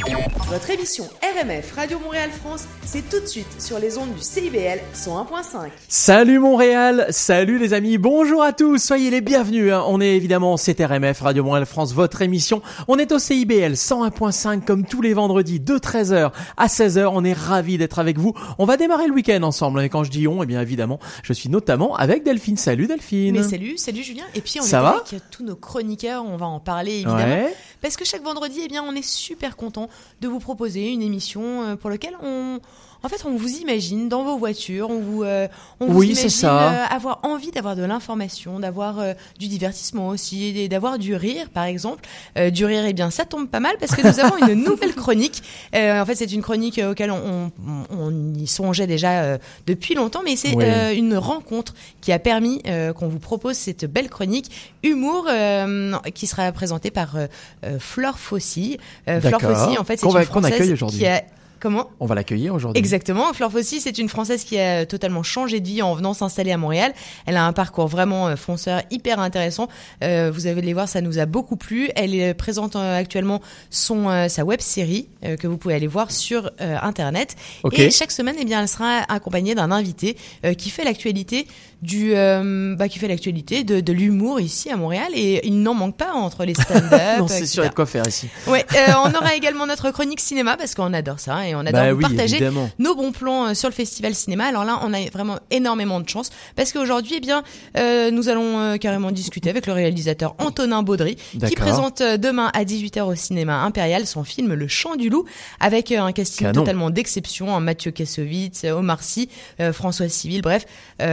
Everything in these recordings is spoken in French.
Votre émission RMF Radio Montréal France, c'est tout de suite sur les ondes du CIBL 101.5. Salut Montréal, salut les amis, bonjour à tous, soyez les bienvenus. On est évidemment, c'est RMF Radio Montréal France, votre émission. On est au CIBL 101.5 comme tous les vendredis de 13h à 16h. On est ravis d'être avec vous. On va démarrer le week-end ensemble. Et quand je dis on, eh bien évidemment, je suis notamment avec Delphine. Salut Delphine. Mais salut Julien. Et puis on Ça est va avec tous nos chroniqueurs, on va en parler évidemment. Ouais. Parce que chaque vendredi, eh bien, on est super content de vous proposer une émission pour laquelle on vous imagine dans vos voitures, on vous imagine avoir envie d'avoir de l'information, d'avoir du divertissement aussi, et d'avoir du rire par exemple. Du rire, eh bien, ça tombe pas mal parce que nous avons une nouvelle chronique. En fait, c'est une chronique auquel on y songeait déjà depuis longtemps, mais c'est une rencontre qui a permis qu'on vous propose cette belle chronique humour qui sera présentée par Flore Fossy. Flore Fossy, en fait, c'est une Française qui a... Comment ? On va l'accueillir aujourd'hui. Exactement. Flore Fossy, c'est une Française qui a totalement changé de vie en venant s'installer à Montréal. Elle a un parcours vraiment fonceur, hyper intéressant. Vous allez voir, ça nous a beaucoup plu. Elle présente actuellement sa web-série que vous pouvez aller voir sur Internet. Okay. Et chaque semaine, eh bien, elle sera accompagnée d'un invité qui fait l'actualité de l'humour ici à Montréal, et il n'en manque pas entre les stand-up. Non, c'est sûr, il y a de quoi faire ici. Ouais, on aura également notre chronique cinéma parce qu'on adore ça et on adore vous partager nos bons plans sur le festival cinéma. Alors là, on a vraiment énormément de chance parce qu'aujourd'hui, eh bien, nous allons carrément discuter avec le réalisateur Antonin Baudry qui présente demain à 18h au cinéma Impérial son film Le Chant du Loup avec un casting totalement d'exception, Mathieu Kassovitz, Omar Sy, François Civil, bref.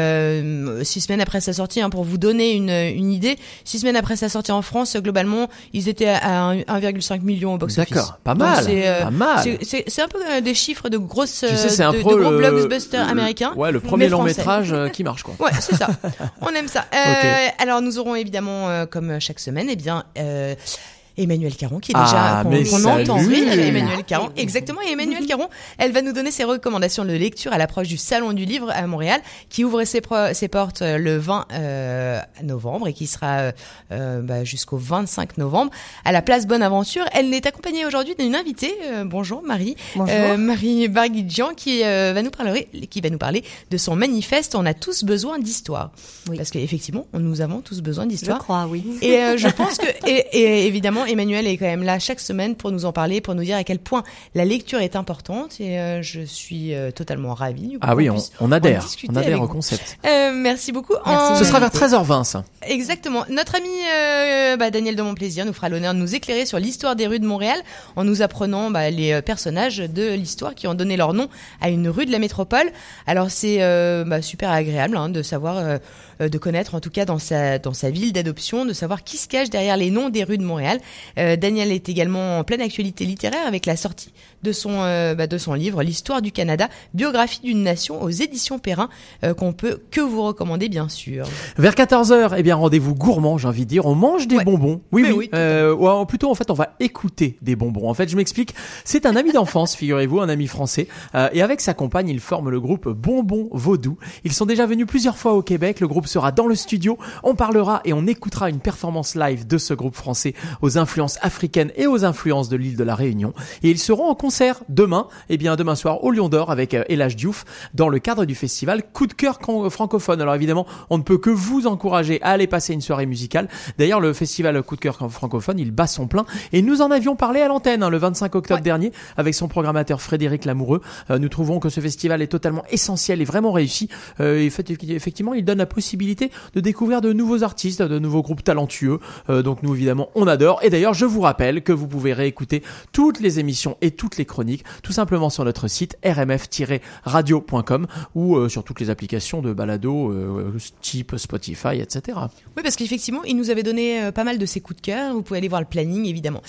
6 semaines après sa sortie, pour vous donner une idée, 6 semaines après sa sortie en France, globalement, ils étaient à 1,5 million au box-office. D'accord, pas mal. Pas mal. C'est un peu des chiffres de grosses, de gros blockbusters américains. Ouais, le premier long métrage qui marche, quoi. Ouais, c'est ça. On aime ça. Alors, nous aurons évidemment, comme chaque semaine, eh bien, Emmanuelle Caron qui est déjà qu'on entend rire. Emmanuelle Caron, exactement. Et Emmanuelle Caron, elle va nous donner ses recommandations de lecture à l'approche du Salon du Livre à Montréal, qui ouvre ses portes le 20 novembre et qui sera jusqu'au 25 novembre à la place Bonaventure. Elle est accompagnée aujourd'hui d'une invitée. Bonjour Marie. Bonjour. Marie Barguidjian qui va nous parler de son manifeste. On a tous besoin d'histoire. Oui. Parce qu'effectivement, nous avons tous besoin d'histoire. Je crois, oui. Et je pense que et évidemment, Emmanuelle est quand même là chaque semaine pour nous en parler, pour nous dire à quel point la lecture est importante, et je suis totalement ravie. Ah oui, on adhère au concept. Merci beaucoup. Merci. Ce sera vers 13h20 ça. Exactement. Notre ami Daniel de Montplaisir nous fera l'honneur de nous éclairer sur l'histoire des rues de Montréal en nous apprenant les personnages de l'histoire qui ont donné leur nom à une rue de la métropole. Alors c'est super agréable de savoir, de connaître en tout cas dans sa ville d'adoption, de savoir qui se cache derrière les noms des rues de Montréal. Daniel est également en pleine actualité littéraire avec la sortie de son livre L'Histoire du Canada, biographie d'une nation aux éditions Perrin, qu'on peut que vous recommander bien sûr. Vers 14h, eh bien rendez-vous gourmand, j'ai envie de dire, on mange des bonbons. Oui. Plutôt en fait on va écouter des bonbons. En fait, je m'explique, c'est un ami d'enfance, figurez-vous, un ami français, et avec sa compagne, ils forment le groupe Bonbons Vaudou. Ils sont déjà venus plusieurs fois au Québec, le groupe sera dans le studio, on parlera et on écoutera une performance live de ce groupe français aux influences africaines et aux influences de l'île de la Réunion, et ils seront en concert demain soir au Lion d'Or avec Elage Diouf dans le cadre du festival Coup de cœur francophone. Alors évidemment, on ne peut que vous encourager à aller passer une soirée musicale. D'ailleurs, le festival Coup de cœur francophone, il bat son plein et nous en avions parlé à l'antenne le 25 octobre dernier avec son programmateur Frédéric Lamoureux. Nous trouvons que ce festival est totalement essentiel et vraiment réussi. Effectivement, il donne la possibilité de découvrir de nouveaux artistes, de nouveaux groupes talentueux. Donc nous, évidemment, on adore. Et d'ailleurs, je vous rappelle que vous pouvez réécouter toutes les émissions et toutes les chroniques tout simplement sur notre site rmf-radio.com ou sur toutes les applications de balado type Spotify, etc. Oui, parce qu'effectivement, il nous avait donné pas mal de ses coups de cœur. Vous pouvez aller voir le planning, évidemment.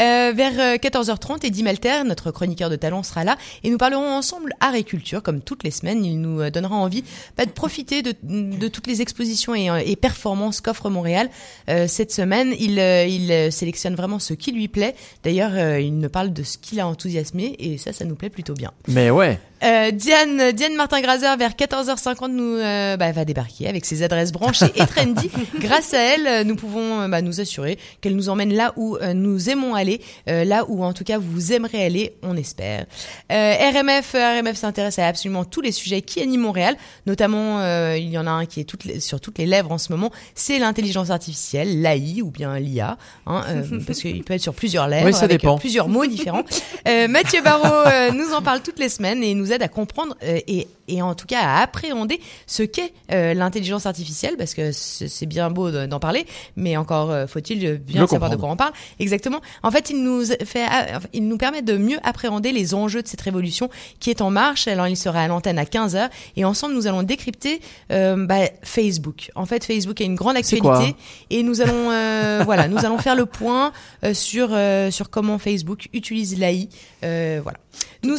Vers 14h30, Eddy Malter, notre chroniqueur de talent, sera là et nous parlerons ensemble art et culture. Comme toutes les semaines, il nous donnera envie de profiter de toutes les expositions et performances qu'offre Montréal. Cette semaine, il sélectionne sélectionne vraiment ce qui lui plaît. D'ailleurs, il ne parle de ce qui l'a enthousiasmé et ça nous plaît plutôt bien. Mais ouais. Diane Martin-Graser vers 14h50 va débarquer avec ses adresses branchées et trendy. Grâce à elle, nous pouvons nous assurer qu'elle nous emmène là où nous aimons aller, là où en tout cas vous aimerez aller, on espère. RMF s'intéresse à absolument tous les sujets qui animent Montréal, notamment il y en a un qui est sur toutes les lèvres en ce moment, c'est l'intelligence artificielle, l'AI ou bien l'IA, parce qu'il peut être sur plusieurs lèvres, oui, avec plusieurs mots différents. Mathieu Barrault nous en parle toutes les semaines et nous aide à comprendre et en tout cas à appréhender ce qu'est l'intelligence artificielle, parce que c'est bien beau d'en parler, mais encore faut-il bien savoir de quoi on parle. Exactement. En fait, il nous permet de mieux appréhender les enjeux de cette révolution qui est en marche. Alors, il sera à l'antenne à 15h et ensemble, nous allons décrypter Facebook. En fait, Facebook a une grande actualité et nous allons nous allons faire le point sur comment Facebook utilise l'AI. Voilà. Nous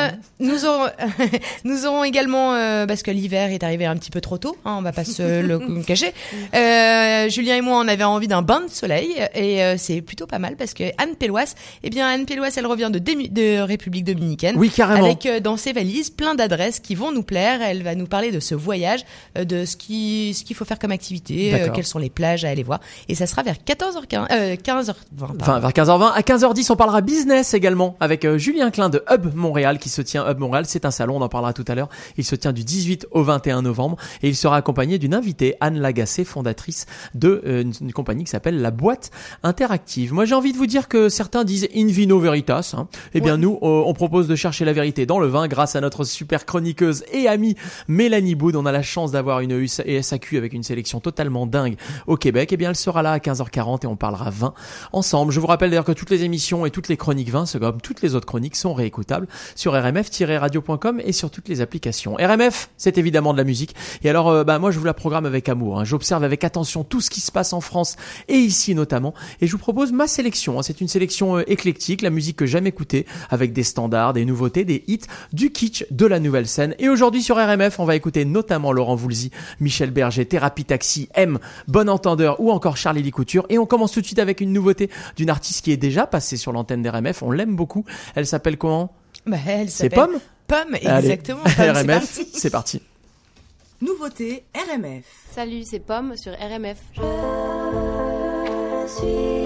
aurons également parce que l'hiver est arrivé un petit peu trop tôt, on va pas se le cacher. Julien et moi, on avait envie d'un bain de soleil et c'est plutôt pas mal parce que Anne Pelloise, elle revient de République dominicaine. Oui, carrément. Avec dans ses valises plein d'adresses qui vont nous plaire. Elle va nous parler de ce voyage, de ce qu'il faut faire comme activité, quelles sont les plages à aller voir. Et ça sera vers 15h20. Vers 15h20. À 15h10, on parlera business également avec Julien Klein de Hub Montréal qui se tient. Hub Montréal, c'est un salon, on en parlera tout à l'heure. Il se tient du 18 au 21 novembre et il sera accompagné d'une invitée, Anne Lagacé, fondatrice de une compagnie qui s'appelle La Boîte Interactive. Moi, j'ai envie de vous dire que certains disent in vino veritas. Eh bien, nous, on propose de chercher la vérité dans le vin grâce à notre super chroniqueuse et amie Mélanie Boud. On a la chance d'avoir une SAQ avec une sélection totalement dingue au Québec. Eh bien, elle sera là à 15h40 et on parlera vin ensemble. Je vous rappelle d'ailleurs que toutes les émissions et toutes les chroniques vin, comme toutes les autres chroniques, sont réécoutables sur rmf-radio.com et sur toutes les applications. RMF, c'est évidemment de la musique. Et alors, moi, je vous la programme avec amour. J'observe avec attention tout ce qui se passe en France et ici notamment. Et je vous propose ma sélection. C'est une sélection éclectique, la musique que j'aime écouter, avec des standards, des nouveautés, des hits, du kitsch, de la nouvelle scène. Et aujourd'hui sur RMF, on va écouter notamment Laurent Voulzy, Michel Berger, Thérapie Taxi, M, Bon Entendeur ou encore Charlie Lee Couture. Et on commence tout de suite avec une nouveauté d'une artiste qui est déjà passée sur l'antenne d'RMF. On l'aime beaucoup. Elle s'appelle comment ? C'est Pomme ? Pomme, exactement. Pomme, RMF, c'est parti. Nouveauté RMF. Salut, c'est Pomme sur RMF. Je suis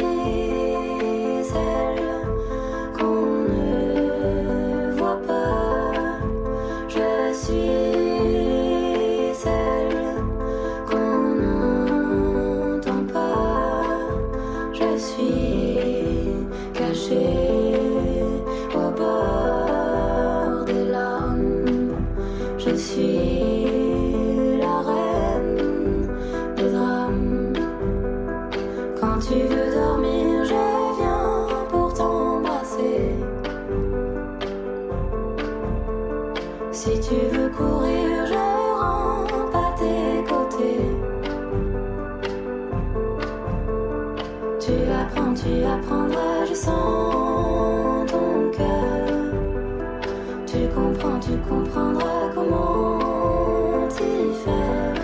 celle qu'on ne voit pas. Je suis celle qu'on n'entend pas. Je suis cachée au bord des larmes. Je suis la reine des drames. Quand tu veux dormir, je viens pour t'embrasser. Si tu veux courir, je rampe à tes côtés. Tu apprendras, je sens ton cœur. Tu comprendras comment t'y faire.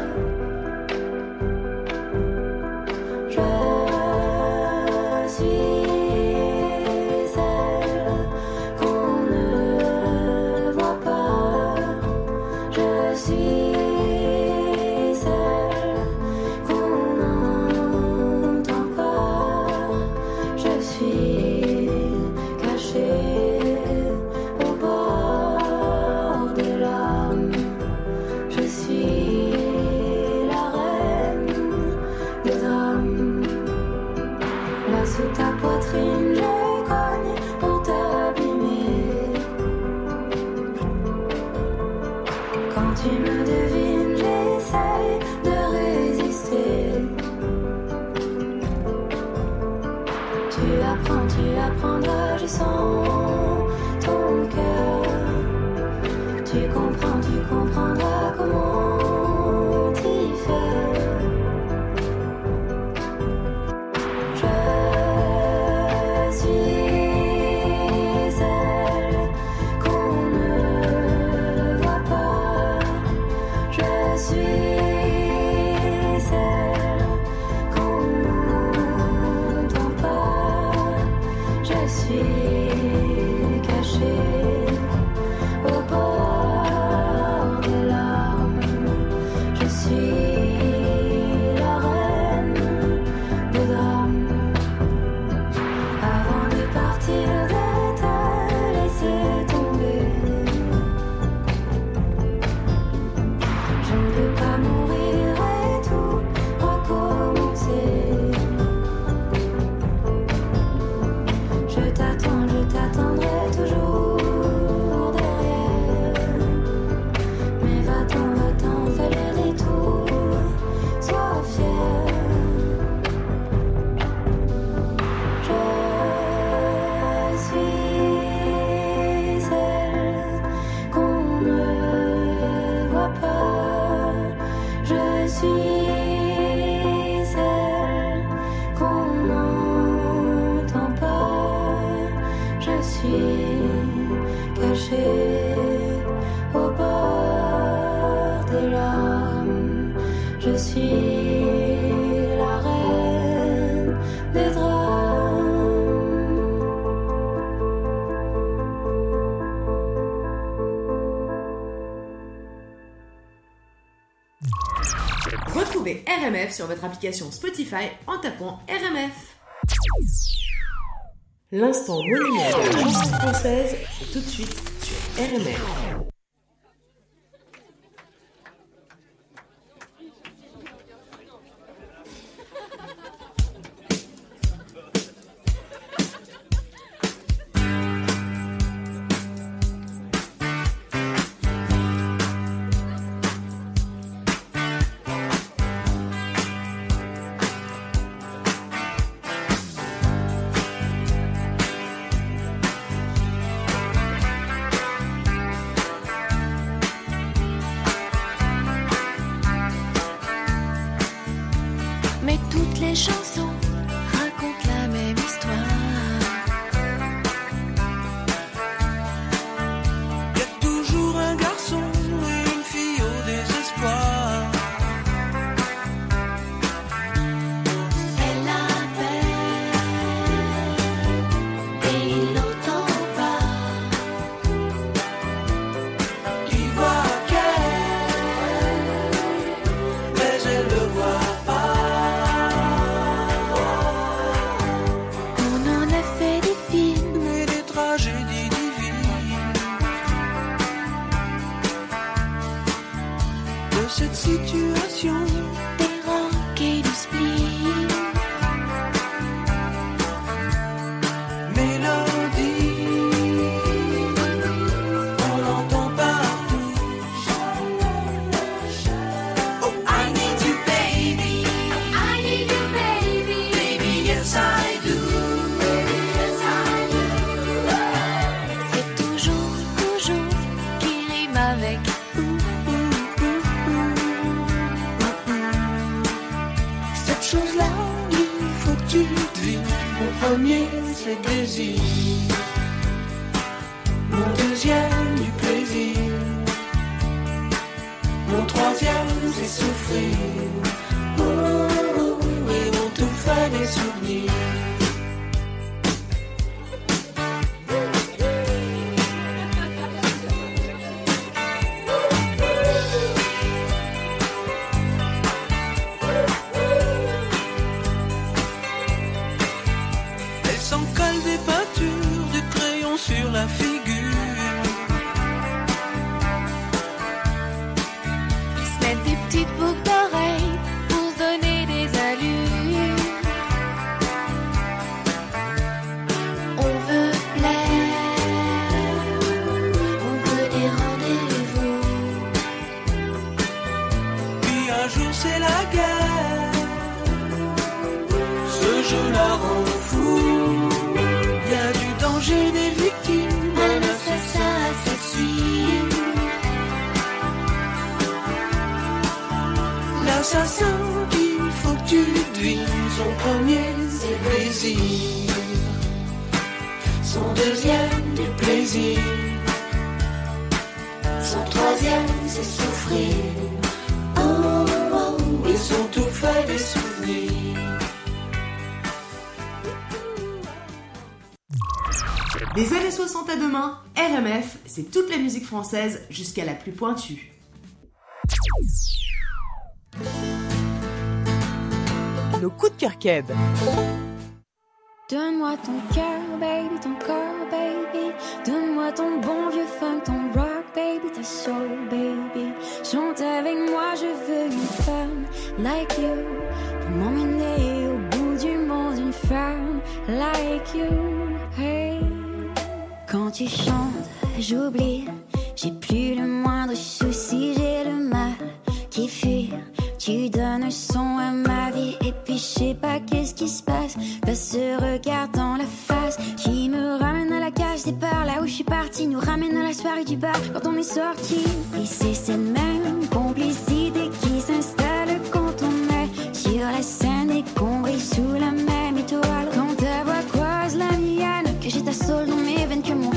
Je suis celle qu'on ne voit pas. Je suis celle qu'on n'entend pas. Je suis cachée au bord des larmes. Je suis la reine des drames. Là sous ta poitrine, je cogne pour t'abîmer. Quand tu me devines, j'essaye de résister. Tu apprendras, je sens ton cœur. Tu comprendras comment t'y faire. Je suis celle qu'on ne voit pas. suis cachée au bord des larmes. Je suis la reine des drames. Retrouvez RMF sur votre application Spotify en tapant RMF. L'instant monument de la chanson française, c'est tout de suite sur RMF. Les chansons racontent la même histoire. Y a toujours un garçon et une fille au désespoir. Elle l'appelle et il n'entend pas. Il voit qu'elle, mais elle le voit pas. Cette situation des rocs et du spleen, mélodie, on l'entend partout. Oh, I need you baby, I need you baby, baby yes I do, baby yes I do. C'est toujours qui rime avec chose-là, il faut que tu devines. Mon premier, c'est désir. Mon deuxième, du plaisir. Mon troisième, c'est souffrir. Oh, oh, oh, et mon tout fait des souvenirs. Sur la figure, ils se mettent des petites boucles d'oreilles pour donner des allures. On veut plaire, on veut des rendez-vous. Puis un jour c'est la guerre, ce jeu la rend fou. Y a du danger, des victimes, un assassin assassine. L'assassin qu'il faut que tu devines. Son premier c'est le plaisir, son deuxième du plaisir, son troisième c'est souffrir. Oh, oh, oh, et son tout fait des souvenirs. Des années 60 à demain, RMF, c'est toute la musique française jusqu'à la plus pointue. Nos coups de cœur keb. Donne-moi ton cœur, baby, ton corps, baby. Donne-moi ton bon vieux funk, ton rock, baby, ta soul, baby. Chante avec moi, je veux une femme like you. Pour m'emmener au bout du monde, une femme like you. Hey. Quand tu chantes, j'oublie. J'ai plus le moindre souci, j'ai le mal qui fuit. Tu donnes un son à ma vie et puis je sais pas qu'est-ce qui se passe. T'as ce regard dans la face qui me ramène à la cage départ. Là où je suis partie nous ramène à la soirée du bar quand on est sorti. Et c'est cette même complicité qui s'installe quand on est sur la scène et qu'on brille sous la même étoile. Quand ta voix croise la mienne, que j'ai ta soul dans mes veines, que mon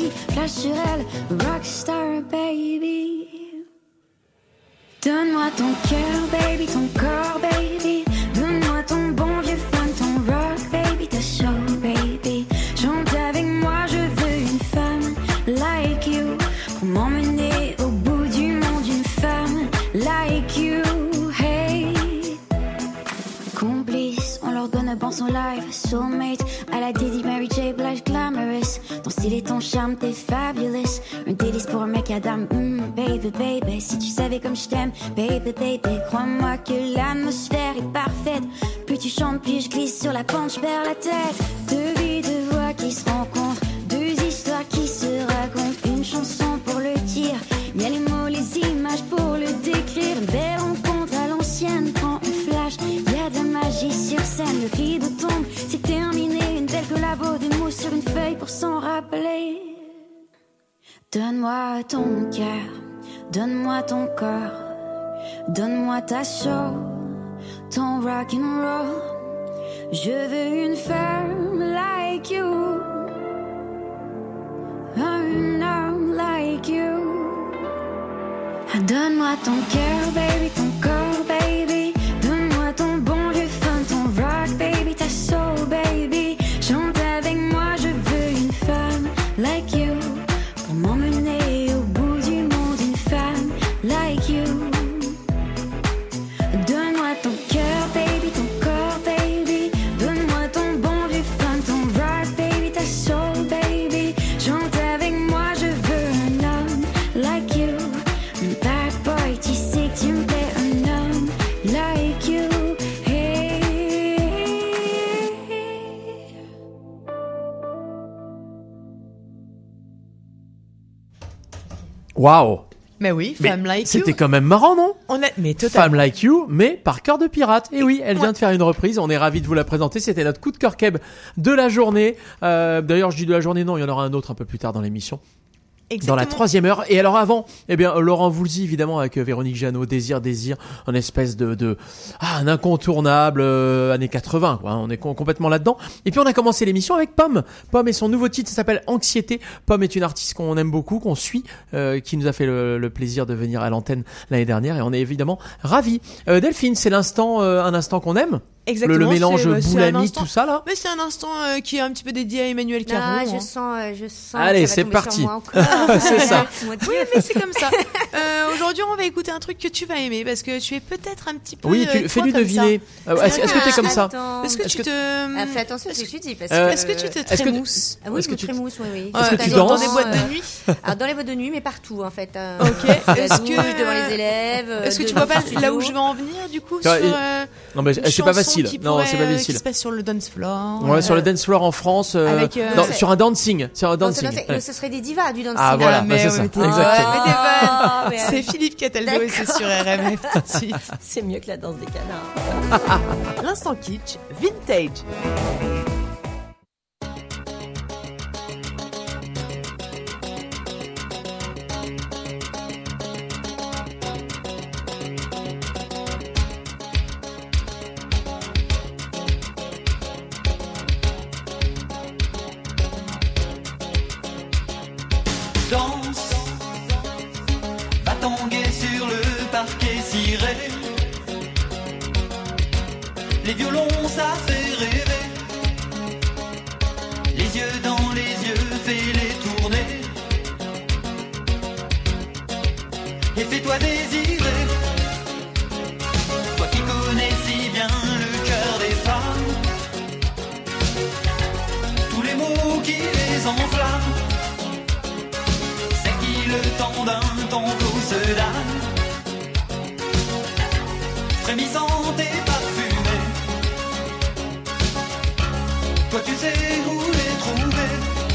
flash sur elle, rockstar baby. Donne-moi ton cœur baby, ton corps baby. Donne-moi ton bon vieux funk, ton rock baby, ta show baby. Chante avec moi, je veux une femme like you pour m'emmener au bout du monde, une femme like you. Hey, complice, on leur donne un bon son live. Soulmate, à la Diddy, Mary J. Blige, glamorous. Ton style et ton charme, t'es fabulous. Un délice pour un mec à dame, baby, baby. Si tu savais comme je t'aime, baby, baby. Crois-moi que l'atmosphère est parfaite. Plus tu chantes, plus je glisse sur la pente, je perds la tête. Deux vies, deux voix qui se rencontrent. Deux histoires qui se racontent. Une chanson pour le dire. Y a les mots, les images pour le décrire. Une belle rencontre à l'ancienne, prends un flash. Y a de la magie sur scène, le rideau tombe, c'est terminé. Une belle collabo de mots sur une feuille pour s'en rappeler. Donne-moi ton cœur, donne-moi ton corps. Donne-moi ta show, ton rock and roll. Je veux une femme like you, un homme like you. Donne-moi ton cœur, baby, ton corps, baby. Donne-moi ton bon vieux fun, ton rock, baby, ta soul, baby. Chante avec moi, je veux une femme like you pour m'emmener au bout du monde, une femme like you. Donne-moi ton cœur, baby, ton corps, baby. Donne-moi ton bon vieux fun, ton rock, baby, ta soul, baby. Chante avec moi, je veux un homme like you. Un bad boy, tu sais que tu me plais, un homme like you. Hey. Waouh. Mais oui, Femme Like You. C'était quand même marrant, non? Mais totalement. Femme Like You, mais par cœur de pirate. Et oui, elle vient de faire une reprise. On est ravis de vous la présenter. C'était notre coup de cœur Keb de la journée. D'ailleurs, je dis de la journée, non, il y en aura un autre un peu plus tard dans l'émission. Exactement. Dans la 3e heure. Et alors avant, eh bien, Laurent Voulzy, évidemment, avec Véronique Jeannot, Désir, un espèce un incontournable, années 80, quoi. On est complètement là-dedans. Et puis, on a commencé l'émission avec Pomme. Pomme et son nouveau titre, ça s'appelle Anxiété. Pomme est une artiste qu'on aime beaucoup, qu'on suit, qui nous a fait le plaisir de venir à l'antenne l'année dernière. Et on est évidemment ravis. Delphine, c'est un instant qu'on aime. Exactement, le mélange boulamique, tout ça, là. Mais c'est un instant qui est un petit peu dédié à Emmanuel Caron. Ah, je sens. Allez, c'est parti. C'est ça. Oui, mais c'est comme ça. Aujourd'hui, on va écouter un truc que tu vas aimer parce que tu es peut-être un petit peu. Oui, fais-lui deviner. Est-ce que t'es comme ça? Est-ce que tu te. Fais attention à ce que tu dis. Est-ce que tu te trémousses? Ah oui, je me trémousse, oui. Est-ce que tu dans danses des boîtes de nuit? Alors, dans les boîtes de nuit, mais partout, en fait. Ok. Est-ce que. Devant les élèves. Est-ce que tu vois pas là où je vais en venir, du coup, sur. Non, mais c'est pas facile. Non, c'est pas facile. Qui se passe sur le dance floor. Ouais, sur le dance floor en France, sur un dancing. Sur un dancing. Ce serait des divas du dancing. Ah voilà, c'est ça. Exactement. C'est Philippe Cataldo et c'est sur RMF tout de suite. C'est mieux que la danse des canards. L'instant kitsch, vintage. Danse, va tanguer sur le parquet ciré. Les violons, ça fait rêver. Les yeux dans les yeux, fais-les tourner. Et fais-toi désirer. Toi qui connais si bien le cœur des femmes, tous les mots qui les enflamment. Le temps d'un tango se damne, frémissante et parfumée. Toi tu sais où les trouver.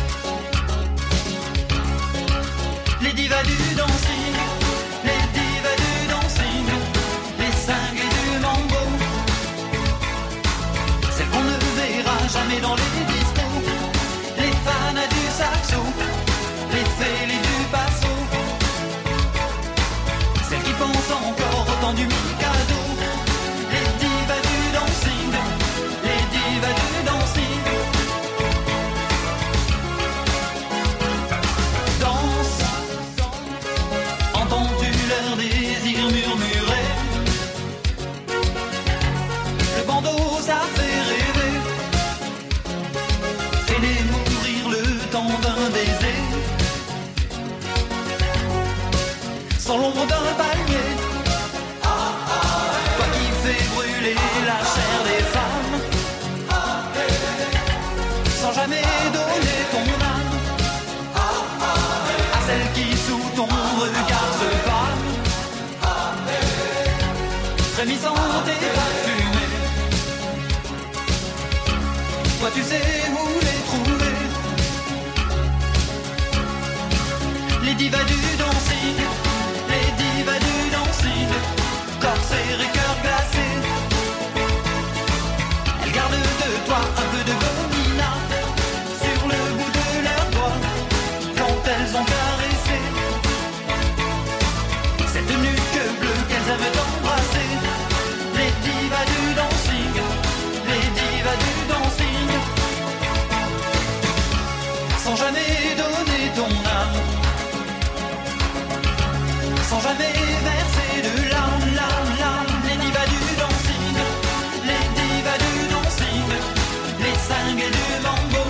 Les divas du dancing, les divas du dancing, les cinglés du mambo, celles qu'on ne verra jamais dans les discos, les fans du saxo, les fêlés du passo, celles qui pensent encore au temps du Mikado, les divas du dancing, les divas du dancing, l'ombre d'un palmier. Toi qui fais brûler la chair des femmes, sans jamais donner ton âme à celle qui sous ton regard se pâme, frémissante et parfumée. Toi tu sais où les trouver, les divas du dancing, les divas du dancing, corsaires et cœur glacé. Elles gardent de toi un peu de gomina sur le bout de leurs doigts quand elles ont caressé cette nuque bleue qu'elles aiment embrasser. Les divas du dancing, les divas du dancing, sans jamais donner ton âme, sans jamais verser de larmes, larmes, larmes. Les divas du dancing, les divas du dancing, les cinglés du mambo,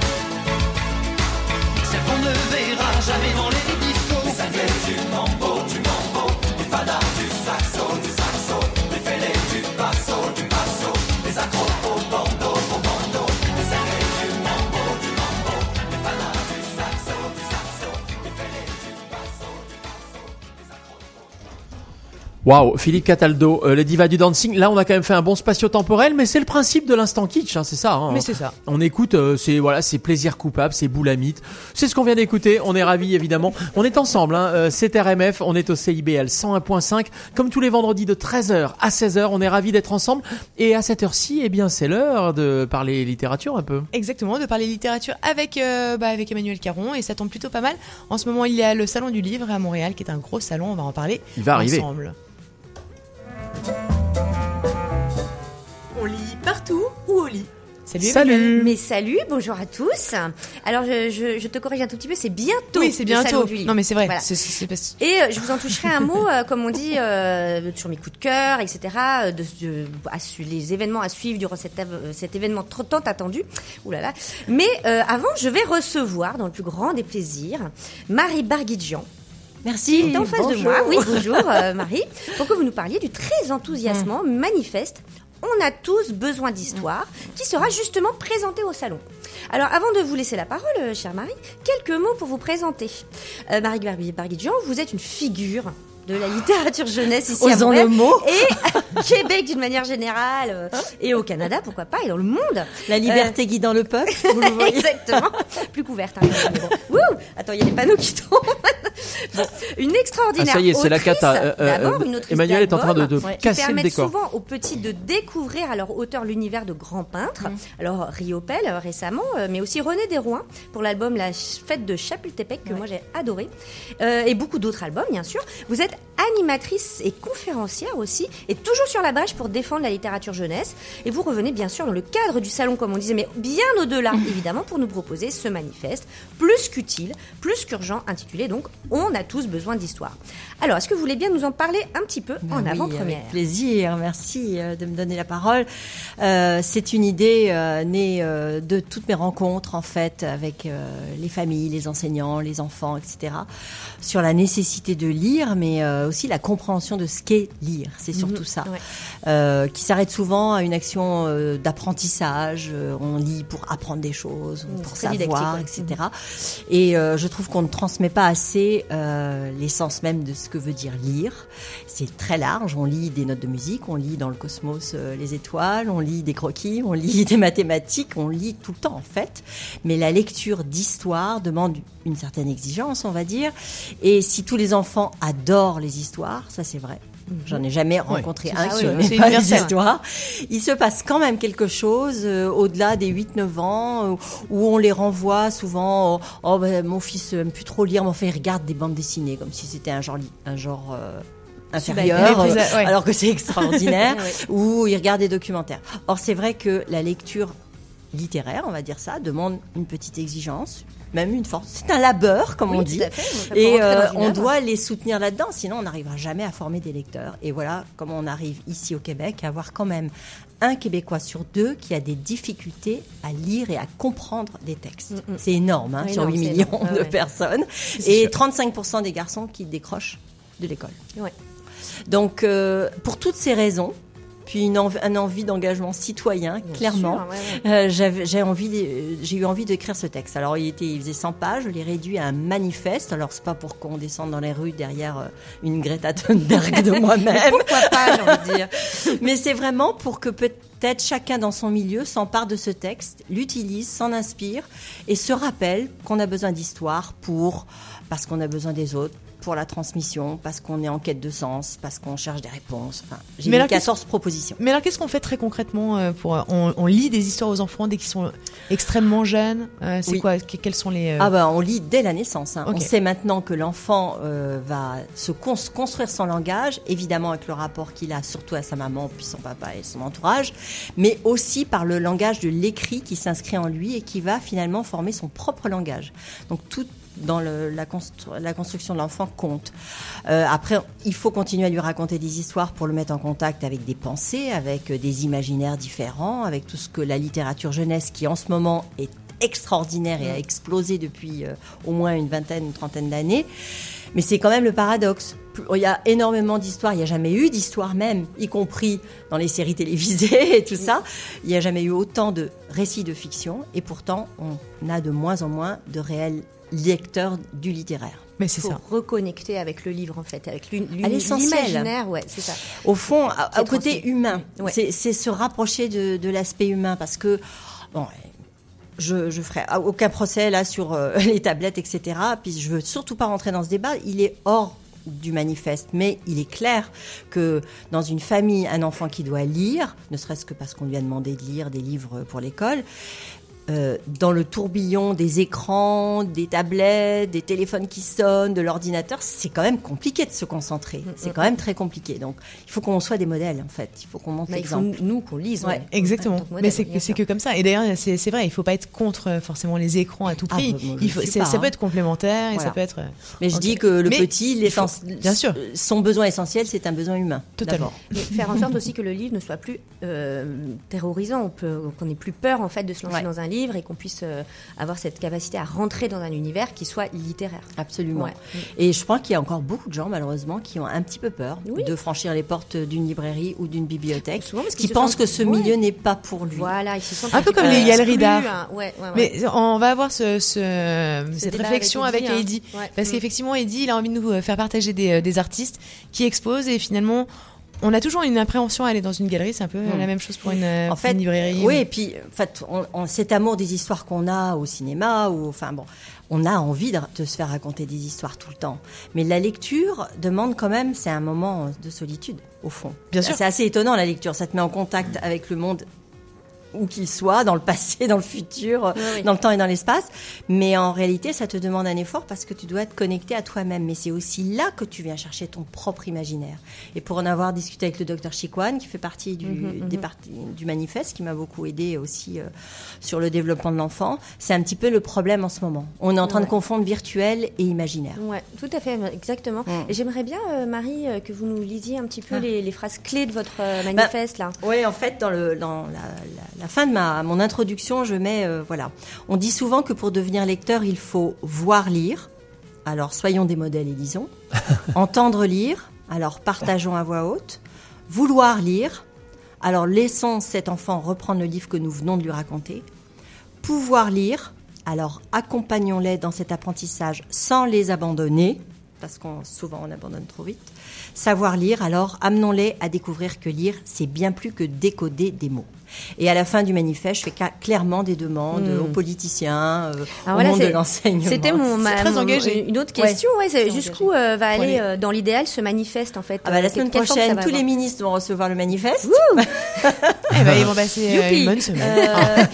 celles qu'on ne verra jamais dans les discos. Les cinglés du mambo, les fadas du saxo, les fêlés du basso, les accros au bando, les cinglés du mambo, les fadas du saxo, les fêlés du basso, les accros. Waouh, Philippe Cataldo, les divas du dancing. Là, on a quand même fait un bon spatio-temporel, mais c'est le principe de l'instant kitsch, hein, c'est ça. Hein. Mais c'est ça. On écoute, c'est plaisir coupable, c'est boulamite. C'est ce qu'on vient d'écouter. On est ravis, évidemment. On est ensemble, hein. C'est RMF. On est au CIBL 101.5. Comme tous les vendredis de 13h à 16h, on est ravis d'être ensemble. Et à cette heure-ci, eh bien, c'est l'heure de parler littérature un peu. Exactement, de parler littérature avec Emmanuel Caron, et ça tombe plutôt pas mal. En ce moment, il y a le Salon du Livre à Montréal, qui est un gros salon. On va en parler Il va arriver. ensemble. On lit partout ou au lit? Salut Emmanuel. Mais salut, bonjour à tous. Alors je te corrige un tout petit peu, c'est bientôt. Oui, c'est le Salon bientôt. du Livre. Non mais c'est vrai. Voilà. C'est pas... Et je vous en toucherai un mot, comme on dit, sur mes coups de cœur, etc. Les événements à suivre durant cet événement tant attendu. Ouh là là. Mais avant, je vais recevoir, dans le plus grand des plaisirs, Marie Barguidjian. Merci. Qui est en face de moi. Oui, bonjour Marie. Pour que vous nous parliez du très enthousiasmant manifeste On a tous besoin d'histoire, qui sera justement présenté au salon. Alors, avant de vous laisser la parole, chère Marie, quelques mots pour vous présenter. Marie Barguidjian, vous êtes une figure de la littérature jeunesse ici à Montréal, le mot. et Québec d'une manière générale, et au Canada, pourquoi pas, et dans le monde. La liberté guidant le peuple, vous le voyez. Exactement. Plus couverte. Hein, mais bon. Wouh, attends, il y a des panneaux qui tombent. Bon, une extraordinaire ça y est, c'est la autrice, cata. d'abord, une autrice Emmanuel est en train de qui casser le permettent décor. souvent aux petits de découvrir à leur auteur l'univers de grands peintres. Alors Rio Pell récemment, mais aussi René Desrouins pour l'album La Fête de Chapultepec que moi j'ai adoré, et beaucoup d'autres albums bien sûr. Vous êtes animatrice et conférencière aussi, et toujours sur la brèche pour défendre la littérature jeunesse. Et vous revenez bien sûr dans le cadre du salon, comme on disait, mais bien au-delà, évidemment, pour nous proposer ce manifeste plus qu'utile, plus qu'urgent, intitulé donc « On a tous besoin d'histoire ». Alors, est-ce que vous voulez bien nous en parler un petit peu en avant-première ? Avec plaisir, merci de me donner la parole. C'est une idée née de toutes mes rencontres, en fait, avec les familles, les enseignants, les enfants, etc., sur la nécessité de lire, mais aussi la compréhension de ce qu'est lire. C'est surtout ça. Ouais. Qui s'arrête souvent à une action d'apprentissage. On lit pour apprendre des choses, pour savoir, etc. Et je trouve qu'on ne transmet pas assez l'essence même de ce que veut dire lire. C'est très large. On lit des notes de musique, on lit dans le cosmos les étoiles, on lit des croquis, on lit des mathématiques, on lit tout le temps en fait. Mais la lecture d'histoire demande une certaine exigence, on va dire. Et si tous les enfants adorent les histoires, ça c'est vrai. J'en ai jamais rencontré un qui n'aimait pas les histoires. Il se passe quand même quelque chose au-delà des 8-9 ans où on les renvoie souvent mon fils aime plus trop lire, mais enfin il regarde des bandes dessinées comme si c'était un genre inférieur, alors que c'est extraordinaire, ou il regarde des documentaires. Or c'est vrai que la lecture littéraire, on va dire ça, demande une petite exigence, même une force. C'est un labeur, comme on dit. Et on doit les soutenir là-dedans, sinon on n'arrivera jamais à former des lecteurs. Et voilà comment on arrive ici au Québec à avoir quand même un Québécois sur 2 qui a des difficultés à lire et à comprendre des textes. C'est énorme, sur 8 millions de personnes. Et 35% des garçons qui décrochent de l'école. Ouais. Donc, pour toutes ces raisons, puis une envie d'engagement citoyen, bien clairement. Sûr, ouais. J'ai eu envie d'écrire ce texte. Alors, il faisait 100 pages, je l'ai réduit à un manifeste. Alors, c'est pas pour qu'on descende dans les rues derrière une Greta Thunberg de moi-même. Pourquoi pas, j'ai envie de dire. Mais c'est vraiment pour que peut-être chacun dans son milieu s'empare de ce texte, l'utilise, s'en inspire et se rappelle qu'on a besoin d'histoire parce qu'on a besoin des autres, pour la transmission, parce qu'on est en quête de sens, parce qu'on cherche des réponses. Enfin, j'ai mis 14 propositions. Mais alors, qu'est-ce qu'on fait très concrètement on lit des histoires aux enfants dès qu'ils sont extrêmement jeunes. C'est quoi quels sont les on lit dès la naissance. Okay. On sait maintenant que l'enfant va se construire son langage, évidemment avec le rapport qu'il a surtout à sa maman, puis son papa et son entourage, mais aussi par le langage de l'écrit qui s'inscrit en lui et qui va finalement former son propre langage. Donc tout dans la construction de l'enfant compte. Après, il faut continuer à lui raconter des histoires pour le mettre en contact avec des pensées, avec des imaginaires différents, avec tout ce que la littérature jeunesse, qui en ce moment est extraordinaire et a explosé depuis au moins une trentaine d'années. Mais c'est quand même le paradoxe. Il y a énormément d'histoires, il n'y a jamais eu d'histoire même, y compris dans les séries télévisées et tout ça. Il n'y a jamais eu autant de récits de fiction et pourtant on a de moins en moins de réels lecteurs du littéraire. Mais c'est ça. Reconnecter avec le livre en fait, avec l'imaginaire, ouais, c'est ça. Au fond, au côté humain, c'est se rapprocher de l'aspect humain parce que je ferai aucun procès là sur les tablettes, etc. Puis je veux surtout pas rentrer dans ce débat. Il est hors du manifeste, mais il est clair que dans une famille, un enfant qui doit lire, ne serait-ce que parce qu'on lui a demandé de lire des livres pour l'école, dans le tourbillon des écrans, des tablettes, des téléphones qui sonnent, de l'ordinateur, c'est quand même compliqué de se concentrer. C'est quand même très compliqué. Donc, il faut qu'on soit des modèles, en fait. Il faut qu'on montre l'exemple. Il faut nous qu'on lise. Ouais. Exactement. Mais c'est que comme ça. Et d'ailleurs, c'est vrai, il ne faut pas être contre forcément les écrans à tout prix. Ça peut être complémentaire et ça peut être... Mais je dis que le petit, bien sûr, son besoin essentiel, c'est un besoin humain. Totalement. Et faire en sorte aussi que le livre ne soit plus terrorisant, qu'on n'ait plus peur, en fait, de se lancer dans un livre et qu'on puisse avoir cette capacité à rentrer dans un univers qui soit littéraire. Absolument. Ouais. Et je crois qu'il y a encore beaucoup de gens, malheureusement, qui ont un petit peu peur de franchir les portes d'une librairie ou d'une bibliothèque, qui pensent que ce milieu n'est pas pour lui. Voilà, ils se sentent un peu comme les galeries d'art. Mais on va avoir cette réflexion avec Heidi. Parce qu'effectivement, Heidi, il a envie de nous faire partager des artistes qui exposent et finalement... On a toujours une appréhension à aller dans une galerie, c'est un peu la même chose pour une librairie. Oui, et puis en fait, cet amour des histoires qu'on a au cinéma, on a envie de se faire raconter des histoires tout le temps. Mais la lecture demande quand même, c'est un moment de solitude, au fond. Bien sûr. C'est assez étonnant, la lecture, ça te met en contact avec le monde où qu'il soit, dans le passé, dans le futur, dans le temps et dans l'espace. Mais en réalité, ça te demande un effort parce que tu dois être connecté à toi-même. Mais c'est aussi là que tu viens chercher ton propre imaginaire. Et pour en avoir discuté avec le docteur Chicoine, qui fait partie du manifeste, qui m'a beaucoup aidé aussi sur le développement de l'enfant, c'est un petit peu le problème en ce moment. On est en train de confondre virtuel et imaginaire. Oui, tout à fait, exactement. Et j'aimerais bien, Marie, que vous nous lisiez un petit peu les phrases clés de votre manifeste. Là. Oui, en fait, dans la fin de mon introduction, je mets, on dit souvent que pour devenir lecteur, il faut voir lire. Alors, soyons des modèles et lisons. Entendre lire. Alors, partageons à voix haute. Vouloir lire. Alors, laissons cet enfant reprendre le livre que nous venons de lui raconter. Pouvoir lire. Alors, accompagnons-les dans cet apprentissage sans les abandonner, parce souvent on abandonne trop vite. Savoir lire, alors amenons-les à découvrir que lire, c'est bien plus que décoder des mots. Et à la fin du manifeste, je fais clairement des demandes aux politiciens, au monde de l'enseignement. C'était très engagé. Une autre question, c'est jusqu'où va aller dans l'idéal ce manifeste en fait. La semaine prochaine, tous les ministres vont recevoir le manifeste. Ils vont passer une bonne semaine.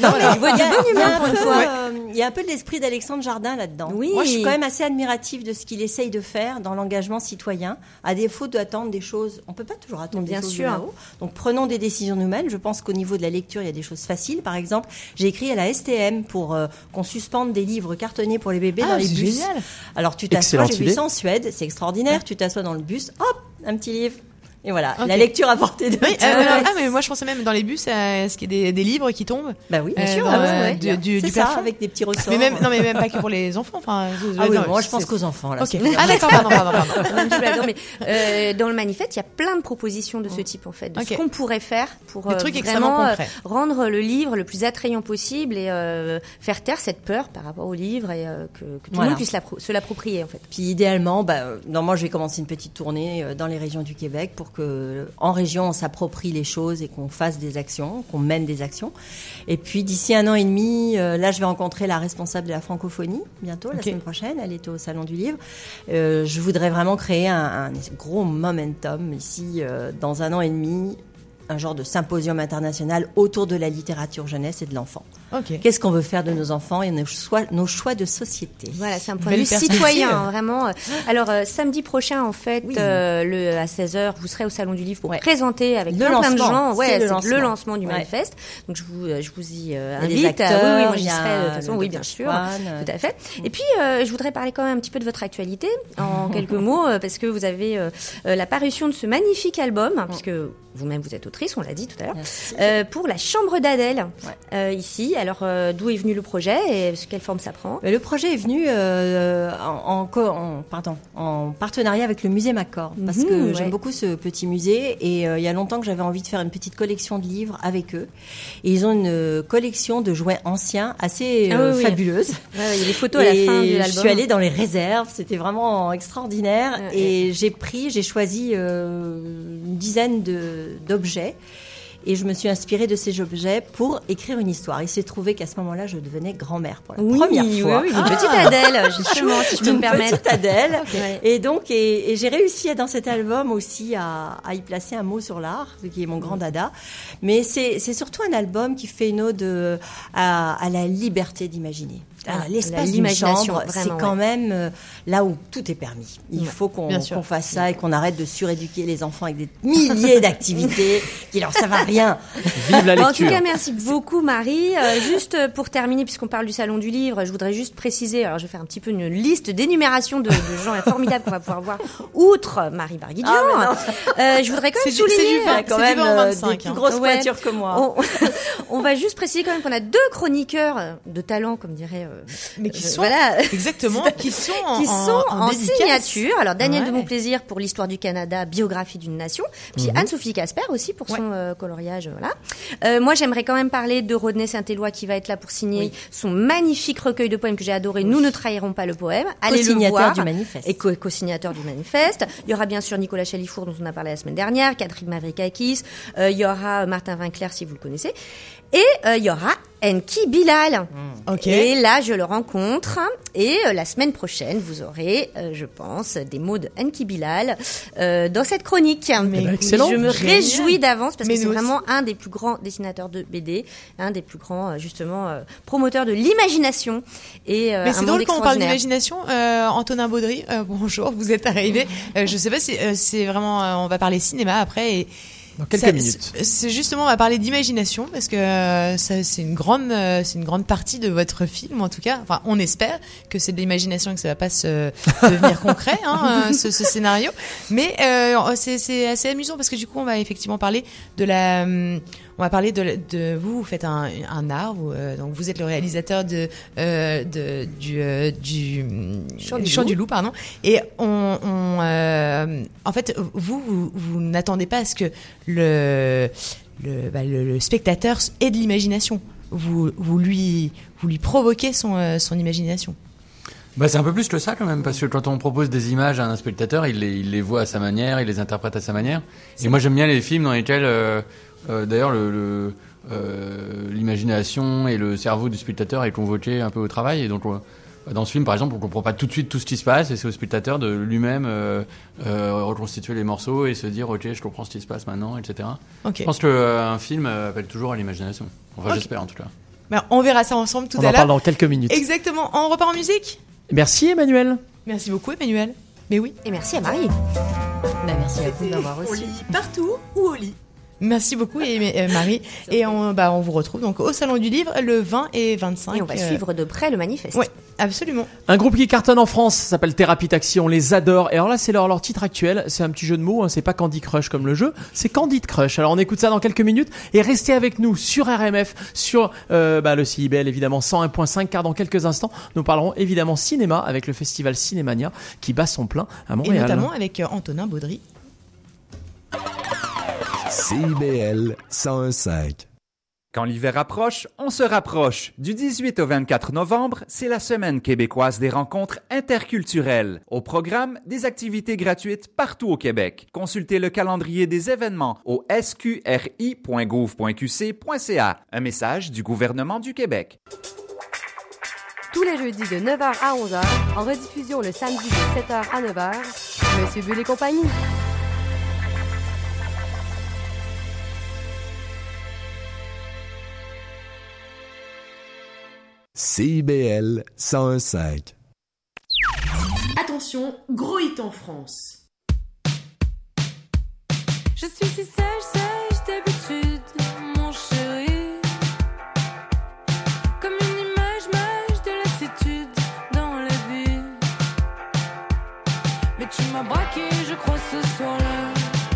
Il y a un peu de l'esprit d'Alexandre Jardin là-dedans. Oui. Moi, je suis quand même assez admirative de ce qu'il essaye de faire dans l'engagement citoyen, à défaut d'attendre des choses. On peut pas toujours attendre des choses de là-haut. Donc, prenons des décisions nous-mêmes. Je pense qu'au niveau de la lecture, il y a des choses faciles. Par exemple, j'ai écrit à la STM pour qu'on suspende des livres cartonnés pour les bébés dans les bus. Génial. Alors, tu t'assois, j'ai vu ça en Suède, c'est extraordinaire. Tu t'assois dans le bus, hop, un petit livre. Et voilà, la lecture à portée de main. Mais moi je pensais même dans les bus à ce qu'il y ait des livres qui tombent. Bah oui, bien sûr. Du ça, plafond. avec des petits ressorts. Mais même pas que pour les enfants. Enfin, moi je pense qu'aux enfants. Là, okay. Ah d'accord, pardon. Mais dans le manifeste, il y a plein de propositions de ce type en fait, de ce qu'on pourrait faire pour vraiment rendre le livre le plus attrayant possible et faire taire cette peur par rapport au livre et que tout le monde puisse se l'approprier en fait. Puis idéalement, normalement je vais commencer une petite tournée dans les régions du Québec pour que en région on s'approprie les choses et qu'on fasse des actions, qu'on mène des actions. Et puis d'ici 1 an et demi, là je vais rencontrer la responsable de la francophonie bientôt, la semaine prochaine. Elle est au Salon du Livre. Je voudrais vraiment créer un gros momentum ici dans 1 an et demi. Un genre de symposium international autour de la littérature jeunesse et de l'enfant. Qu'est-ce qu'on veut faire de nos enfants et nos choix de société. Voilà, c'est un point de vue citoyen, vraiment. Alors, samedi prochain, en fait, à 16h, vous serez au Salon du Livre pour présenter avec plein de gens. C'est le lancement du manifeste. Donc, je vous y invite. Les acteurs, moi, j'y serai de toute façon. Oui, bien sûr. Tout à fait. Et puis, je voudrais parler quand même un petit peu de votre actualité, en quelques mots, parce que vous avez la parution de ce magnifique album, puisque vous-même, vous êtes autrice, on l'a dit tout à l'heure, pour la Chambre d'Adèle, ici. Alors, d'où est venu le projet et sous quelle forme ça prend ? Le projet est venu en partenariat avec le musée McCord, parce que j'aime beaucoup ce petit musée et il y a longtemps que j'avais envie de faire une petite collection de livres avec eux. Et ils ont une collection de jouets anciens assez fabuleuse. Il y a des photos à la fin de l'album. Je suis allée dans les réserves, c'était vraiment extraordinaire. Et j'ai choisi une dizaine d'objets. Et je me suis inspirée de ces objets pour écrire une histoire. Il s'est trouvé qu'à ce moment-là, je devenais grand-mère pour la première fois. Oui, une petite Adèle, justement, si je peux me permettre. Une petite Adèle. Et donc, et j'ai réussi dans cet album aussi à y placer un mot sur l'art, qui est mon grand dada. Mais c'est surtout un album qui fait une ode à la liberté d'imaginer. L'espace d'une chambre, c'est quand même là où tout est permis. Il faut qu'on fasse ça et qu'on arrête de suréduquer les enfants avec des milliers d'activités qui leur servent à rien. Vive la lecture. En tout cas, merci beaucoup Marie. Juste pour terminer, puisqu'on parle du Salon du Livre, je voudrais juste préciser, alors je vais faire un petit peu une liste d'énumération de gens formidables qu'on va pouvoir voir, outre Marie Barguidian. Je voudrais quand même souligner quand même des plus grosses pointures que moi. On va juste préciser quand même qu'on a 2 chroniqueurs de talent, comme dirait mais qui sont exactement qui sont en signature. Alors Daniel de Montplaisir pour l'histoire du Canada, biographie d'une nation, puis Anne-Sophie Casper aussi pour son coloriage, moi j'aimerais quand même parler de Rodney Saint-Éloi qui va être là pour signer son magnifique recueil de poèmes que j'ai adoré, Nous ne trahirons pas le poème. Allez le voir. Du manifeste. Et co-signateur du manifeste. Il y aura bien sûr Nicolas Chalifour dont on a parlé la semaine dernière, Catherine Mavrikakis, il y aura Martin Vinclair si vous le connaissez. Et il y aura Enki Bilal. Et là, je le rencontre. Et la semaine prochaine, vous aurez, je pense, des mots de Enki Bilal dans cette chronique. Excellent. Je me réjouis d'avance parce que c'est vraiment un des plus grands dessinateurs de BD, un des plus grands, justement, promoteurs de l'imagination. Et mais c'est drôle quand on parle d'imagination. Antonin Baudry, bonjour, vous êtes arrivé. Je sais pas si c'est vraiment... on va parler cinéma après et... Dans quelques minutes. C'est justement, on va parler d'imagination parce que ça, c'est une grande partie de votre film en tout cas. Enfin, on espère que c'est de l'imagination et que ça va pas devenir concret, ce scénario. Mais c'est assez amusant parce que du coup, on va effectivement parler on va parler de vous faites un art, donc vous êtes le réalisateur du Chant du Loup, pardon. Et en fait, vous n'attendez pas à ce que le spectateur ait de l'imagination. Vous lui provoquez son imagination. C'est un peu plus que ça quand même, parce que quand on propose des images à un spectateur, il les voit à sa manière, il les interprète à sa manière. Et moi j'aime bien les films dans lesquels d'ailleurs l'imagination et le cerveau du spectateur est convoqué un peu au travail. Et donc dans ce film par exemple on comprend pas tout de suite tout ce qui se passe et c'est au spectateur de lui-même reconstituer les morceaux et se dire ok je comprends ce qui se passe maintenant, etc. Je pense qu'un film appelle toujours à l'imagination. Enfin j'espère en tout cas. On verra ça ensemble tout à l'heure. On en parle dans quelques minutes. Exactement. On repart en musique. Merci Emmanuel. Merci beaucoup Emmanuel. Mais oui. Et merci à Marie. Merci à vous de m'avoir reçu. Au lit, partout ou au lit. Merci beaucoup Marie. Et on vous retrouve donc au Salon du Livre le 20 et 25. Et on va suivre de près le manifeste. Oui, absolument. Un groupe qui cartonne en France s'appelle Thérapie Taxi, on les adore. Et alors là, c'est leur titre actuel, c'est un petit jeu de mots, hein, c'est pas Candy Crush comme le jeu, c'est Candid Crush. Alors on écoute ça dans quelques minutes et restez avec nous sur RMF, sur le CIBL évidemment 101.5, car dans quelques instants, nous parlerons évidemment cinéma avec le festival Cinémania qui bat son plein à Montréal. Et notamment avec Antonin Baudry. CIBL 101.5. Quand l'hiver approche, on se rapproche. Du 18 au 24 novembre, c'est la Semaine québécoise des rencontres interculturelles. Au programme, des activités gratuites partout au Québec. Consultez le calendrier des événements au sqri.gouv.qc.ca. Un message du gouvernement du Québec. Tous les jeudis de 9h à 11h, en rediffusion le samedi de 7h à 9h, Monsieur Bull et compagnie. CIBL 101.5. Attention, gros hit en France. Je suis si sage d'habitude, mon chéri. Comme une image de lassitude dans la vie. Mais tu m'as braqué, je crois, ce soir-là.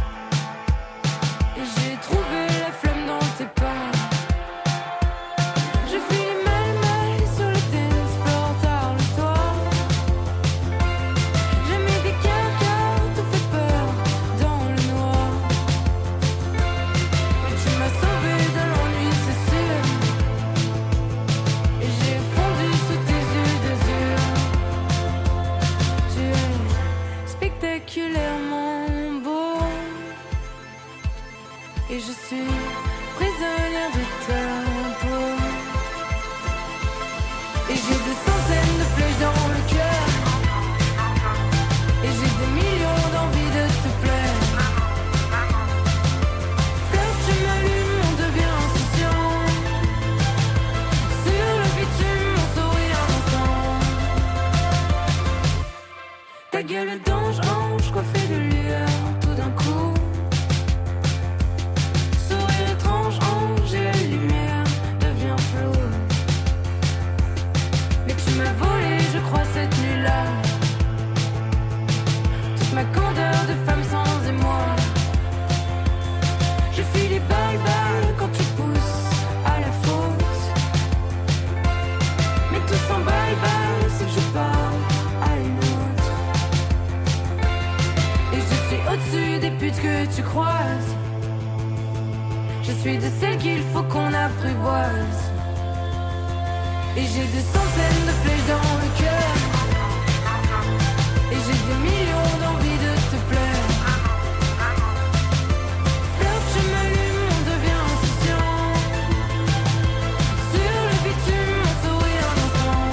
Et j'ai trouvé la flamme dans tes pas. Et je suis prisonnière de ta peau. Et j'ai des centaines de flèches dans le cœur. Et j'ai des millions d'envies de te plaire. Quand tu m'allumes, on devient insouciant. Sur le bitume, on sourit un instant. Ta gueule d'ange, ange coiffée de lueur, tout d'un coup. Cette nuit-là, toute ma candeur de femme sans émoi. Je file les balles quand tu pousses à la faute. Mais tout s'emballe, c'est que je parle à une autre. Et je suis au-dessus des putes que tu croises. Je suis de celles qu'il faut qu'on apprivoise. Et j'ai des centaines de flèches dans le cœur. Et j'ai des millions d'envies de te plaire. Fleur, tu m'allumes, on devient insouciant. Sur le bitume, on sourit un instant.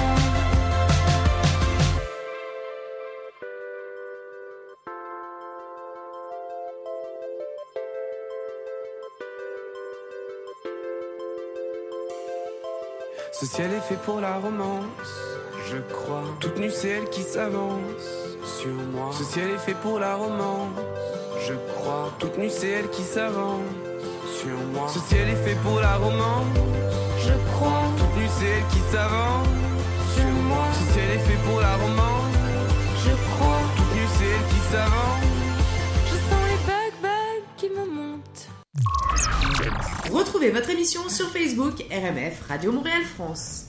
Ce ciel est fait pour la romance, je crois. Toute nue, c'est elle qui s'avance sur moi. Ce ciel est fait pour la romance, je crois. Toute nue, c'est elle qui s'avance sur moi. Ce ciel est fait pour la romance, je crois. Toute nue, c'est elle qui s'avance sur moi. Ce ciel est fait pour la romance, je crois. Toute nue, c'est elle qui s'avance. Je sens les bagues qui me montent. Retrouvez votre émission sur Facebook RMF Radio Montréal France.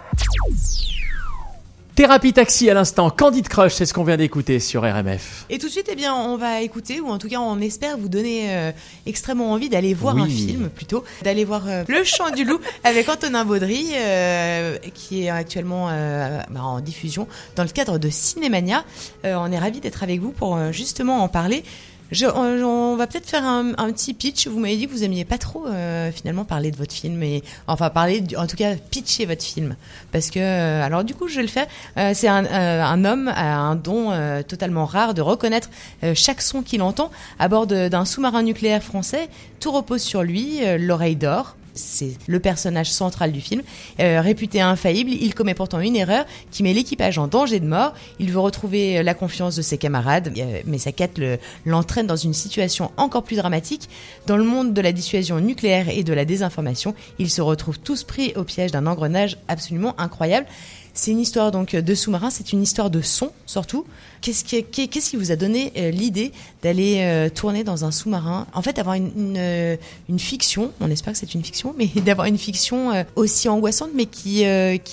Thérapie Taxi à l'instant, Candid Crush, c'est ce qu'on vient d'écouter sur RMF. Et tout de suite, eh bien, on va écouter, ou en tout cas, on espère vous donner extrêmement envie d'aller voir un film, plutôt, d'aller voir Le Chant du Loup avec Antonin Baudry, qui est actuellement en diffusion dans le cadre de Cinémania. On est ravis d'être avec vous pour justement en parler. On va peut-être faire un petit pitch. Vous m'avez dit que vous aimiez pas trop finalement parler de votre film, en tout cas pitcher votre film, parce que alors du coup je vais le faire. C'est un homme a un don totalement rare de reconnaître chaque son qu'il entend à bord d'un sous-marin nucléaire français. Tout repose sur lui, l'oreille d'or. c'est le personnage central du film. Réputé infaillible, il commet pourtant une erreur qui met l'équipage en danger de mort. Il veut retrouver la confiance de ses camarades, mais sa quête l'entraîne dans une situation encore plus dramatique. Dans le monde de la dissuasion nucléaire et de la désinformation, ils se retrouvent tous pris au piège d'un engrenage absolument incroyable. C'est une histoire donc de sous-marin, c'est une histoire de son surtout. Qu'est-ce qui vous a donné l'idée d'aller tourner dans un sous-marin ? En fait, d'avoir une fiction, on espère que c'est une fiction, mais d'avoir une fiction aussi angoissante, mais qui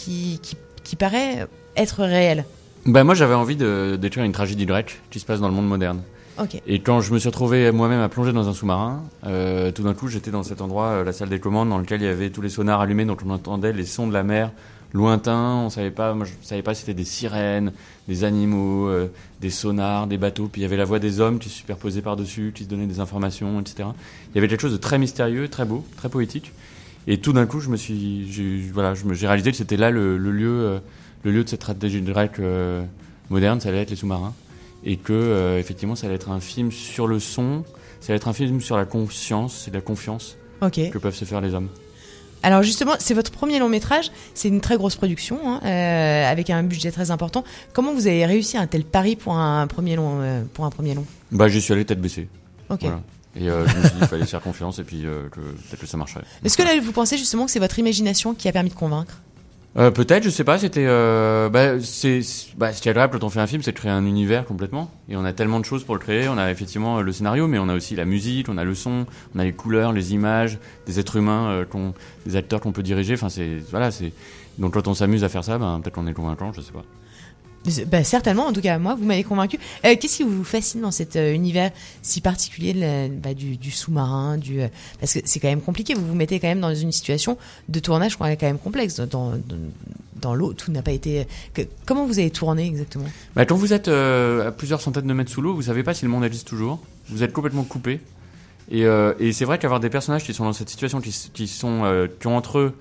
paraît être réelle. Moi, j'avais envie d'écrire une tragédie grecque qui se passe dans le monde moderne. Okay. Et quand je me suis retrouvé moi-même à plonger dans un sous-marin, tout d'un coup, j'étais dans cet endroit, la salle des commandes, dans lequel il y avait tous les sonars allumés, donc on entendait les sons de la mer lointains. On savait pas, moi je savais pas si c'était des sirènes, des animaux, des sonars, des bateaux. Puis il y avait la voix des hommes qui se superposaient par-dessus, qui se donnaient des informations, etc. Il y avait quelque chose de très mystérieux, très beau, très poétique. Et tout d'un coup, j'ai réalisé que c'était là le lieu de cette tragédie grecque moderne, ça allait être les sous-marins. Et que, effectivement, ça allait être un film sur le son, ça allait être un film sur la conscience et la confiance que peuvent se faire les hommes. Alors justement, c'est votre premier long métrage, c'est une très grosse production, avec un budget très important. Comment vous avez réussi un tel pari pour un premier long J'y suis allé tête baissée. Ok. Voilà. Et je me suis dit qu'il fallait se faire confiance et puis peut-être que ça marcherait. Est-ce que là, vous pensez justement que c'est votre imagination qui a permis de convaincre ? Peut-être, je sais pas, c'était ce qui est agréable quand on fait un film, c'est de créer un univers complètement, et on a tellement de choses pour le créer. On a effectivement le scénario, mais on a aussi la musique, on a le son, on a les couleurs, les images, des êtres humains, des acteurs qu'on peut diriger. Enfin, donc quand on s'amuse à faire ça, peut-être qu'on est convaincant, je sais pas. Certainement, en tout cas, moi, vous m'avez convaincu. Qu'est-ce qui vous fascine dans cet univers si particulier du sous-marin, parce que c'est quand même compliqué. Vous vous mettez quand même dans une situation de tournage quand même complexe. Dans l'eau, tout n'a pas été. Comment vous avez tourné exactement ? Quand vous êtes à plusieurs centaines de mètres sous l'eau, vous savez pas si le monde existe toujours. Vous êtes complètement coupé. Et c'est vrai qu'avoir des personnages qui sont dans cette situation, qui ont entre eux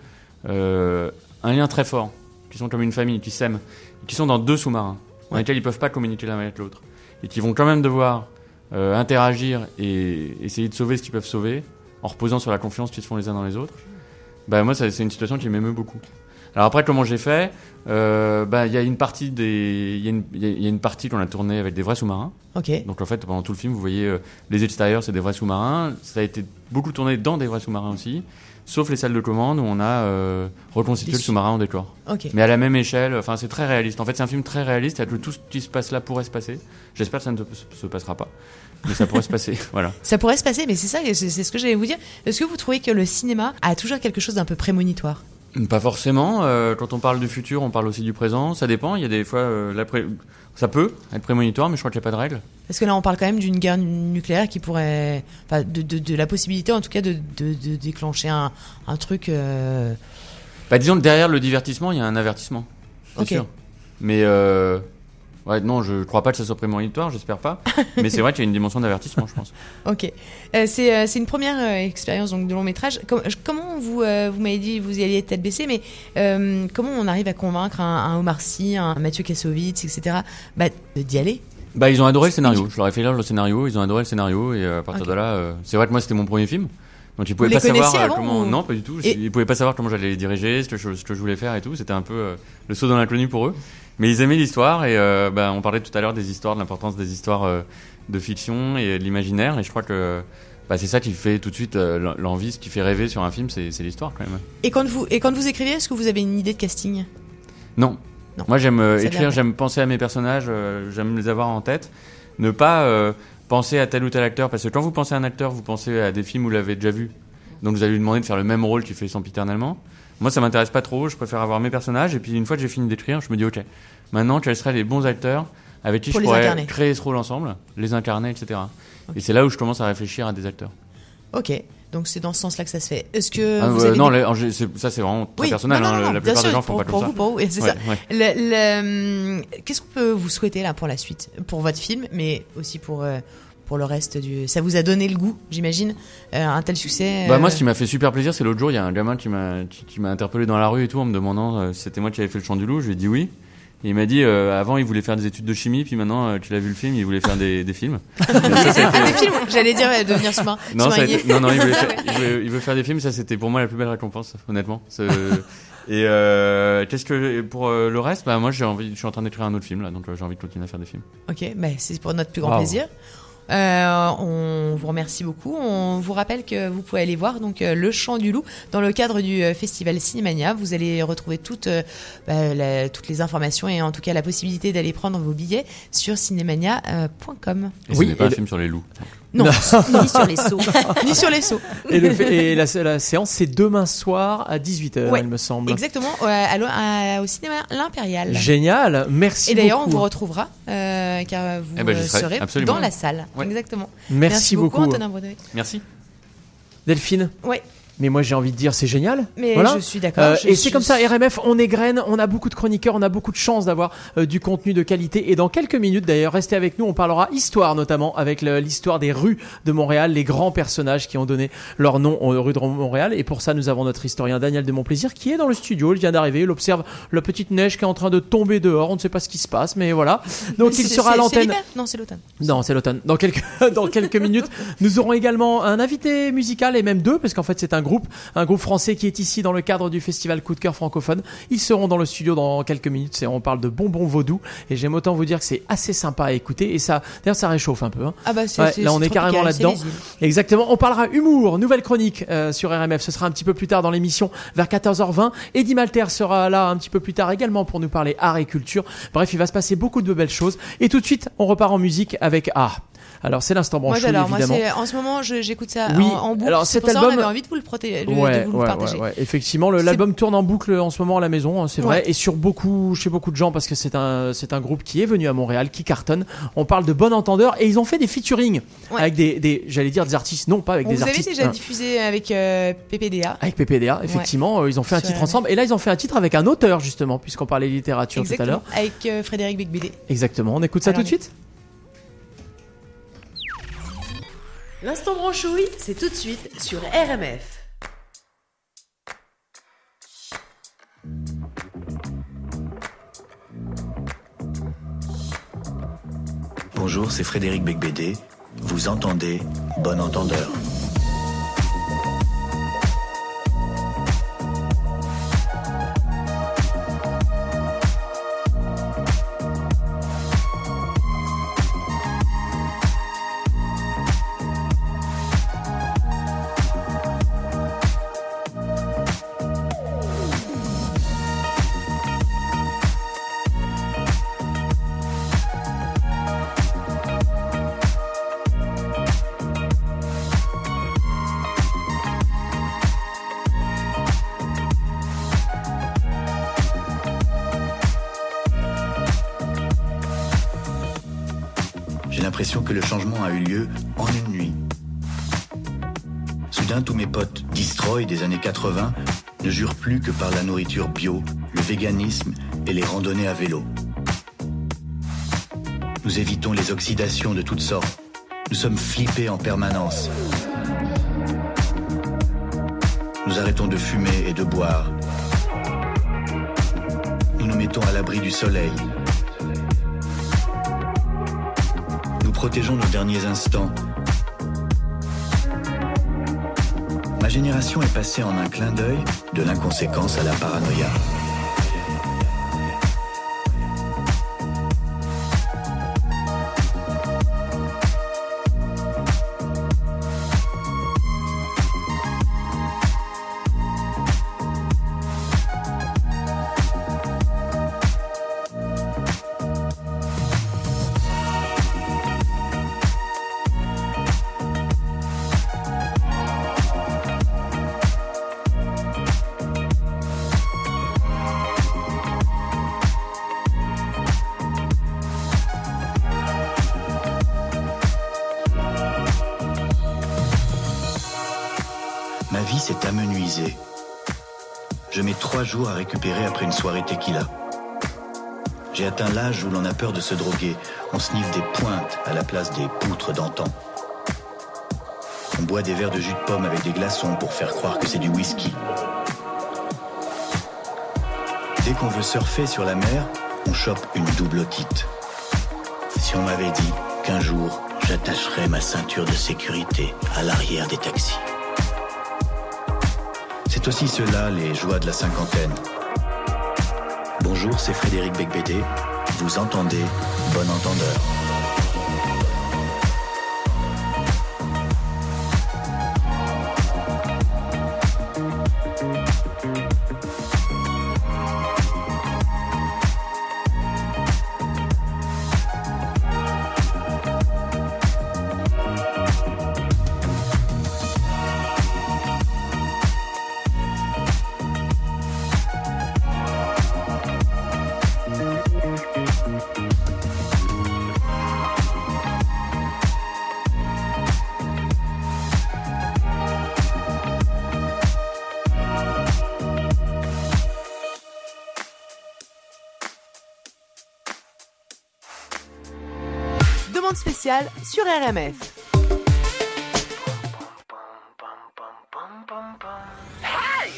un lien très fort, qui sont comme une famille, qui s'aiment, qui sont dans deux sous-marins, dans lesquels ils peuvent pas communiquer l'un avec l'autre, et qui vont quand même devoir interagir et essayer de sauver ce qu'ils peuvent sauver, en reposant sur la confiance qu'ils se font les uns dans les autres. Moi, c'est une situation qui m'émeut beaucoup. Alors après, comment j'ai fait ? Il y a une partie une partie qu'on a tournée avec des vrais sous-marins. Okay. Donc en fait, pendant tout le film, vous voyez les extérieurs, c'est des vrais sous-marins. Ça a été beaucoup tourné dans des vrais sous-marins aussi. Sauf les salles de commande où on a reconstitué le sous-marin en décor. Okay. Mais à la même échelle, c'est très réaliste. En fait, c'est un film très réaliste, et que tout ce qui se passe là pourrait se passer. J'espère que ça ne se passera pas, mais ça pourrait se passer, voilà. Ça pourrait se passer, mais c'est ça, c'est ce que j'allais vous dire. Est-ce que vous trouvez que le cinéma a toujours quelque chose d'un peu prémonitoire ? Pas forcément. Quand on parle du futur, on parle aussi du présent. Ça dépend. Il y a des fois, ça peut être prémonitoire, mais je crois qu'il n'y a pas de règle. Parce que là, on parle quand même d'une guerre nucléaire qui pourrait, de la possibilité, en tout cas, de déclencher un truc. Disons que derrière le divertissement, il y a un avertissement. C'est sûr. Mais non, je crois pas que ça soit prémonitoire, j'espère pas. Mais c'est vrai qu'il y a une dimension d'avertissement, je pense. Ok. C'est une première expérience donc de long métrage. Comment vous m'avez dit vous y alliez tête baissée, mais comment on arrive à convaincre un Omar Sy, un Mathieu Kassovitz, etc. D'y aller ? Ils ont adoré le scénario. Je leur ai fait lire le scénario, ils ont adoré le scénario, et à partir de là, c'est vrai que moi c'était mon premier film. Donc ils pouvaient pas savoir comment. Non, pas du tout. Ils pouvaient pas savoir comment j'allais les diriger, ce que je voulais faire et tout. C'était un peu le saut dans l'inconnu pour eux. Mais ils aimaient l'histoire, et on parlait tout à l'heure des histoires, de l'importance des histoires de fiction et de l'imaginaire. Et je crois que c'est ça qui fait tout de suite l'envie, ce qui fait rêver sur un film, c'est l'histoire quand même. Et quand vous écrivez, est-ce que vous avez une idée de casting ? Non. Moi j'aime écrire, j'aime penser à mes personnages, j'aime les avoir en tête. Ne pas penser à tel ou tel acteur, parce que quand vous pensez à un acteur, vous pensez à des films où vous l'avez déjà vu. Donc vous allez lui demander de faire le même rôle qu'il fait sempiternellement. Moi, ça m'intéresse pas trop, je préfère avoir mes personnages, et puis une fois que j'ai fini d'écrire, je me dis ok, maintenant quels seraient les bons acteurs avec qui je pourrais créer ce rôle ensemble, les incarner, etc. Okay. Et c'est là où je commence à réfléchir à des acteurs. Ok, donc c'est dans ce sens-là que ça se fait. Est-ce que vous avez ça c'est vraiment très personnel. Non, la plupart des gens font pas comme ça. Pour vous, c'est ça. Ouais. Qu'est-ce qu'on peut vous souhaiter là pour la suite, pour votre film, mais aussi pour le reste ça vous a donné le goût, j'imagine, un tel succès. Moi, ce qui m'a fait super plaisir, c'est l'autre jour, il y a un gamin qui m'a interpellé dans la rue et tout, en me demandant si c'était moi qui avais fait le chant du loup. Je lui ai dit oui. Et il m'a dit, avant, il voulait faire des études de chimie, puis maintenant, tu l'as vu le film, il voulait faire des films. Des films, j'allais dire devenir sous-marin. Non, il veut faire des films, ça c'était pour moi la plus belle récompense, honnêtement. Et qu'est-ce que pour le reste, bah moi je suis en train d'écrire un autre film là, donc j'ai envie de continuer à faire des films. Ok, bah c'est pour notre plus grand plaisir. On vous remercie beaucoup. On vous rappelle que vous pouvez aller voir donc Le Chant du Loup dans le cadre du festival Cinémania. Vous allez retrouver toutes les informations et en tout cas la possibilité d'aller prendre vos billets sur cinemania.com. Et ce n'est pas un film sur les loups. Non, ni sur les seaux. Ni sur les seaux. Et la séance, c'est demain soir à 18h, il me semble. Exactement, au cinéma L'Impérial. Génial, merci beaucoup. Et d'ailleurs, on vous retrouvera, car vous serez dans la salle. Ouais. Exactement. Merci beaucoup, Antonin Bredouet. Merci. Delphine. Ouais. Mais moi j'ai envie de dire c'est génial. Mais voilà. Je suis d'accord. Et c'est comme ça, RMF, on égrène, on a beaucoup de chroniqueurs, on a beaucoup de chance d'avoir du contenu de qualité. Et dans quelques minutes d'ailleurs, restez avec nous, on parlera histoire notamment avec l'histoire des rues de Montréal, les grands personnages qui ont donné leur nom aux rues de Montréal. Et pour ça, nous avons notre historien Daniel de Montplaisir qui est dans le studio, il vient d'arriver, il observe la petite neige qui est en train de tomber dehors, on ne sait pas ce qui se passe, mais voilà. Donc il sera à l'antenne. Non, c'est l'automne. Non, c'est l'automne. Dans quelques minutes, nous aurons également un invité musical et même deux, parce qu'en fait c'est un groupe français qui est ici dans le cadre du festival Coup de cœur francophone. Ils seront dans le studio dans quelques minutes. On parle de bonbons vaudou et j'aime autant vous dire que c'est assez sympa à écouter et ça, d'ailleurs, ça réchauffe un peu. Hein. Ah bah là, on est carrément là-dedans. Exactement. On parlera humour, nouvelle chronique sur RMF. Ce sera un petit peu plus tard dans l'émission, vers 14h20. Eddie Malter sera là un petit peu plus tard également pour nous parler art et culture. Bref, il va se passer beaucoup de belles choses. Et tout de suite, on repart en musique avec Alors c'est l'instant branchouille, évidemment. Moi, en ce moment, j'écoute ça en boucle. Alors cet album, on avait envie de vous le protéger, de vous le partager. Ouais. Effectivement, l'album tourne en boucle en ce moment à la maison, c'est vrai, et chez beaucoup de gens parce que c'est un groupe qui est venu à Montréal, qui cartonne. On parle de Bon Entendeur et ils ont fait des featuring avec j'allais dire des artistes, non pas avec des artistes. Vous avez déjà diffusé avec PPDA. Avec PPDA, effectivement, ils ont fait un titre ensemble et là ils ont fait un titre avec un auteur justement, puisqu'on parlait littérature tout à l'heure. Avec Frédéric Becbédé. Exactement. On écoute ça tout de suite. L'instant branchouille, c'est tout de suite sur RMF. Bonjour, c'est Frédéric Becbédé. Vous entendez Bon Entendeur. J'ai l'impression que le changement a eu lieu en une nuit. Soudain, tous mes potes destroy des années 80 ne jurent plus que par la nourriture bio, le véganisme et les randonnées à vélo. Nous évitons les oxydations de toutes sortes. Nous sommes flippés en permanence. Nous arrêtons de fumer et de boire. Nous nous mettons à l'abri du soleil. Nous protégeons nos derniers instants. Ma génération est passée en un clin d'œil de l'inconséquence à la paranoïa. Ma vie s'est amenuisée. Je mets 3 jours à récupérer après une soirée tequila. J'ai atteint l'âge où l'on a peur de se droguer. On sniffe des pointes à la place des poutres d'antan. On boit des verres de jus de pomme avec des glaçons pour faire croire que c'est du whisky. Dès qu'on veut surfer sur la mer, on chope une double otite. Si on m'avait dit qu'un jour, j'attacherais ma ceinture de sécurité à l'arrière des taxis. C'est aussi cela, les joies de la cinquantaine. Bonjour, c'est Frédéric Becbédé. Vous entendez, bon entendeur. Spéciale sur RMF. Hey!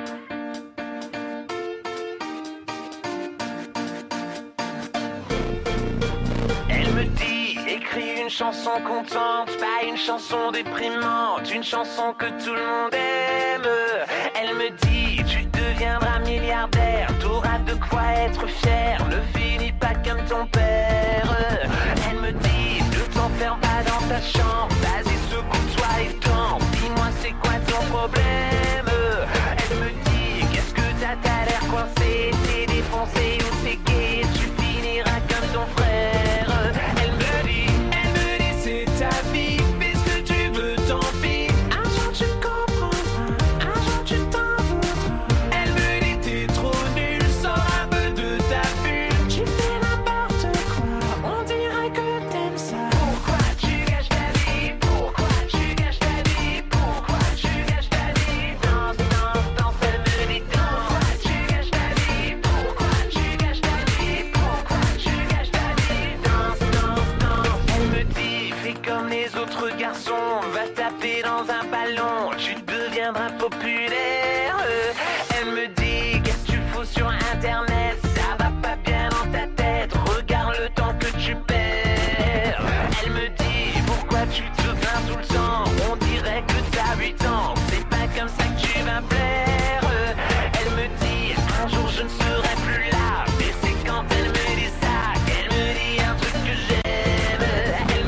Elle me dit, écris une chanson contente, pas une chanson déprimante, une chanson que tout le monde aime. Elle me dit, tu deviendras milliardaire, t'auras de quoi être fier, ne finis pas comme ton père. Elle me dit, ne t'enferme pas dans ta chambre, vas-y secoue-toi et danse, dis-moi c'est quoi ton problème. Elle me dit, qu'est-ce que t'as l'air coincé, t'es défoncé ou t'es gay, tu finiras comme ton frère. Elle me dit, c'est ta vie, fais ce que tu veux, tant pis, un jour tu comprendras, un jour tu t'en voudras. Elle me dit, t'es trop nul, sors un peu de ta bulle, tu fais n'importe quoi, on dirait que t'aimes ça. Pourquoi tu gâches ta vie, pourquoi tu gâches ta vie, pourquoi tu gâches ta vie, danse, danse, danse, elle me dit danse. Pourquoi tu gâches ta vie, pourquoi tu gâches ta vie, pourquoi tu gâches ta vie, danse, danse, danse. Elle me dit, fais comme les autres garçons, va taper dans un ballon, tu deviendras populaire. Elle me dit, qu'est-ce que tu fous sur internet, ça va pas bien dans ta tête, regarde le temps que tu perds. Elle me dit, pourquoi tu te plains tout le temps, on dirait que t'as 8 ans, c'est pas comme ça que tu vas plaire. Elle me dit, un jour je ne serai plus là, mais c'est quand elle me dit ça qu'elle me dit un truc que j'aime. Elle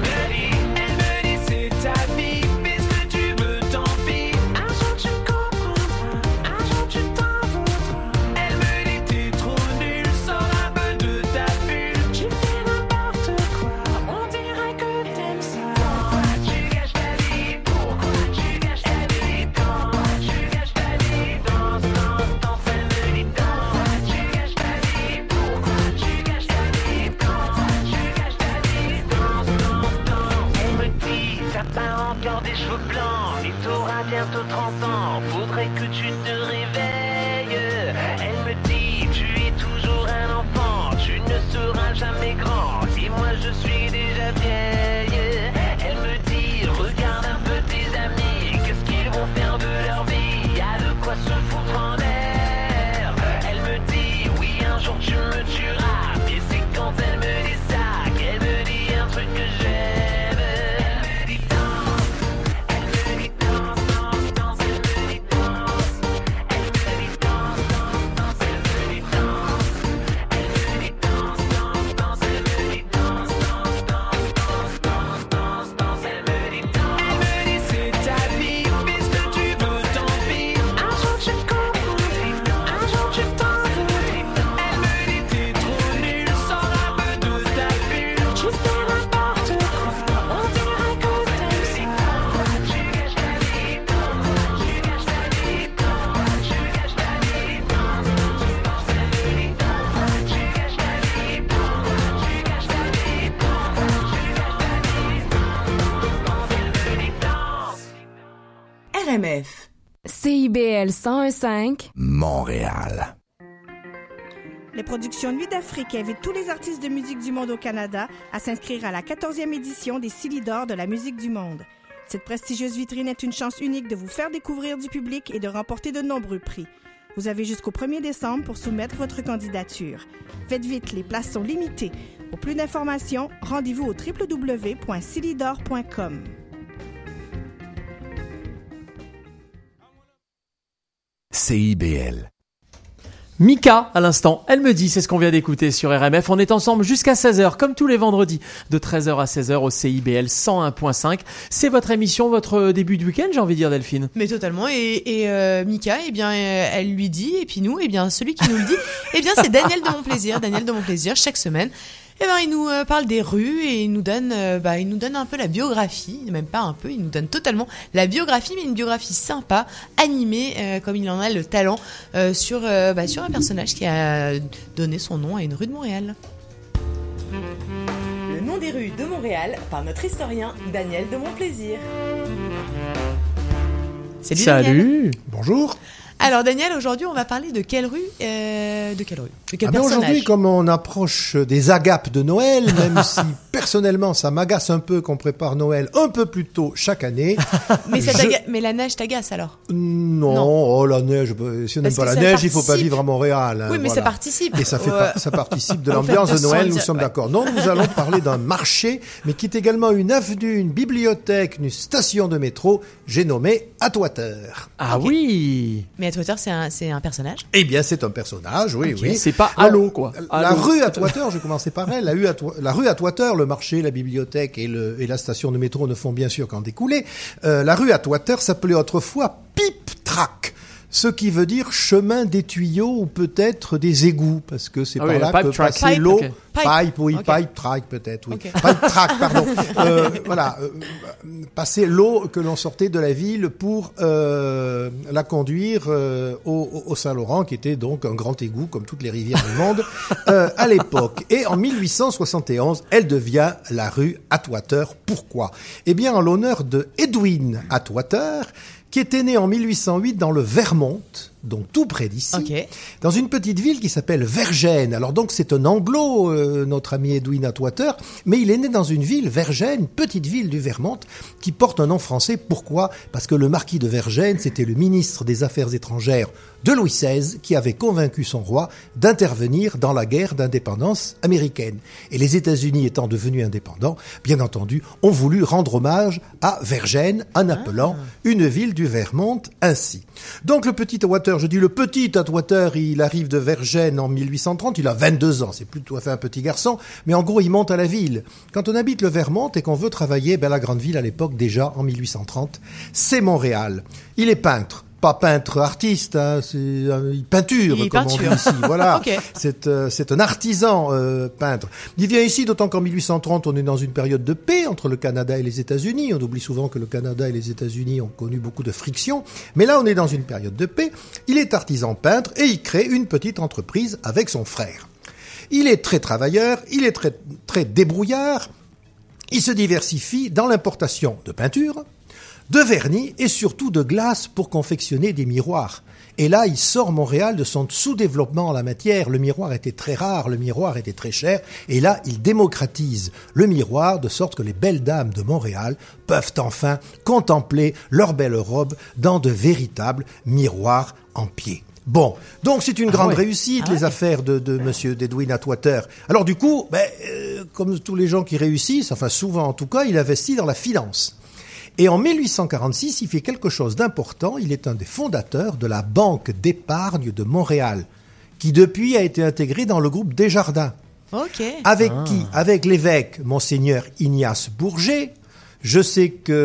me dit, c'est ta vie, fais ce que tu veux, tant pis, un jour tu comprendras, un jour tu t'en voudras. Elle me dit, t'es trop nul, sors un peu de ta bulle, tu fais n'importe quoi, on dirait que t'aimes ça. Pourquoi tu gâches ta vie, pourquoi tu gâches ta vie, pourquoi tu gâches ta vie, danse, danse, danse, elle me dit danse. Pourquoi tu gâches ta vie, pourquoi tu gâches ta vie, pourquoi tu gâches ta vie, danse, danse, danse. Elle me dit, t'as pas encore des cheveux blancs, et t'auras bientôt 30 ans, faudrait que tu te réveilles. Elle me dit, tu es toujours un enfant, tu ne seras jamais grand, et moi je suis déjà vieille. Elle me dit, regarde un peu tes amis, qu'est-ce qu'ils vont faire de leur vie, y a de quoi se foutre en l'air. Elle me dit, oui un jour tu me tueras, mais c'est quand elle me dit ça qu'elle me dit un truc que j'aime. Elle me dit danse, elle me dit danse, danse, danse, elle me dit danse. Elle me dit danse, danse, danse, elle me dit danse. Elle me dit danse, danse, danse, elle me dit danse, danse, danse, danse, danse, danse, elle me dit danse. Elle me dit c'est ta vie, fais ce que tu veux, tant pis, un jour tu comprendras, un jour tu t'en voudras. Elle me dit t'es trop nul, sors un peu de ta bulle, tu fais n'importe quoi, on dirait que t'aimes ça. Pourquoi tu gâches ta vie, pourquoi tu gâches ta vie, pourquoi tu gâches ta vie, danse, danse, danse, elle me dit danse. Pourquoi tu gâches ta vie, pourquoi tu gâches ta vie, pourquoi tu gâches ta vie, danse, elle me dit danse. RMF. CIBL 101.5 Montréal. Les productions Nuit d'Afrique invitent tous les artistes de musique du monde au Canada à s'inscrire à la 14e édition des Silly d'or de la musique du monde. Cette prestigieuse vitrine est une chance unique de vous faire découvrir du public et de remporter de nombreux prix. Vous avez jusqu'au 1er décembre pour soumettre votre candidature. Faites vite, les places sont limitées. Pour plus d'informations, rendez-vous au www.silidor.com. CIBL. Mika, à l'instant, elle me dit, c'est ce qu'on vient d'écouter sur RMF. On est ensemble jusqu'à 16h, comme tous les vendredis, de 13h à 16h au CIBL 101.5. C'est votre émission, votre début de week-end, j'ai envie de dire, Delphine. Mais totalement. Et Mika, eh bien, elle lui dit, et puis nous, eh bien, celui qui nous le dit, eh bien, c'est Daniel de Monplaisir. Daniel de Monplaisir, chaque semaine. Eh ben, il nous parle des rues et il nous donne un peu la biographie, même pas un peu, il nous donne totalement la biographie, mais une biographie sympa, animée, comme il en a le talent, sur un personnage qui a donné son nom à une rue de Montréal. Le nom des rues de Montréal par notre historien Daniel de Monplaisir. Salut. Salut. Bonjour. Alors Daniel, aujourd'hui on va parler de quelle rue De quel personnage? Aujourd'hui, comme on approche des agapes de Noël, même si personnellement ça m'agace un peu qu'on prépare Noël un peu plus tôt chaque année. Mais la neige t'agace alors? Non, oh la neige, si on n'aime pas la neige, il faut pas vivre à Montréal. Oui, mais ça participe. Et ça participe de l'ambiance de Noël, nous sommes d'accord. Non, nous allons parler d'un marché, mais qui est également une avenue, une bibliothèque, une station de métro, j'ai nommé Atwater. Ah okay. Oui. Mais Atwater, c'est un personnage? Eh bien, c'est un personnage, oui, okay. oui. C'est pas Halo, quoi. La rue Atwater, je vais commencer par elle. La rue Atwater, le marché, la bibliothèque et la station de métro ne font bien sûr qu'en découler. La rue Atwater s'appelait autrefois Pipe Track. Ce qui veut dire chemin des tuyaux ou peut-être des égouts, parce que c'est par là que passait l'eau. Okay. Pipe track peut-être, oui. Okay. Pipe track, pardon. Passer l'eau que l'on sortait de la ville pour la conduire au Saint-Laurent, qui était donc un grand égout, comme toutes les rivières du monde, à l'époque. Et en 1871, elle devient la rue Atwater. Pourquoi? Eh bien, en l'honneur de Edwin Atwater, qui était né en 1808 dans le Vermont, donc tout près d'ici, dans une petite ville qui s'appelle Vergennes. Alors donc c'est un anglo, notre ami Edwin Atwater, mais il est né dans une ville, Vergennes, petite ville du Vermont, qui porte un nom français. Pourquoi? Parce que le marquis de Vergennes, c'était le ministre des Affaires étrangères de Louis XVI, qui avait convaincu son roi d'intervenir dans la guerre d'indépendance américaine. Et les États-Unis étant devenus indépendants, bien entendu, ont voulu rendre hommage à Vergennes en appelant une ville du Vermont ainsi. Donc le petit Atwater, je dis le petit Atwater, il arrive de Vergennes en 1830, il a 22 ans, c'est plus tout à fait un petit garçon, mais en gros il monte à la ville. Quand on habite le Vermont et qu'on veut travailler, la grande ville à l'époque déjà en 1830, c'est Montréal. Il est peintre. Pas peintre artiste, hein, c'est peinture, comme on dit ici. Voilà, okay. C'est un artisan peintre. Il vient ici, d'autant qu'en 1830, on est dans une période de paix entre le Canada et les États-Unis. On oublie souvent que le Canada et les États-Unis ont connu beaucoup de frictions. Mais là, on est dans une période de paix. Il est artisan peintre et il crée une petite entreprise avec son frère. Il est très travailleur, il est très, très débrouillard. Il se diversifie dans l'importation de peinture, de vernis et surtout de glace pour confectionner des miroirs. Et là, il sort Montréal de son sous-développement en la matière. Le miroir était très rare, le miroir était très cher. Et là, il démocratise le miroir de sorte que les belles dames de Montréal peuvent enfin contempler leur belle robe dans de véritables miroirs en pied. Bon, donc c'est une grande réussite, les affaires de monsieur d'Edwin Atwater. Alors du coup, comme tous les gens qui réussissent, enfin souvent en tout cas, il investit dans la finance. Et en 1846, il fait quelque chose d'important. Il est un des fondateurs de la Banque d'épargne de Montréal, qui depuis a été intégrée dans le groupe Desjardins. Avec qui? Avec l'évêque Monseigneur Ignace Bourget. Je sais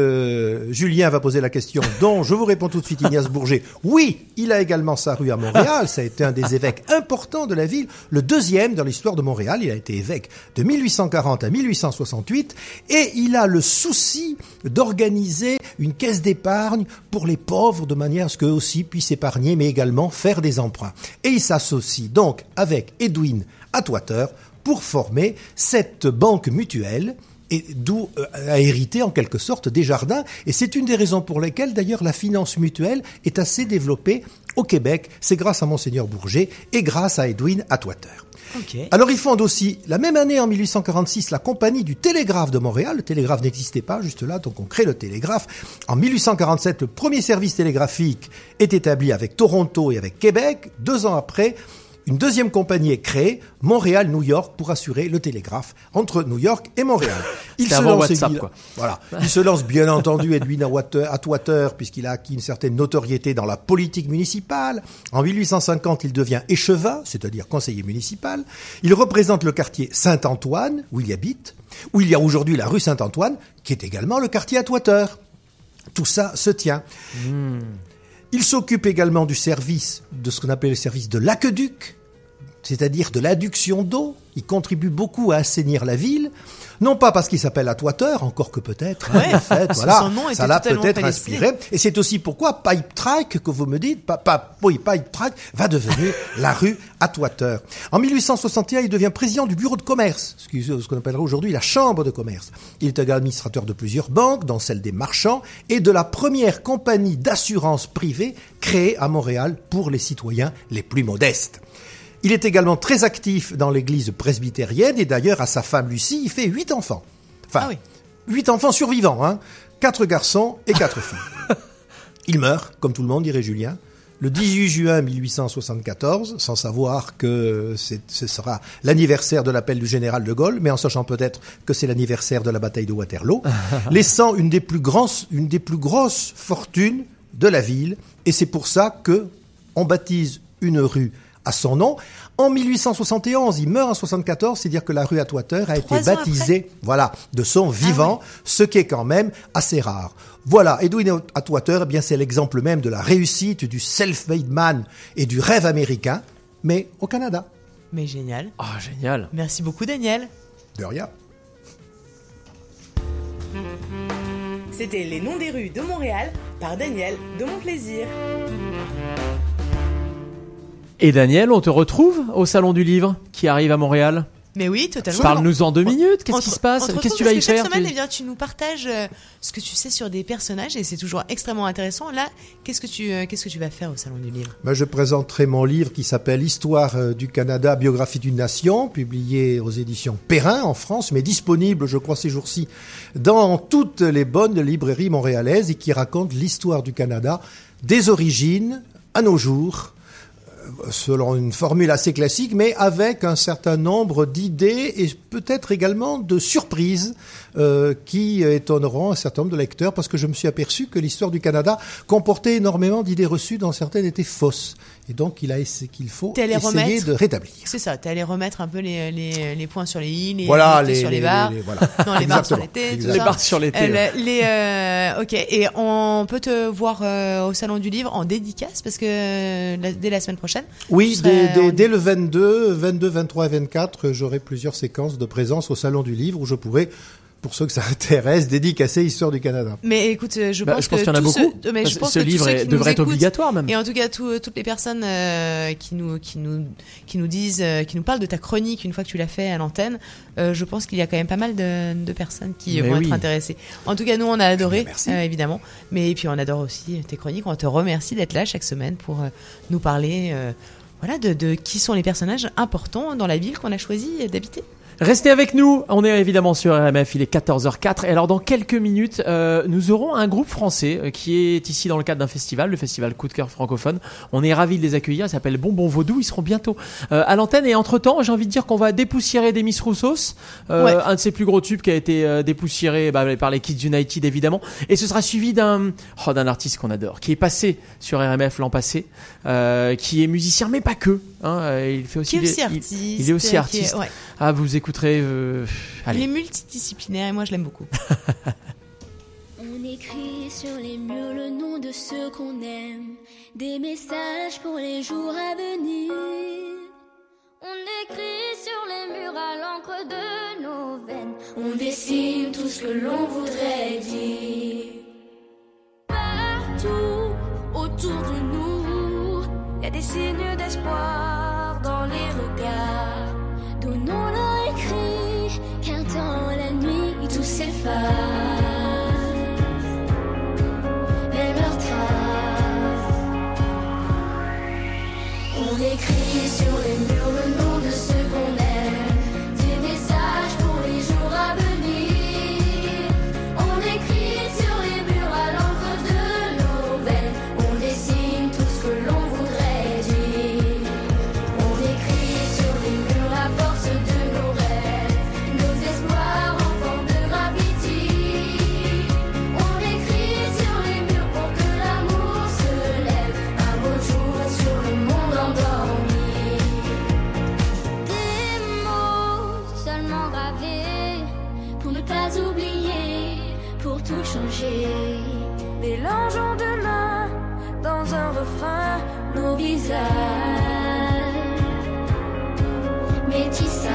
que Julien va poser la question, donc je vous réponds tout de suite, Ignace Bourget. Oui, il a également sa rue à Montréal, ça a été un des évêques importants de la ville, le deuxième dans l'histoire de Montréal. Il a été évêque de 1840 à 1868 et il a le souci d'organiser une caisse d'épargne pour les pauvres de manière à ce qu'eux aussi puissent épargner, mais également faire des emprunts. Et il s'associe donc avec Edwin Atwater pour former cette banque mutuelle et d'où a hérité en quelque sorte des jardins. Et c'est une des raisons pour lesquelles d'ailleurs la finance mutuelle est assez développée au Québec. C'est grâce à Monseigneur Bourget et grâce à Edwin Atwater. Okay. Alors ils fondent aussi, la même année en 1846, la compagnie du télégraphe de Montréal. Le télégraphe n'existait pas juste là, donc on crée le télégraphe. En 1847, le premier service télégraphique est établi avec Toronto et avec Québec. 2 ans après, une deuxième compagnie est créée, Montréal-New York, pour assurer le télégraphe entre New York et Montréal. Il se lance WhatsApp, quoi. Voilà. Il se lance bien entendu Edwin Atwater, puisqu'il a acquis une certaine notoriété dans la politique municipale. En 1850, il devient échevin, c'est-à-dire conseiller municipal. Il représente le quartier Saint-Antoine, où il y habite, où il y a aujourd'hui la rue Saint-Antoine, qui est également le quartier Atwater. Tout ça se tient. Il s'occupe également du service, de ce qu'on appelle le service de l'aqueduc, c'est-à-dire de l'adduction d'eau. Il contribue beaucoup à assainir la ville, non pas parce qu'il s'appelle Atwater, encore que peut-être, en fait, voilà, ça l'a peut-être inspiré. Et c'est aussi pourquoi Pipe Track, que vous me dites, Pipe Track va devenir la rue Atwater. En 1861, il devient président du bureau de commerce, ce qu'on appellera aujourd'hui la chambre de commerce. Il est également administrateur de plusieurs banques, dont celle des marchands, et de la première compagnie d'assurance privée créée à Montréal pour les citoyens les plus modestes. Il est également très actif dans l'église presbytérienne et d'ailleurs à sa femme Lucie, il fait 8 enfants. Enfin, 8 enfants survivants, 4 garçons et 4 filles. Il meurt, comme tout le monde, dirait Julien, le 18 juin 1874, sans savoir que ce sera l'anniversaire de l'appel du général de Gaulle, mais en sachant peut-être que c'est l'anniversaire de la bataille de Waterloo, laissant une des plus grosses fortunes de la ville. Et c'est pour ça que on baptise une rue à son nom. En 1871, il meurt en 74, c'est-à-dire que la rue Atwater a été baptisée, de son vivant, ce qui est quand même assez rare. Voilà, Edwin Atwater, eh bien, c'est l'exemple même de la réussite du self-made man et du rêve américain, mais au Canada. Mais génial. Ah, génial. Merci beaucoup, Daniel. De rien. C'était Les Noms des rues de Montréal par Daniel de Mon Plaisir. Et Daniel, on te retrouve au Salon du Livre qui arrive à Montréal. Mais oui, totalement. Parle-nous en 2 minutes. Qu'est-ce qui se passe? Qu'est-ce que tu vas y faire? Chaque semaine, tu nous partages ce que tu sais sur des personnages et c'est toujours extrêmement intéressant. Là, qu'est-ce que tu vas faire au Salon du Livre? Je présenterai mon livre qui s'appelle Histoire du Canada, biographie d'une nation, publié aux éditions Perrin en France, mais disponible, je crois, ces jours-ci, dans toutes les bonnes librairies montréalaises et qui raconte l'histoire du Canada des origines à nos jours, selon une formule assez classique, mais avec un certain nombre d'idées et peut-être également de surprises qui étonneront un certain nombre de lecteurs, parce que je me suis aperçu que l'histoire du Canada comportait énormément d'idées reçues, dont certaines étaient fausses. Et donc, qu'il faut essayer de rétablir. C'est ça, tu es allé remettre un peu les points sur les i, les sur les barres. Non, les barres sur les t. Les barres sur les t. Ok, et on peut te voir au Salon du Livre en dédicace, parce que dès la semaine prochaine. Oui, dès le 22, 23 et 24, j'aurai plusieurs séquences de présence au Salon du Livre où je pourrai, pour ceux que ça intéresse, dédicacer Histoire du Canada. Mais écoute, je pense qu'il y en a beaucoup. Ce livre devrait être obligatoire même. Et en tout cas, toutes les personnes qui nous disent, qui nous parlent de ta chronique une fois que tu l'as fait à l'antenne, je pense qu'il y a quand même pas mal de personnes qui vont être intéressées. En tout cas, nous, on a adoré, évidemment. Mais et puis, on adore aussi tes chroniques. On te remercie d'être là chaque semaine pour nous parler de qui sont les personnages importants dans la ville qu'on a choisi d'habiter. Restez avec nous, on est évidemment sur RMF, il est 14h04 et alors dans quelques minutes nous aurons un groupe français qui est ici dans le cadre d'un festival, le festival Coup de cœur francophone. On est ravis de les accueillir, il s'appelle Bonbon Vaudou, ils seront bientôt à l'antenne et entre temps j'ai envie de dire qu'on va dépoussiérer des Miss Roussos, un de ses plus gros tubes qui a été dépoussiéré par les Kids United évidemment, et ce sera suivi d'un artiste qu'on adore, qui est passé sur RMF l'an passé, qui est musicien mais pas que, il fait aussi, il est aussi artiste. Ah, vous écouterez. Il est multidisciplinaire et moi je l'aime beaucoup. On écrit sur les murs le nom de ceux qu'on aime, des messages pour les jours à venir. On écrit sur les murs à l'encre de nos veines, on dessine tout ce que l'on voudrait dire. Partout autour de nous, y a des signes d'espoir dans les regards. Donnons-leur écrit, car dans la nuit, tout même leurs traces. On écrit sur les murs le nom de ceux qu'on aime, des messages pour les jours à venir. On écrit sur les murs à l'encre de nos veines, on dessine tout ce que l'on voudrait dire. On écrit sur les murs la force de nos rêves, nos espoirs en forme de gravity. On écrit sur les murs pour que l'amour se lève un beau jour sur le monde endormi. Des mots seulement gravés pour ne pas oublier, pour tout changer. Mélangeons demain dans un refrain nos visages, métissage.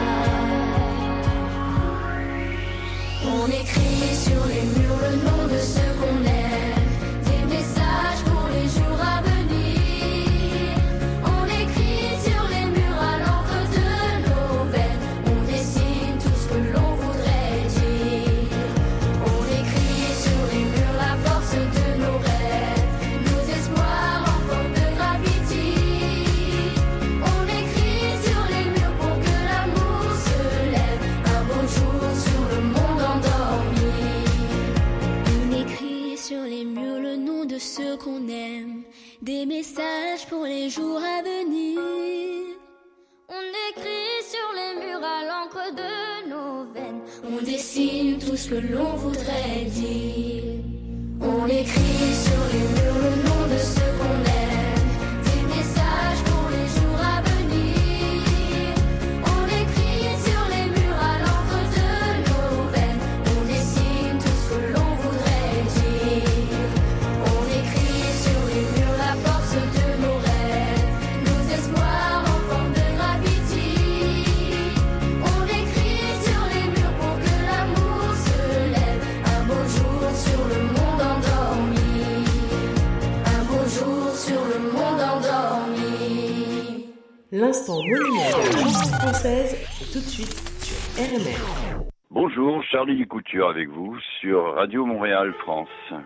On écrit sur les murs le nom de ceux qu'on aime, des messages pour les jours à venir. On écrit sur les murs à l'encre de nos veines, on dessine tout ce que l'on voudrait dire. On écrit sur les murs la force de nos rêves, nos espoirs en forme de gravity. On écrit sur les murs pour que l'amour se lève un beau jour sur le monde endormi. On écrit sur les murs le nom de ceux qu'on aime, des messages pour les jours à venir. On écrit sur les murs à l'encre de nos veines, on dessine tout ce que l'on voudrait dire. On écrit sur les murs le nom de ceux qu'on aime, des messages pour les jours à venir. On écrit sur les murs à l'encre de nos veines, on dessine tout ce que l'on voudrait dire. On écrit sur les murs la force de nos rêves, nos espoirs en forme de gravity. On écrit sur les murs pour que l'amour se lève un beau jour sur le monde endormi. Un beau jour sur le monde endormi. L'instant monument de la musique française, c'est tout de suite sur RMF. Bonjour, Charlie Ducouture avec vous sur Radio Montréal France.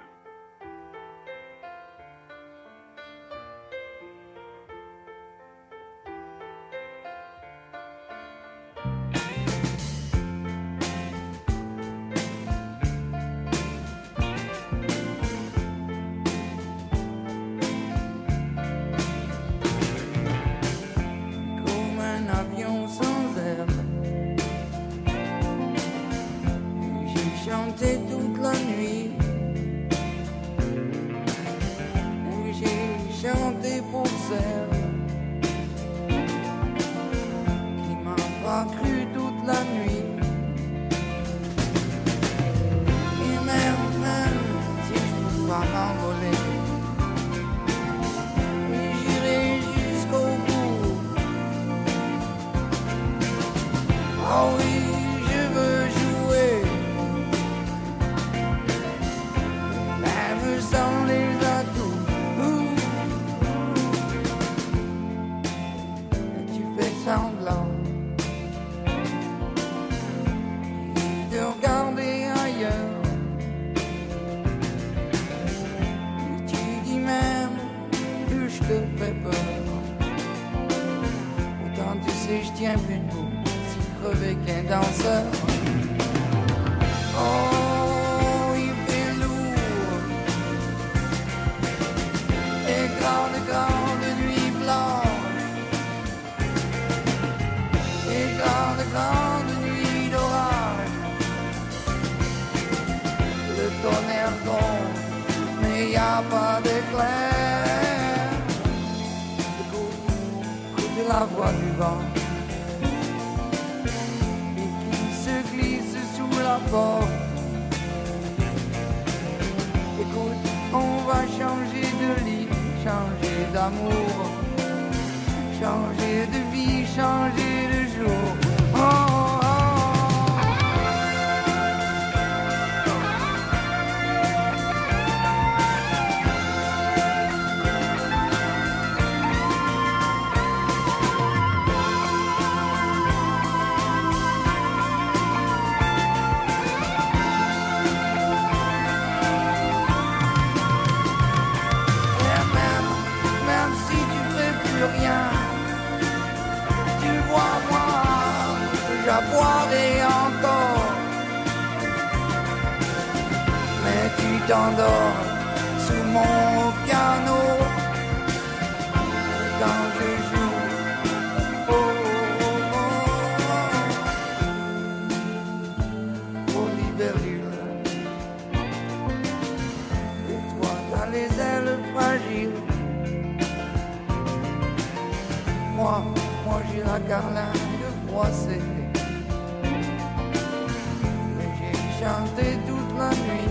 Comme un avion sans aile, j'ai chanté toute la nuit. J'ai chanté pour celle qui m'a pas cru toute la nuit. Et même si je peux pas m'envoler, j'irai jusqu'au bout. Oh oui, je veux jouer, même sans les atouts. Tu fais semblant de regarder ailleurs. Tu dis même que je te fais peur. Pourtant tu sais je tiens plus debout, si crevé qu'un danseur. Oh, il fait lourd. Et grande nuit blanche. Et grande nuit d'orage. Le tonnerre gronde, mais y a pas d'éclair. Écoute la voix du vent qui se glisse sous la porte. Écoute, on va changer de lit, changer d'amour, changer de vie, changer de jour. Oh, oh, oh. à boire et encore. Mais tu t'endors sous mon piano. Et quand je joue, aux libellules, et toi t'as les ailes fragiles. Moi j'ai la carlingue froissée. Mais j'ai chanté toute la nuit.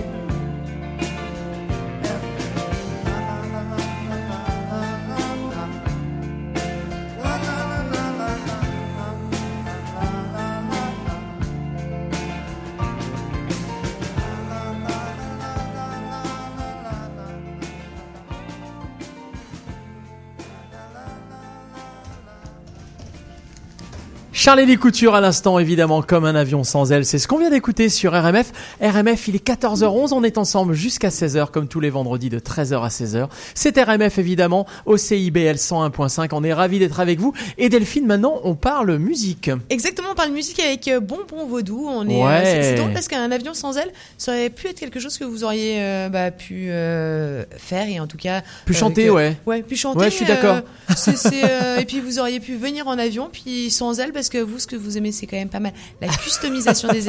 Charlie Couture à l'instant, évidemment, comme un avion sans aile. C'est ce qu'on vient d'écouter sur RMF. RMF, il est 14h11. On est ensemble jusqu'à 16h, comme tous les vendredis de 13h à 16h. C'est RMF, évidemment, au CIBL 101.5. On est ravis d'être avec vous. Et Delphine, maintenant, on parle musique. Exactement, on parle musique avec Bonbon Vaudou. On est, c'est drôle parce qu'un avion sans aile, ça aurait pu être quelque chose que vous auriez pu faire et en tout cas... Pu chanter, ouais. Ouais, pu chanter. Ouais, je suis d'accord. Et puis vous auriez pu venir en avion, puis sans aile, parce que vous, ce que vous aimez, c'est quand même pas mal la customisation des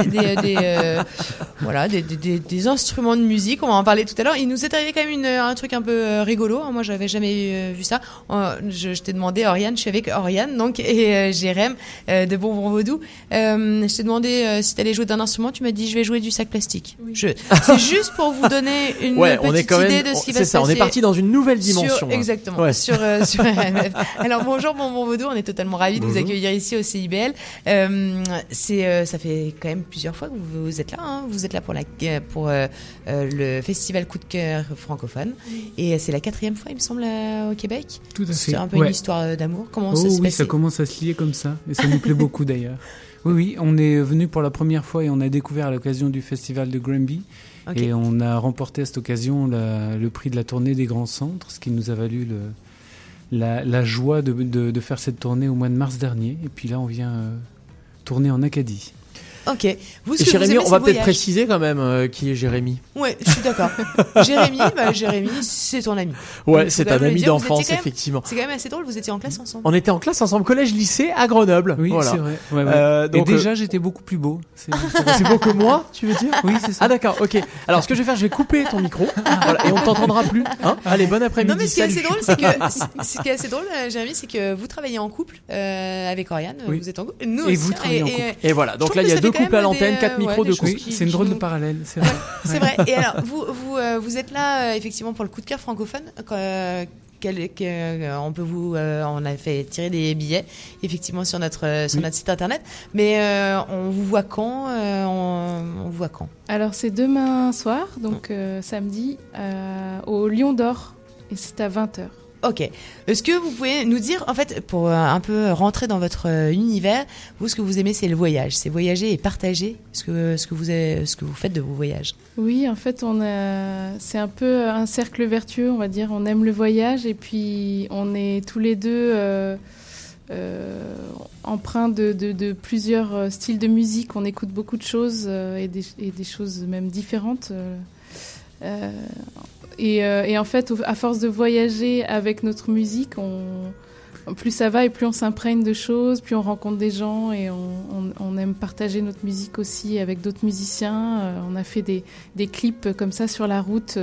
instruments de musique. On va en parler tout à l'heure. Il nous est arrivé quand même un truc un peu rigolo. Moi, j'avais jamais vu ça. Je t'ai demandé, Oriane, je suis avec Oriane, donc, et Jérém de Bonbon Vaudou. Je t'ai demandé si t'allais jouer d'un instrument. Tu m'as dit, je vais jouer du sac plastique. C'est juste pour vous donner une petite idée de ce qui va se passer. C'est ça, on est parti dans une nouvelle dimension. Exactement. Ouais. Sur RMF. Alors, bonjour Bonbon Vaudou. On est totalement ravis de vous accueillir ici au CIBL. Ça fait quand même plusieurs fois que vous êtes là. Hein. Vous êtes là pour le festival Coup de cœur francophone. Et c'est la 4e fois, il me semble, au Québec. Tout à fait. C'est un peu une histoire d'amour. Comment ça se passe? Oui, ça commence à se lier comme ça. Et ça nous plaît beaucoup d'ailleurs. Oui, on est venu pour la première fois et on a découvert à l'occasion du festival de Granby. Okay. Et on a remporté à cette occasion le prix de la tournée des grands centres, ce qui nous a valu la joie de faire cette tournée au mois de mars dernier. Et puis là, on vient tourner en Acadie. Ok. Et Jérémy, on va peut-être préciser quand même qui est Jérémy. Ouais, je suis d'accord. Jérémy, c'est ton ami. Ouais, c'est un ami d'enfance, effectivement. C'est quand même assez drôle, vous étiez en classe ensemble. On était en classe ensemble, collège-lycée à Grenoble. Oui, voilà. C'est vrai. Ouais. Donc, et déjà, j'étais beaucoup plus beau. C'est beau que moi, tu veux dire? Oui, c'est ça. Ah d'accord, ok. Alors, ce que je vais faire, je vais couper ton micro voilà, et on t'entendra plus. Hein, allez, bon après-midi. Non, mais ce qui est assez drôle, Jérémy, c'est que vous travaillez en couple avec Oriane. Oui. Vous êtes en couple. Nous et aussi, vous travaillez en couple. Et voilà, donc là, il y a 2 couples à l'antenne, 4 micros de couple. C'est une drôle de parallèle, c'est vrai. C'est vrai. Et alors, vous êtes là, effectivement, pour le coup de cœur francophone. On a fait tirer des billets, effectivement, sur notre site internet. Mais on vous voit quand on vous voit quand? Alors, c'est demain soir, donc samedi, au Lion d'Or. Et c'est à 20h. Ok. Est-ce que vous pouvez nous dire, en fait, pour un peu rentrer dans votre univers, vous, ce que vous aimez, c'est le voyage, c'est voyager et partager ce que vous faites de vos voyages. Oui, en fait, c'est un peu un cercle vertueux, on va dire. On aime le voyage et puis on est tous les deux empreints de plusieurs styles de musique. On écoute beaucoup de choses et des choses même différentes. Et en fait, à force de voyager avec notre musique, plus ça va et plus on s'imprègne de choses, plus on rencontre des gens et on aime partager notre musique aussi avec d'autres musiciens. On a fait des clips comme ça sur la route.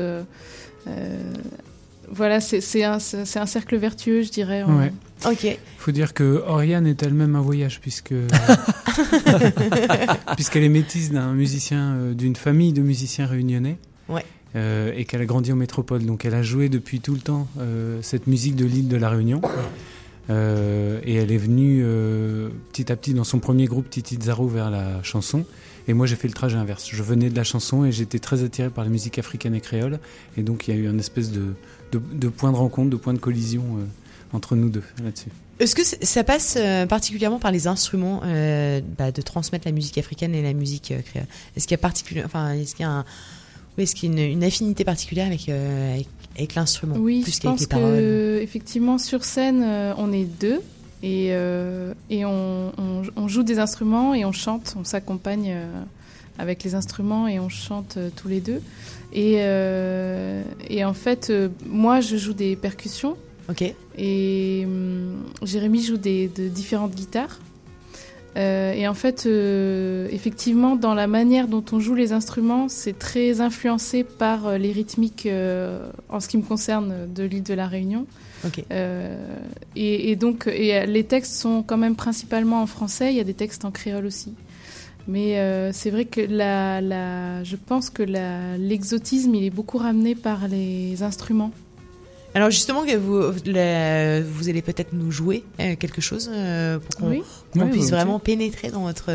Voilà, c'est un cercle vertueux, je dirais. Ouais. Ok. Faut dire que Oriane est elle-même un voyage puisqu'elle est métisse d'une famille de musiciens réunionnais. Ouais. Et qu'elle a grandi en métropole. Donc elle a joué depuis tout le temps cette musique de l'île de la Réunion. Et elle est venue petit à petit dans son premier groupe Titi Zaro vers la chanson. Et moi j'ai fait le trajet inverse. Je venais de la chanson et j'étais très attiré par la musique africaine et créole. Et donc il y a eu une espèce de point de rencontre, de point de collision entre nous deux là-dessus. Est-ce que ça passe particulièrement par les instruments de transmettre la musique africaine et la musique créole? Est-ce qu'il y a une affinité particulière avec l'instrument? Oui, plus je pense qu'avec les paroles. Effectivement, sur scène, on est deux. Et on joue des instruments et on chante, on s'accompagne avec les instruments et on chante tous les deux. Et en fait, moi, je joue des percussions. Ok. Et Jérémy joue de différentes guitares. Et en fait, effectivement, dans la manière dont on joue les instruments, c'est très influencé par les rythmiques, en ce qui me concerne, de l'île de la Réunion. Okay. Et donc, les textes sont quand même principalement en français. Il y a des textes en créole aussi. Mais c'est vrai que je pense que l'exotisme, il est beaucoup ramené par les instruments. Alors justement, vous allez peut-être nous jouer quelque chose pour qu'on puisse vraiment pénétrer dans votre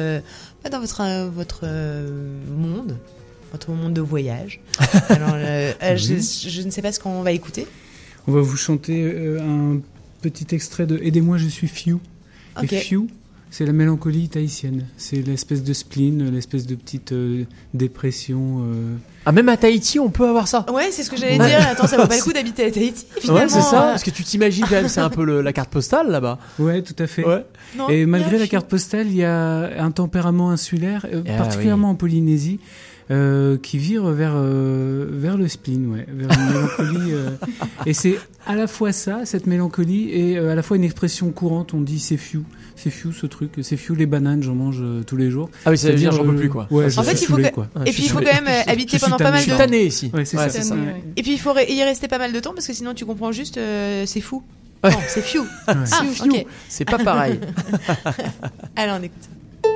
monde, votre monde de voyage. Alors, je ne sais pas ce qu'on va écouter. On va vous chanter un petit extrait de Aidez-moi, je suis Fiu. Okay. Et Fiu, c'est la mélancolie tahitienne. C'est l'espèce de spleen, l'espèce de petite dépression. Ah, même à Tahiti, on peut avoir ça. Ouais, c'est ce que j'allais dire. Attends, ça vaut pas le coup d'habiter à Tahiti, finalement. Ouais, c'est ça. Parce que tu t'imagines quand même, c'est un peu la carte postale là-bas. Ouais, tout à fait. Ouais. Non, et malgré la carte postale, il y a un tempérament insulaire, particulièrement en Polynésie, qui vire vers le spleen, vers une mélancolie. Et c'est à la fois ça, cette mélancolie, et à la fois une expression courante. On dit c'est fiu ce truc, c'est fiu les bananes, j'en mange tous les jours. Ah oui, ça veut dire j'en peux plus quoi. Ouais, en fait, il faut quand même habiter pendant pas mal de temps. Tanné ici. Ouais, c'est ça. Et puis il faut y rester pas mal de temps parce que sinon tu comprends juste c'est fou. Non, c'est fiu. Ah, okay. C'est pas pareil. Allez, on écoute.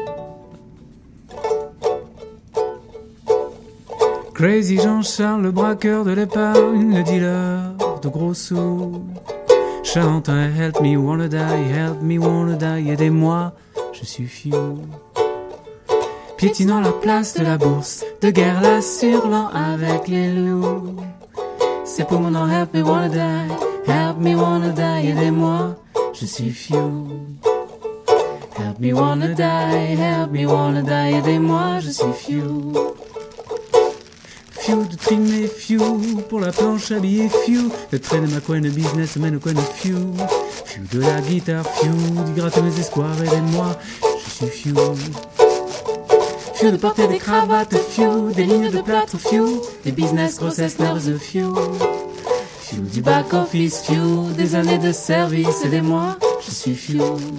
Crazy Jean-Charles, le braqueur de l'épargne, le dealer de gros sous, chante un help me wanna die, aidez-moi, je suis fiu. Piétinant la place de la bourse, de guerre là sur l'an avec les loups. C'est pour mon nom, help me wanna die, aidez-moi, je suis fiu. Help me wanna die, aidez-moi, je suis fiu. Fiu de trimer, fiu pour la planche habillée, fiu de traîner ma coin de business, mène au coin de fiu. Fiu de la guitare, fiu d'y gratter mes espoirs, aidez-moi, je suis fiu. Fiu de porter des cravates, fiu des lignes de plâtre, fiu des business, grossesse, nerveuses, fiu. Fiu du back office, fiu des années de service, aidez-moi, je suis fiu.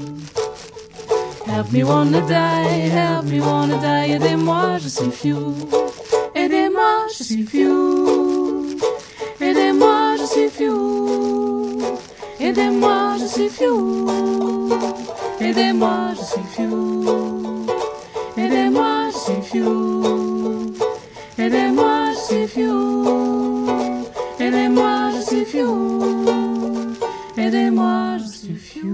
Help me wanna die, aidez-moi, je suis fiu. Aidez-moi, je suis fiu. Aidez-moi, je suis fiu. Aidez-moi, je suis fiu. Aidez-moi, je suis fiu. Aidez-moi, je suis fiu. Aidez-moi, je suis fiu. Aidez-moi, je suis fiu. Aidez-moi, je suis fiu.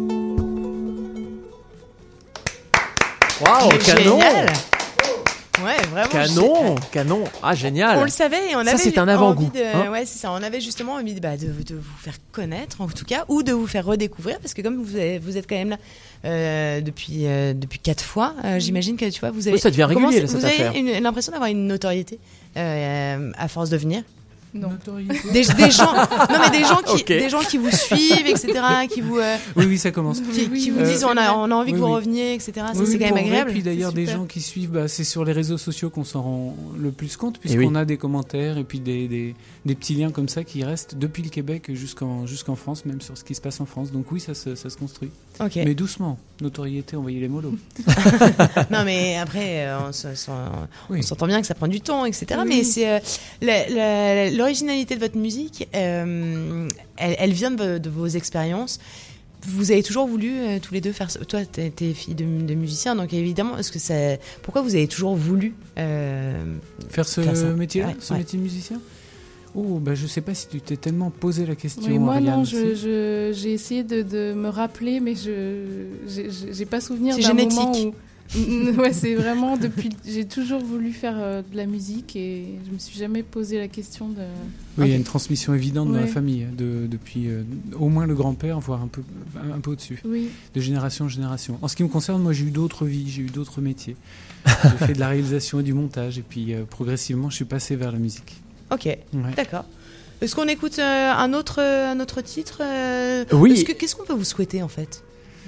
Waouh, canon! Ouais, vraiment. Canon. Ah, génial. On le savait et on avait. Ça, c'est un avant-goût. Ouais, c'est ça. On avait justement envie de vous faire connaître, en tout cas, ou de vous faire redécouvrir, parce que comme vous êtes quand même là depuis 4 fois, j'imagine que tu vois, vous avez. Oui, ça devient régulier, cette affaire. Vous avez l'impression d'avoir une notoriété à force de venir. Non. Des gens, non mais des gens qui vous suivent, etc., qui vous. Oui, ça commence. Qui vous disent on a envie que vous reveniez, etc. Ça, c'est quand même agréable. Et puis d'ailleurs des gens qui suivent, c'est sur les réseaux sociaux qu'on s'en rend le plus compte, puisqu'on a des commentaires et puis des petits liens comme ça qui restent depuis le Québec jusqu'en France, même sur ce qui se passe en France. Donc oui, ça se construit. Okay. Mais doucement, notoriété, envoyez les mollos. Non mais après, on s'entend bien que ça prend du temps, etc. Oui. Mais c'est l'originalité de votre musique, elle vient de vos expériences. Vous avez toujours voulu tous les deux faire ça. Toi, t'es fille de musicien, donc évidemment, pourquoi vous avez toujours voulu faire ce métier-là, métier de musicien? Oh, je sais pas si tu t'es tellement posé la question. Oui, moi Ariane, non, j'ai essayé de me rappeler, mais j'ai pas souvenir d'un génétique. Moment où... Ouais, c'est vraiment j'ai toujours voulu faire de la musique et je me suis jamais posé la question de. Oui, il y a une transmission évidente dans la famille depuis au moins le grand-père, voire un peu au-dessus, de génération en génération. En ce qui me concerne, moi, j'ai eu d'autres vies, j'ai eu d'autres métiers. J'ai fait de la réalisation et du montage, et puis progressivement, je suis passé vers la musique. Ok, d'accord. Est-ce qu'on écoute un autre titre? Oui. Qu'est-ce qu'on peut vous souhaiter en fait?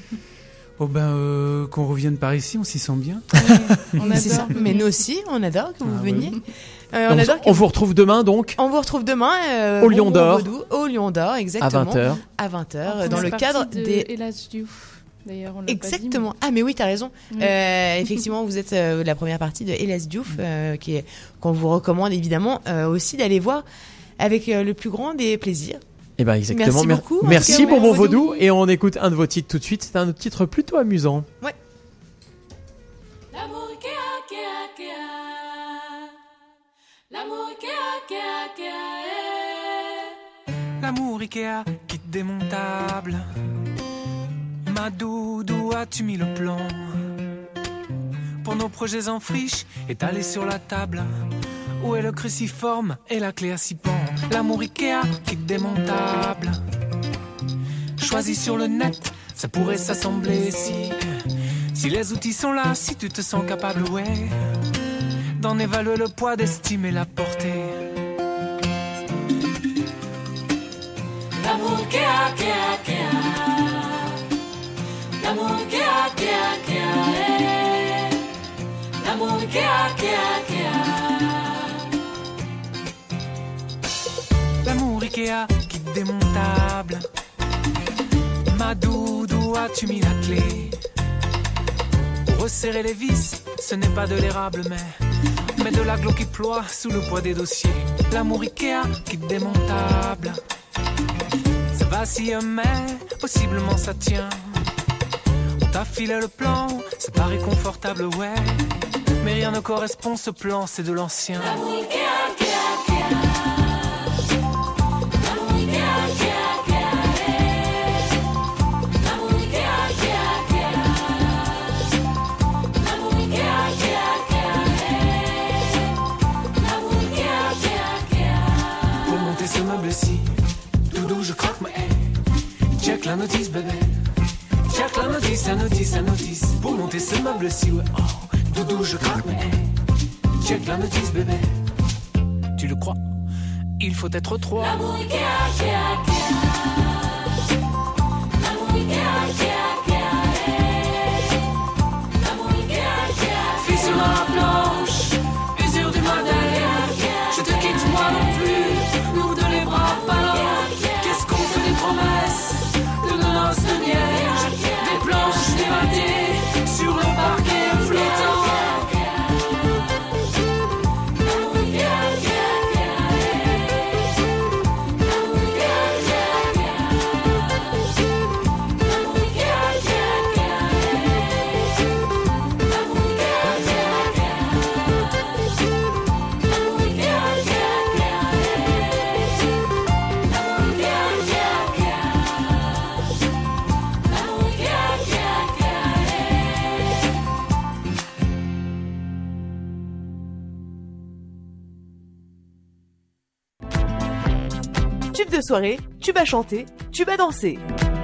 Oh ben, qu'on revienne par ici, on s'y sent bien. On adore. Mais nous aussi, on adore que vous veniez. On vous retrouve demain donc. On vous retrouve demain au Lion d'Or. Au Lion d'Or, exactement. À 20h. Dans le cadre des Elas Diouf. D'ailleurs, on l'a exactement. Pas dit, mais... Ah mais oui, t'as raison. Oui. Effectivement, vous êtes la première partie de Elas Diouf, qu'on vous recommande évidemment aussi d'aller voir avec le plus grand des plaisirs. Eh ben exactement. Merci beaucoup. Merci Bonbon Vaudou. Et on écoute un de vos titres tout de suite. C'est un titre plutôt amusant. Ouais. L'amour Ikea, kit démontable. Ma doudou, as-tu mis le plan pour nos projets en friche étalés sur la table? Où est le cruciforme et la clé à 6 pans? L'amour Ikea, kit démontable. Choisi sur le net, ça pourrait s'assembler si les outils sont là, si tu te sens capable, ouais, d'en évaluer le poids, d'estimer la portée. L'amour Ikea, Ikea, Ikea. L'amour Ikea, Ikea, Ikea. L'amour Ikea, Ikea, Ikea. L'amour Ikea, kit démontable. Ma doudou, as-tu mis la clé? Pour resserrer les vis, ce n'est pas de l'érable, mais de la glo qui ploie sous le poids des dossiers. L'amour Ikea, kit démontable. Ça vacille, mais possiblement ça tient. On t'a filé le plan, ça paraît confortable, ouais, mais rien ne correspond, ce plan, c'est de l'ancien. L'amour Ikea, Ikea, Ikea. Doudou, je croque ma haie. Check la notice, bébé. Check la notice, la notice, la notice. Pour monter ce meuble-ci, ouais. Oh, doudou, je croque ma haie. Check la notice, bébé. Tu le crois? Il faut être 3. L'amour Ikea, Ikea, Ikea. L'amour Ikea, Ikea, Ikea. L'amour Ikea, Ikea. Fissure dans la planche, usure du modèle. Je te quitte moi non plus. Nous de les bras ballants. Qu'est-ce qu'on fait des promesses de nos noces de neige, des planches débattées sur le parquet flottant. Tube de soirée, tube à chanter, tube à danser.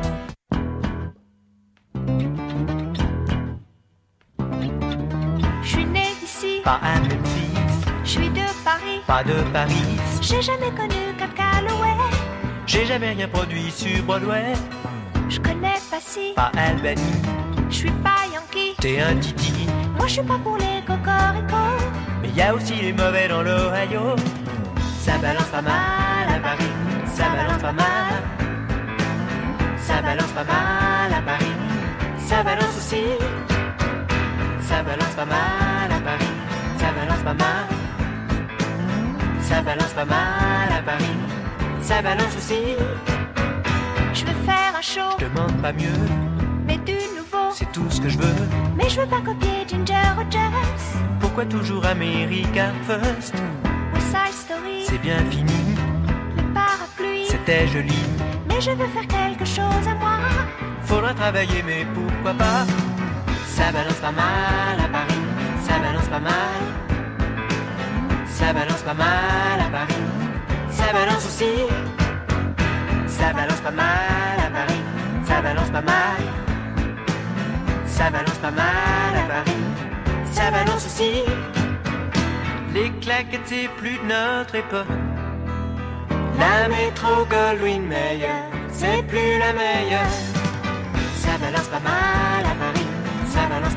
Je suis née d'ici, pas à Memphis, je suis de Paris, pas de Paris. J'ai jamais connu Cab Calloway, j'ai jamais rien produit sur Broadway. Je connais pas si, pas Albany, je suis pas Yankee, t'es un titi. Moi je suis pas pour les cocoricots, mais y a aussi les mauvais dans l'Ohio. Ça balance pas mal à Paris, ça balance pas mal. Ça balance pas mal à Paris, ça balance aussi. Ça balance pas mal à Paris, ça balance pas mal. Ça balance pas mal à Paris, ça balance aussi. Je veux faire un show, je demande pas mieux, mais du nouveau, c'est tout ce que je veux. Mais je veux pas copier Ginger Rogers. Pourquoi toujours America First? West Side Story, c'est bien fini. Le parapluie, c'était joli. Mais je veux faire quelque chose à moi. Faudra travailler, mais pourquoi pas? Ça balance pas mal à Paris, ça balance pas mal. Ça balance pas mal à Paris, ça balance aussi. Ça balance pas mal à Paris, ça balance pas mal. Ça balance pas mal à Paris, ça balance aussi. Les claquettes c'est plus de notre époque. La métro Goldwyn Mayer, c'est plus la meilleure. Ça balance pas mal à Paris,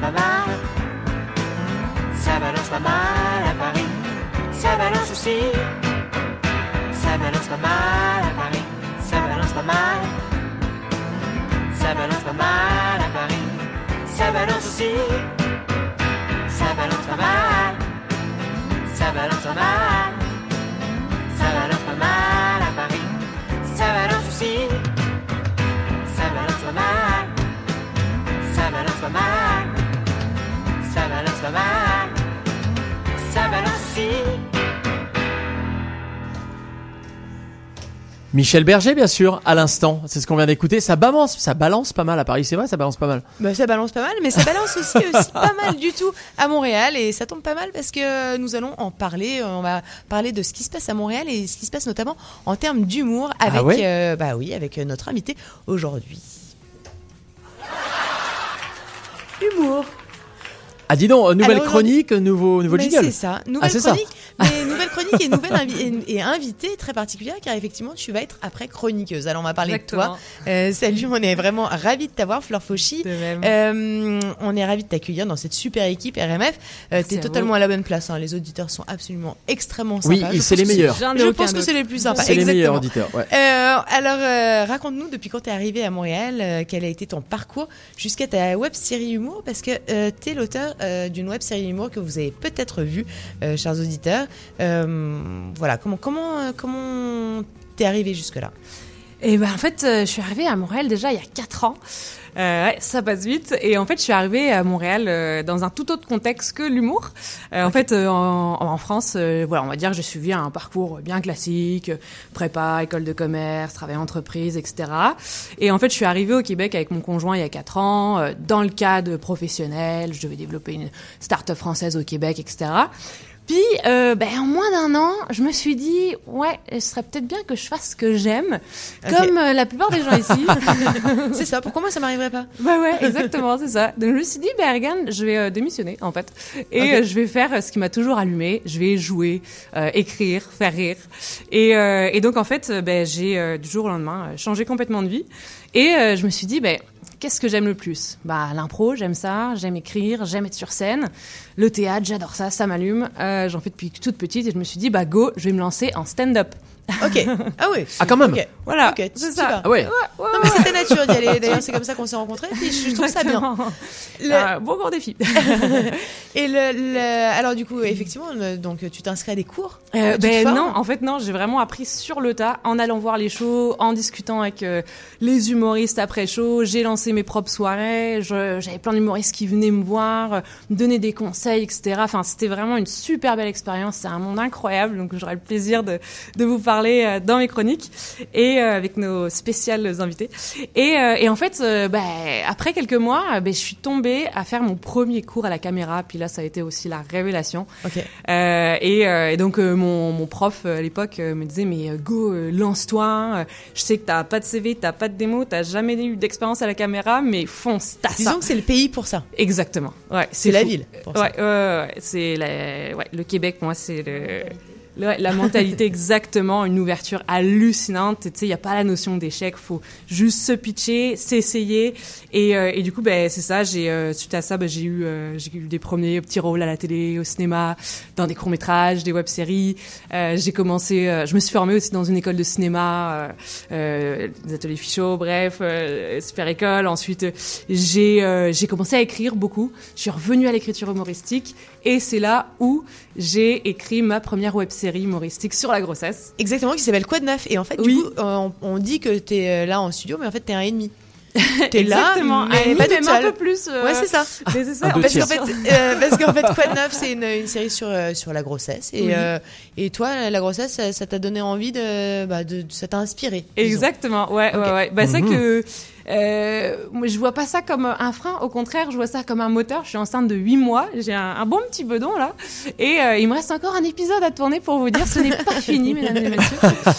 pas mal. Ça balance pas mal à Paris. Ça balance aussi. Ça balance pas mal à Paris. Ça balance pas mal. Ça balance pas mal à Paris. Ça balance aussi. Ça balance pas mal. Ça balance pas mal. Ça balance pas mal à Paris. Ça balance aussi. Ça balance pas mal. Ça balance pas mal. Ça balance pas mal. Ça balance aussi. Michel Berger, bien sûr, à l'instant. C'est ce qu'on vient d'écouter. Ça balance pas mal à Paris, c'est vrai, ça balance pas mal. Bah, ça balance pas mal, mais ça balance aussi pas mal du tout à Montréal. Et ça tombe pas mal parce que nous allons en parler. On va parler de ce qui se passe à Montréal et ce qui se passe notamment en termes d'humour avec, avec notre invité aujourd'hui. Humour. Ah, dis donc, nouvelle chronique, nouveau jingle. C'est ça, nouvelle chronique. Mais nouvelle chronique et invitée très particulière, car effectivement, tu vas être après chroniqueuse. Alors, on va parler de toi. Salut, on est vraiment ravis de t'avoir, Fleur Fauchy. On est ravis de t'accueillir dans cette super équipe RMF. T'es totalement à la bonne place. Hein. Les auditeurs sont absolument extrêmement sympas. Oui, c'est les meilleurs. Je pense que c'est les plus sympas. C'est les meilleurs auditeurs. Ouais. Alors, raconte-nous depuis quand t'es arrivé à Montréal, quel a été ton parcours jusqu'à ta web série humour, parce que t'es l'auteur d'une web série humour que vous avez peut-être vue, chers auditeurs. Voilà, comment t'es arrivé jusque-là? Et ben en fait, je suis arrivée à Montréal déjà il y a 4 ans. Ça passe vite. Et en fait, je suis arrivée à Montréal dans un tout autre contexte que l'humour. En fait, en France, on va dire que j'ai suivi un parcours bien classique, prépa, école de commerce, travail en entreprise, etc. Et en fait, je suis arrivée au Québec avec mon conjoint il y a 4 ans, dans le cadre professionnel. Je devais développer une start-up française au Québec, etc. Puis, en moins d'1 an, je me suis dit, ce serait peut-être bien que je fasse ce que j'aime, comme la plupart des gens ici. C'est ça, pourquoi moi ça m'arriverait pas? Exactement, c'est ça. Donc je me suis dit, regarde, je vais démissionner, en fait. Et je vais faire ce qui m'a toujours allumé. Je vais jouer, écrire, faire rire. Et donc, en fait, j'ai, du jour au lendemain, changé complètement de vie. Et je me suis dit, qu'est-ce que j'aime le plus? L'impro, j'aime ça, j'aime écrire, j'aime être sur scène. Le théâtre, j'adore ça, ça m'allume. J'en fais depuis toute petite et je me suis dit, go, je vais me lancer en stand-up. Ok. Ah oui. Ah quand même. Okay. Voilà. Ok, c'est ça. Ah ouais. Non mais c'était nature d'y aller. D'ailleurs c'est comme ça qu'on s'est rencontrés. Puis je trouve ça bien. Bon gros défi. Et alors du coup effectivement donc tu t'inscris à des cours. Non, en fait non, j'ai vraiment appris sur le tas en allant voir les shows, en discutant avec les humoristes après show. J'ai lancé mes propres soirées. J'avais plein d'humoristes qui venaient me voir, me donner des conseils, etc. Enfin c'était vraiment une super belle expérience. C'est un monde incroyable. Donc j'aurai le plaisir de vous parler dans mes chroniques et avec nos spéciales invités. Et en fait, après quelques mois, je suis tombée à faire mon premier cours à la caméra. Puis là, ça a été aussi la révélation. Okay. Et donc, mon prof à l'époque me disait, mais go, lance-toi. Je sais que t'as pas de CV, t'as pas de démo, t'as jamais eu d'expérience à la caméra, mais fonce, t'as ça. Disons que c'est le pays pour ça. Exactement. Ouais, c'est la ville pour ça. C'est le Québec, moi, c'est la mentalité exactement, une ouverture hallucinante. Tu sais, il y a pas la notion d'échec, faut juste se pitcher, s'essayer. Et du coup, c'est ça. Suite à ça, j'ai eu des premiers petits rôles à la télé, au cinéma, dans des courts métrages, des web-séries. J'ai commencé, je me suis formée aussi dans une école de cinéma, des ateliers Fichot, bref, super école. Ensuite, j'ai commencé à écrire beaucoup. Je suis revenue à l'écriture humoristique. Et c'est là où j'ai écrit ma première web-série humoristique sur la grossesse. Exactement, qui s'appelle Quoi de neuf? Et en fait, du coup, on dit que t'es là en studio, mais en fait, t'es 1,5. T'es là, mais pas toute seule. Un peu plus. Ouais, c'est ça. Mais c'est ça. Parce qu'en fait, Quoi de neuf, c'est une série sur la grossesse. Et toi, la grossesse, ça t'a donné envie ça t'a inspiré. Exactement. Ouais. C'est ça que. Moi, je vois pas ça comme un frein, au contraire, je vois ça comme un moteur. Je suis enceinte de 8 mois, j'ai un bon petit bedon là, et il me reste encore un épisode à tourner pour vous dire ce n'est pas fini, mesdames et messieurs.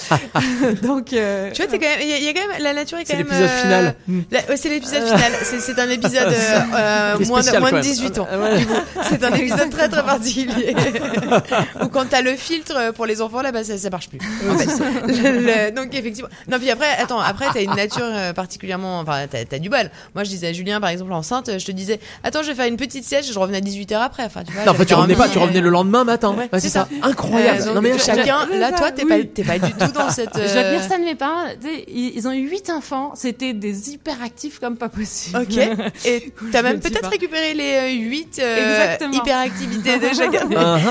Donc, tu vois, t'es quand même, il y a quand même la nature est quand même. C'est l'épisode final. C'est l'épisode final. C'est un épisode moins de 18 ans. Du coup, c'est un épisode très très particulier. Où quand t'as le filtre pour les enfants là, ça marche plus. En fait. Donc effectivement. Non puis après t'as une nature particulièrement vraiment, enfin, t'as du bol. Moi, je disais à Julien, par exemple, enceinte, je te disais, attends, je vais faire une petite sieste, je revenais à 18h après. Enfin, tu vois. Non, en fait, tu revenais le lendemain matin. Ouais, c'est ça. Incroyable. Non, mais chacun, là, toi, t'es pas du tout dans cette. Je dois tenir ça de mes parents. Ils ont eu 8 enfants. C'était des hyperactifs comme pas possible. Ok. Et t'as même peut-être récupéré les 8 hyperactivités de chacun.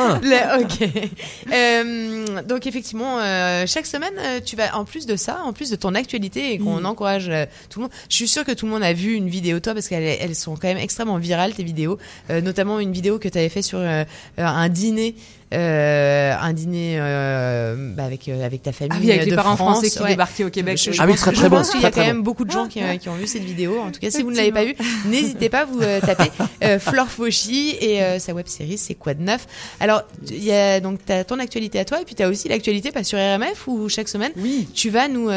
Ok. Donc effectivement, chaque semaine, tu vas en plus de ça, en plus de ton actualité et qu'on encourage tout le monde. Je suis sûre que tout le monde a vu une vidéo de toi parce qu'elles sont quand même extrêmement virales tes vidéos, notamment une vidéo que tu avais fait sur un dîner. Avec ta famille avec les parents français qui débarquaient au Québec. Je pense qu'il y a quand même beaucoup de gens qui ont vu cette vidéo. En tout cas, si vous ne l'avez pas vue, n'hésitez pas, vous tapez Flore Fauchy et sa web-série c'est Quoi de neuf. Alors, il y a donc t'as ton actualité à toi et puis t'as aussi l'actualité sur RMF où chaque semaine tu vas nous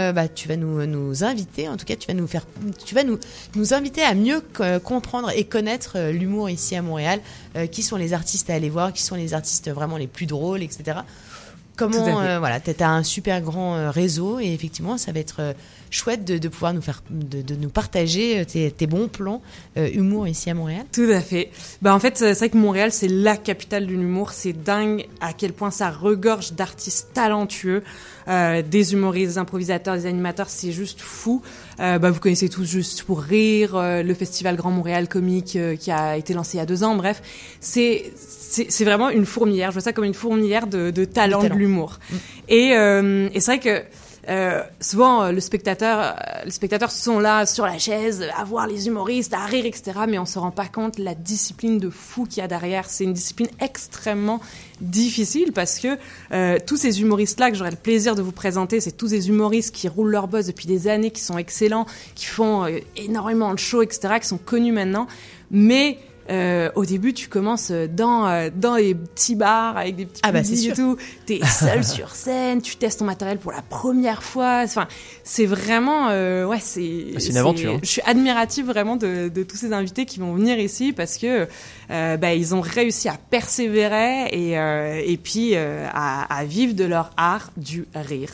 inviter. En tout cas, tu vas nous inviter à mieux comprendre et connaître l'humour ici à Montréal. Qui sont les artistes à aller voir, qui sont les artistes vraiment les plus drôles, etc. Comment, t'as un super grand réseau et effectivement, ça va être chouette de pouvoir de nous partager tes bons plans humour ici à Montréal. Tout à fait. En fait, c'est vrai que Montréal, c'est la capitale de l'humour. C'est dingue à quel point ça regorge d'artistes talentueux, des humoristes, des improvisateurs, des animateurs. C'est juste fou. Vous connaissez tous Juste pour rire, le festival Grand Montréal Comique qui a été lancé il y a 2 ans. Bref, c'est vraiment une fourmilière. Je vois ça comme une fourmilière de talent de l'humour. Et c'est vrai que souvent les spectateurs sont là sur la chaise à voir les humoristes, à rire, etc. Mais on se rend pas compte la discipline de fou qu'il y a derrière. C'est une discipline extrêmement difficile parce que tous ces humoristes-là que j'aurai le plaisir de vous présenter, c'est tous ces humoristes qui roulent leur boss depuis des années, qui sont excellents, qui font énormément de shows, etc., qui sont connus maintenant. Mais au début, tu commences dans les petits bars avec des petits publics et tout. T'es seul sur scène, tu testes ton matériel pour la première fois. Enfin, c'est vraiment, c'est une aventure. Je suis admirative vraiment de tous ces invités qui vont venir ici parce que ils ont réussi à persévérer et puis à vivre de leur art du rire.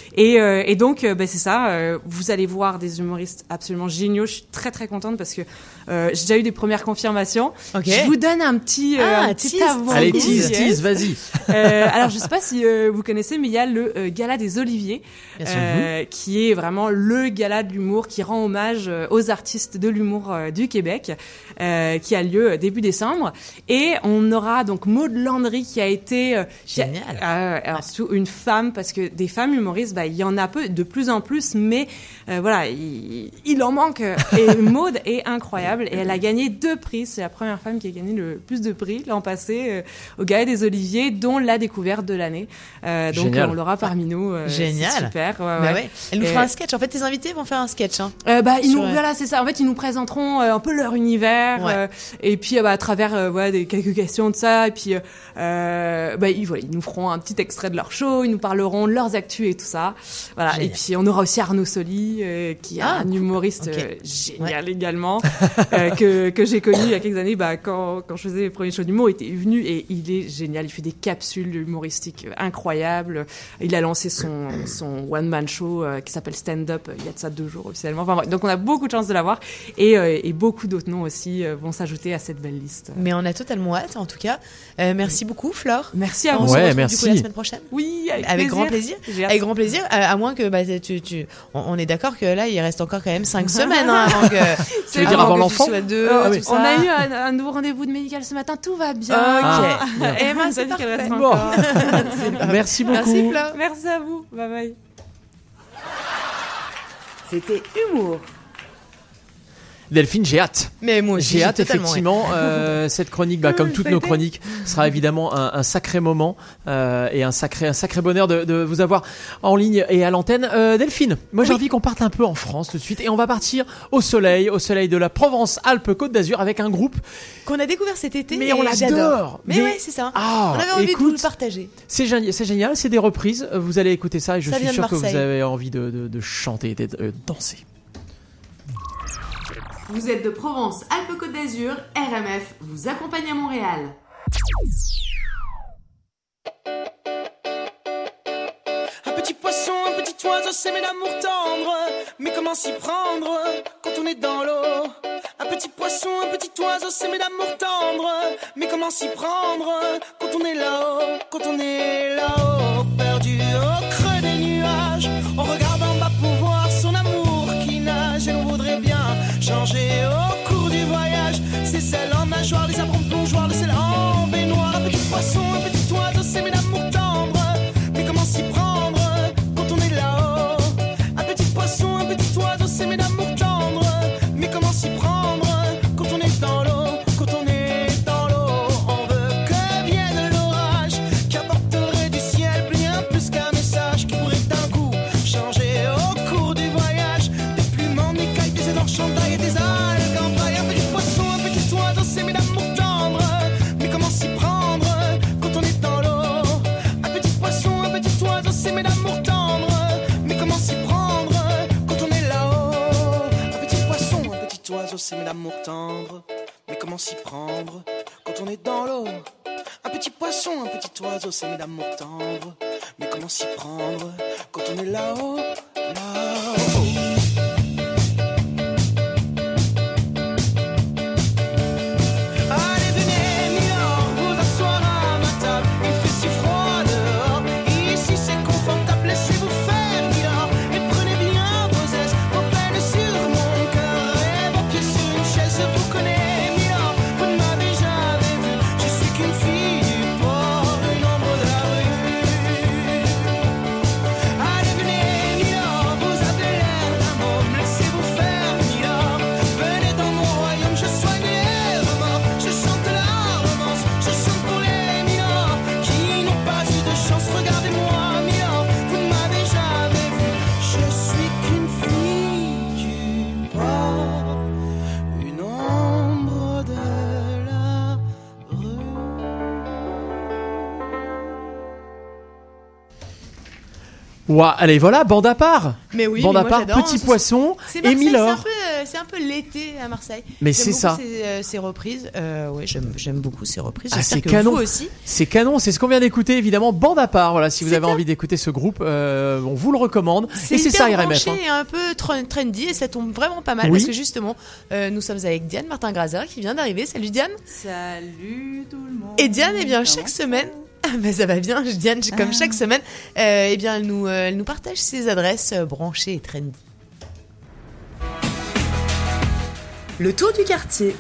Et donc, c'est ça. Vous allez voir des humoristes absolument géniaux. Je suis très très contente parce que j'ai déjà eu des premières confirmations. Okay. Je vous donne un petit avant. Allez, tease, vas-y. Alors, je sais pas si vous connaissez, mais il y a le Gala des Oliviers, qui est vraiment le gala de l'humour qui rend hommage aux artistes de l'humour du Québec, qui a lieu début décembre. Et on aura donc Maud Landry qui a été alors surtout une femme, parce que des femmes humoristes, il y en a de plus en plus, mais il en manque. Et Maud est incroyable et elle a gagné 2 prix. C'est la première femme qui a gagné le plus de prix l'an passé au Gala des Oliviers, dont la découverte de l'année. Donc on l'aura parmi nous. Génial. C'est super. Elle nous fera un sketch. En fait, tes invités vont faire un sketch. Voilà, c'est ça. En fait, ils nous présenteront un peu leur univers et puis à travers quelques questions de ça. Et puis ils nous feront un petit extrait de leur show. Ils nous parleront de leurs actus et tout ça. Voilà. Génial. Et puis on aura aussi Arnaud Soli, qui est un humoriste génial également, que j'ai connu il y a quelques années, quand je faisais les premiers shows d'humour, il était venu et il est génial. Il fait des capsules humoristiques incroyables. Il a lancé son one-man show qui s'appelle Stand Up il y a de ça 2 jours officiellement. Enfin, donc on a beaucoup de chance de l'avoir et beaucoup d'autres noms aussi vont s'ajouter à cette belle liste. Mais on a totalement hâte en tout cas. Merci beaucoup Flore. Merci à vous. On se retrouve du coup la semaine prochaine. Oui, avec grand plaisir. Avec grand plaisir. À moins que on est d'accord que là il reste encore quand même 5 semaines avant que. Tu veux dire avant l'enfant? On a eu un nouveau rendez-vous de médical ce matin, tout va bien. Ok. Emma, c'est dit qu'elle reste encore. Merci beaucoup. Merci Flore. Merci à vous. Bye bye. C'était Humour. Delphine, j'ai hâte. Mais moi aussi, j'ai hâte effectivement. Cette chronique, comme toutes nos chroniques, sera évidemment un sacré moment et un sacré bonheur de vous avoir en ligne et à l'antenne. Delphine, moi j'ai envie qu'on parte un peu en France tout de suite et on va partir au soleil de la Provence-Alpes-Côte d'Azur avec un groupe qu'on a découvert cet été. Mais on l'adore. Mais c'est ça. On avait envie de vous le partager. C'est génial, c'est des reprises. Vous allez écouter ça et je suis sûr que vous avez envie de chanter et de danser. Vous êtes de Provence, Alpes-Côte d'Azur, RMF vous accompagne à Montréal. Un petit poisson, un petit petit oiseau s'aimer d'amour tendre, mais comment s'y prendre quand on est dans l'eau? Un petit poisson, un petit oiseau s'aimer d'amour tendre, mais comment s'y prendre quand on est là-haut, quand on est là-haut, perdu au creux des nuages, on regarde en bas pour voir son amour qui nage, et l'on voudrait bien changer au cours du voyage, ses ailes en nageoire, les abres en plongeoir, le sel en baignoire, un petit poisson, un petit oiseau s'aimer d'amour tendre, mais comment s'y prendre quand on est là-haut? Un petit poisson, un petit oiseau s'aimer d'amour tendre, mais comment s'y prendre quand on est dans l'eau, quand on est dans l'eau? On veut que vienne l'orage qui apporterait du ciel bien plus qu'un message qui pourrait d'un coup changer au cours du voyage, des plumes en écailles, des énormes chandails et des algues en paille. Un petit poisson, un petit oiseau s'aimer d'amour tendre, mais comment s'y prendre quand on est dans l'eau? Un petit poisson, un petit oiseau s'aimer d'amour tendre, mais comment s'y prendre quand on est là-haut? Un petit poisson, un petit oiseau s'aimer d'amour tendre, mais comment s'y prendre quand on est dans l'eau? Un petit poisson, un petit oiseau s'aimer d'amour tendre, mais comment s'y prendre quand on est là-haut, là-haut? Allez, venez, Milord, vous asseoir à ma table. Il fait si froid dehors, ici c'est confortable. Laissez-vous faire, Milord, et prenez bien vos aises. Vos peines sur mon cœur et vos pieds sur une chaise. Je vous connais, Milord, vous ne m'avez jamais vu. Je suis qu'une fille du port, une ombre de la rue. Allez, venez, Milord, vous avez l'air d'un môme. Laissez-vous faire, Milord, venez dans mon royaume. Je soigne les remords, je chante la romance. Je chante pour les Milords qui n'ont pas eu de chance. Regardez-moi, Milord, vous ne m'avez jamais vu. Je suis qu'une fille du port, une ombre de la rue. Ouah, allez, voilà, bande à part. Mais oui, bande mais à moi, part, j'adore, petit hein, poisson c'est et Marseille, Milord. c'est un peu l'été à Marseille. Mais J'aime c'est beaucoup ça. Ces reprises. Ouais, j'aime beaucoup ces reprises. Ah, J'espère c'est que canon. vous aussi. C'est canon, c'est ce qu'on vient d'écouter évidemment, bande à part. Voilà, si vous C'est avez ça. envie d'écouter ce groupe, on vous le recommande. C'est Et c'est ça hyper RMF. branché et un peu trendy et ça tombe vraiment pas mal Oui. parce que justement nous sommes avec Diane Martin-Grazer qui vient d'arriver. Salut Diane. Salut tout le monde. Et Diane, eh bien chaque semaine, bah, ça va bien, Diane, comme chaque semaine, eh bien elle nous partage ses adresses branchées et trendy. Le tour du quartier.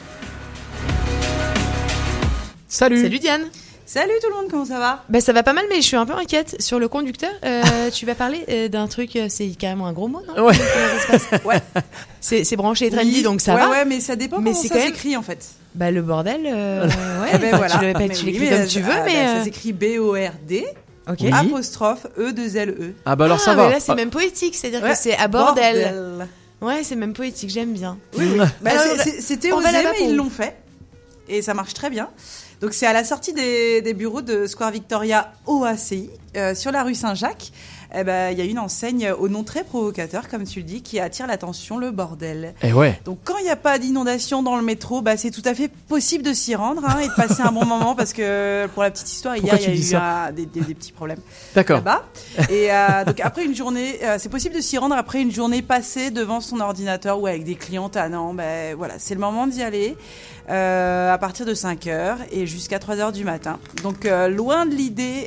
Salut. Salut Diane. Salut tout le monde, comment ça va? Bah ça va pas mal, mais je suis un peu inquiète sur le conducteur. Tu vas parler d'un truc, c'est carrément un gros mot, non? Ouais. Comment ça se passe? Ouais. C'est branché et trendy, Oui, donc ça ouais, va. Ouais, mais ça dépend Mais comment c'est ça quand même- s'écrit en fait. Bah le bordel, ouais. Ben voilà. Tu Mais l'écris oui, comme tu veux, mais ça s'écrit B-O-R-D. Ok. Oui. Apostrophe E2LE. Ah bah alors ça mais va. là c'est même poétique, c'est-à-dire Ouais, que c'est à bordel. bordel. Ouais, c'est même poétique, j'aime bien. Oui, oui. Bah, Alors, c'était on osé, va là-bas mais pour- ils l'ont fait. Et ça marche très bien. Donc c'est à la sortie des bureaux de Square Victoria au ACI, sur la rue Saint-Jacques. Eh ben, il y a une enseigne au nom très provocateur, comme tu le dis, qui attire l'attention, le bordel. Eh ouais. Donc quand il n'y a pas d'inondation dans le métro, bah, c'est tout à fait possible de s'y rendre et de passer un bon moment parce que pour la petite histoire, Pourquoi hier il tu y dis a eu des petits problèmes D'accord. là-bas. Et donc après une journée, c'est possible de s'y rendre après une journée passée devant son ordinateur ou avec des clients tannants. Ben voilà, c'est le moment d'y aller à partir de 5h et jusqu'à 3h du matin. Donc loin de l'idée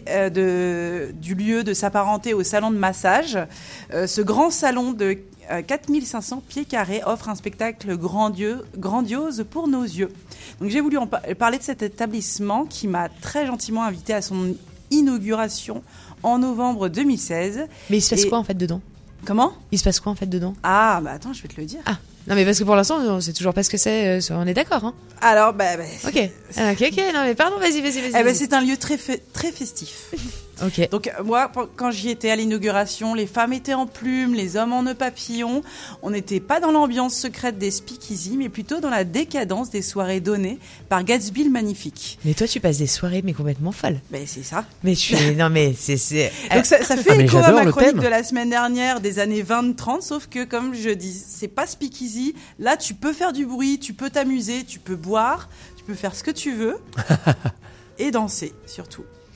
du lieu de s'apparenter au salon de massage, ce grand salon de 4500 pieds carrés offre un spectacle grandiose pour nos yeux. Donc j'ai voulu parler de cet établissement qui m'a très gentiment invité à son inauguration en novembre 2016. Mais il se passe quoi en fait dedans? Comment? Il se passe quoi en fait dedans? Ah bah attends, je vais te le dire. Ah non mais parce que pour l'instant on sait toujours pas ce que c'est, on est d'accord hein? Alors bah ok, non mais pardon, vas-y. Eh ben c'est un lieu très festif. Ok. Donc moi, quand j'y étais à l'inauguration, les femmes étaient en plumes, les hommes en nœuds papillons. On n'était pas dans l'ambiance secrète des speakeasy, mais plutôt dans la décadence des soirées données par Gatsby le Magnifique. Mais toi tu passes des soirées mais complètement folles. Ben c'est ça. Mais non mais c'est... Donc ça fait Ah, mais écho à j'adore ma le chronique thème. de la semaine dernière des années 20-30, sauf que comme je dis, c'est pas speakeasy. Là tu peux faire du bruit, tu peux t'amuser, tu peux boire, tu peux faire ce que tu veux et danser surtout.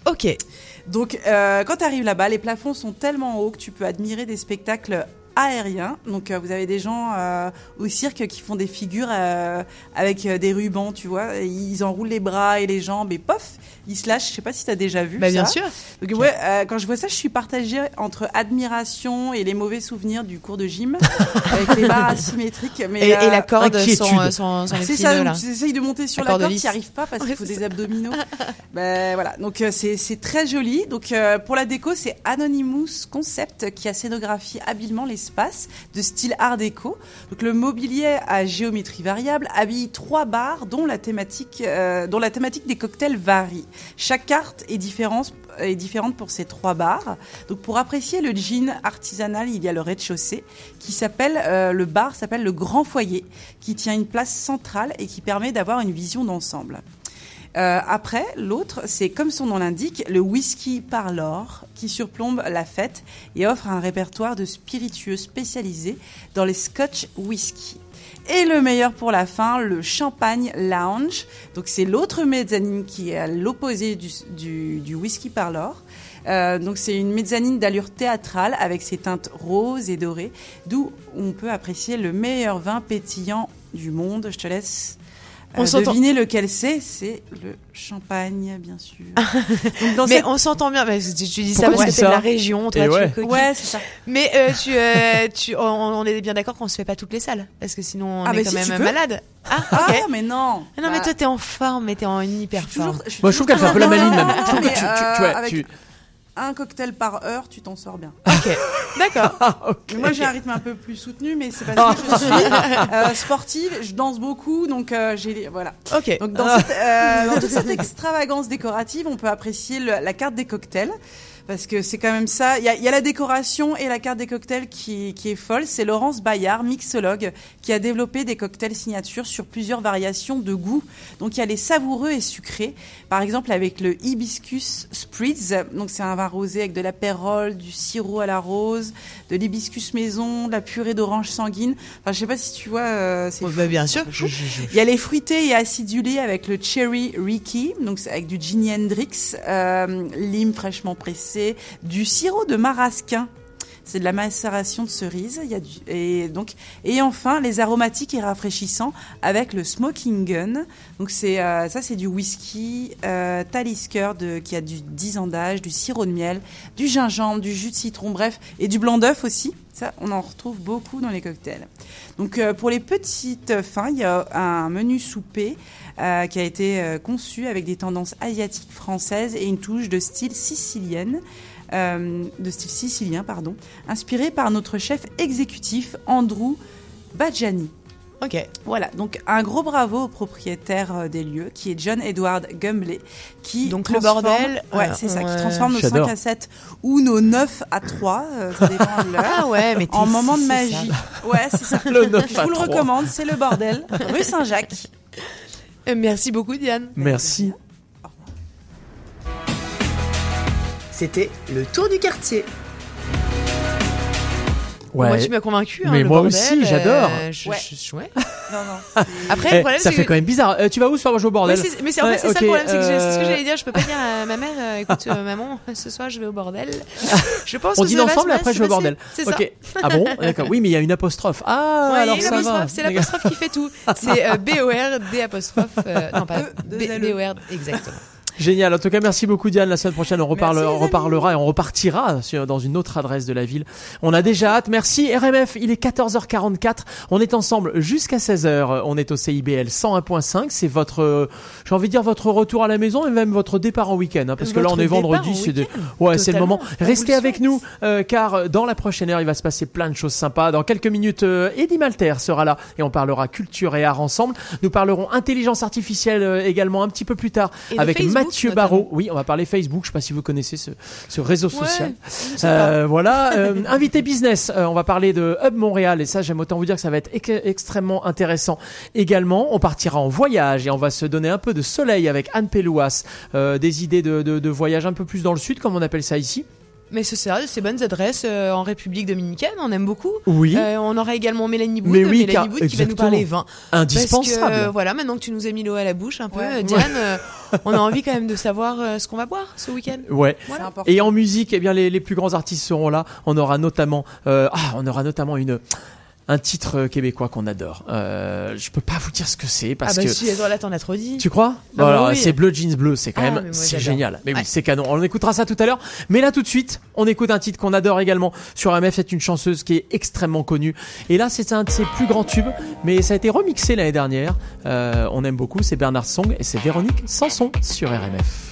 Ok. Donc, quand tu arrives là-bas, les plafonds sont tellement hauts que tu peux admirer des spectacles aériens. Donc, vous avez des gens au cirque qui font des figures avec des rubans, tu vois. Ils enroulent les bras et les jambes et pof, ils se lâchent. Je sais pas si tu as déjà vu ça. Bien sûr. Donc, ouais, quand je vois ça, je suis partagée entre admiration et les mauvais souvenirs du cours de gym avec les barres asymétriques. Mais, et la corde sans c'est ça, tu essayes de monter sur la corde, tu n'y arrives pas parce qu'il faut des abdominaux. Ben, voilà, donc c'est très joli. Donc pour la déco, c'est Anonymous Concept qui a scénographié habilement l'espace de style art déco. Donc le mobilier à géométrie variable habille 3 bars dont la thématique des cocktails varie. Chaque carte est différente pour ces 3 bars. Donc pour apprécier le gin artisanal, il y a le rez-de-chaussée qui s'appelle le bar s'appelle le Grand Foyer, qui tient une place centrale et qui permet d'avoir une vision d'ensemble. Après, l'autre, c'est comme son nom l'indique, le Whisky Parlour, qui surplombe la fête et offre un répertoire de spiritueux spécialisés dans les Scotch whisky. Et le meilleur pour la fin, le Champagne Lounge. Donc c'est l'autre mezzanine qui est à l'opposé du Whisky Parlour. Donc c'est une mezzanine d'allure théâtrale avec ses teintes roses et dorées, d'où on peut apprécier le meilleur vin pétillant du monde. Je te laisse deviner lequel c'est le champagne, bien sûr. Donc on s'entend bien. Tu dis ça parce que c'est de la région, toi, ouais, c'est ça. Mais on est bien d'accord qu'on se fait pas toutes les salles, parce que sinon on est quand même malade. Ah, mais non. Non, mais toi t'es en forme, mais t'es en hyper forme. Moi je trouve qu'elle fait un peu la maline même. Je trouve que tu un cocktail par heure, tu t'en sors bien. Ok, d'accord. Okay. Moi, j'ai un rythme un peu plus soutenu, mais c'est parce que je suis sportive, je danse beaucoup, donc voilà. Ok. Donc dans toute cette extravagance décorative, on peut apprécier la carte des cocktails. Parce que c'est quand même ça. Il y a la décoration et la carte des cocktails qui est folle. C'est Laurence Bayard, mixologue, qui a développé des cocktails signature sur plusieurs variations de goût. Donc il y a les savoureux et sucrés. Par exemple avec le Hibiscus Spritz. Donc c'est un vin rosé avec de l'apérole, du sirop à la rose, de l'hibiscus maison, de la purée d'orange sanguine. Enfin je sais pas si tu vois. Bien sûr. Il y a les fruités et acidulés avec le Cherry Ricky. Donc c'est avec du Jimi Hendrix, lime fraîchement pressé, du sirop de marasquin, c'est de la macération de cerises, et enfin les aromatiques et rafraîchissants avec le Smoking Gun. Donc c'est du whisky Talisker qui a du 10 ans d'âge, du sirop de miel, du gingembre, du jus de citron, bref, et du blanc d'œuf aussi. Ça, on en retrouve beaucoup dans les cocktails. Donc pour les petites fins, il y a un menu souper qui a été conçu avec des tendances asiatiques françaises et une touche de style sicilien, inspiré par notre chef exécutif Andrew Bajani. Ok. Voilà, donc un gros bravo au propriétaire des lieux, qui est John Edward Gumbley, qui donc le bordel, qui transforme nos 5 à 7 ou nos 9 à 3, ça dépend de l'heure. Ah ouais, mais en moment de magie. Ouais, c'est ça. Le 9 Je vous le recommande, c'est le bordel, rue Saint-Jacques. Merci beaucoup Diane. Merci. C'était le tour du quartier. Ouais. Moi, tu m'as convaincu. Mais moi bordel, aussi, j'adore. Ouais. Non. Après, le problème, ça fait quand même bizarre. Tu vas où ce soir jouer au bordel? Mais c'est en fait, c'est ça le problème, c'est ce que j'allais dire. Je peux pas dire à ma mère, écoute, maman, ce soir, je vais au bordel. Je pense on que dîne ensemble et après je vais au bordel. C'est ça. Ah bon? D'accord. Oui, mais il y a une apostrophe. Ah, ouais, alors ça va. C'est l'apostrophe qui fait tout. C'est B-O-R-D apostrophe. Non, pas B-O-R, exactement. Génial. En tout cas, merci beaucoup Diane. La semaine prochaine, on reparlera et on repartira dans une autre adresse de la ville. On a déjà hâte. Merci RMF. Il est 14h44. On est ensemble jusqu'à 16h. On est au CIBL 101.5. C'est votre, j'ai envie de dire votre retour à la maison et même votre départ en week-end. Parce que là, on est vendredi. C'est le moment. Restez avec nous, car dans la prochaine heure, il va se passer plein de choses sympas. Dans quelques minutes, Eddie Malter sera là et on parlera culture et art ensemble. Nous parlerons intelligence artificielle également un petit peu plus tard avec Mathieu Barraud. Oui, on va parler Facebook. Je sais pas si vous connaissez ce réseau social. Voilà. Invité business. On va parler de Hub Montréal et ça, j'aime autant vous dire que ça va être extrêmement intéressant. Également, on partira en voyage et on va se donner un peu de soleil avec Anne Pelouas. Des idées de voyage un peu plus dans le sud, comme on appelle ça ici. Mais ce sera ces bonnes adresses en République dominicaine, on aime beaucoup. Oui. On aura également Mélanie Boud, qui va nous parler vin. Indispensable. Parce que, voilà, maintenant que tu nous as mis l'eau à la bouche un peu, Diane, on a envie quand même de savoir ce qu'on va boire ce week-end. Ouais. Voilà. Et en musique, eh bien les plus grands artistes seront là. On aura notamment un titre québécois qu'on adore. Je peux pas vous dire ce que c'est parce que. Si, là t'en as trop dit. Tu crois? Voilà, c'est Bleu Jeans Bleu, c'est quand même, c'est génial. Mais oui, c'est canon. On écoutera ça tout à l'heure. Mais là tout de suite, on écoute un titre qu'on adore également sur RMF. C'est une chanteuse qui est extrêmement connue. Et là, c'est un de ses plus grands tubes, mais ça a été remixé l'année dernière. On aime beaucoup. C'est Bernard Song et c'est Véronique Sanson sur RMF.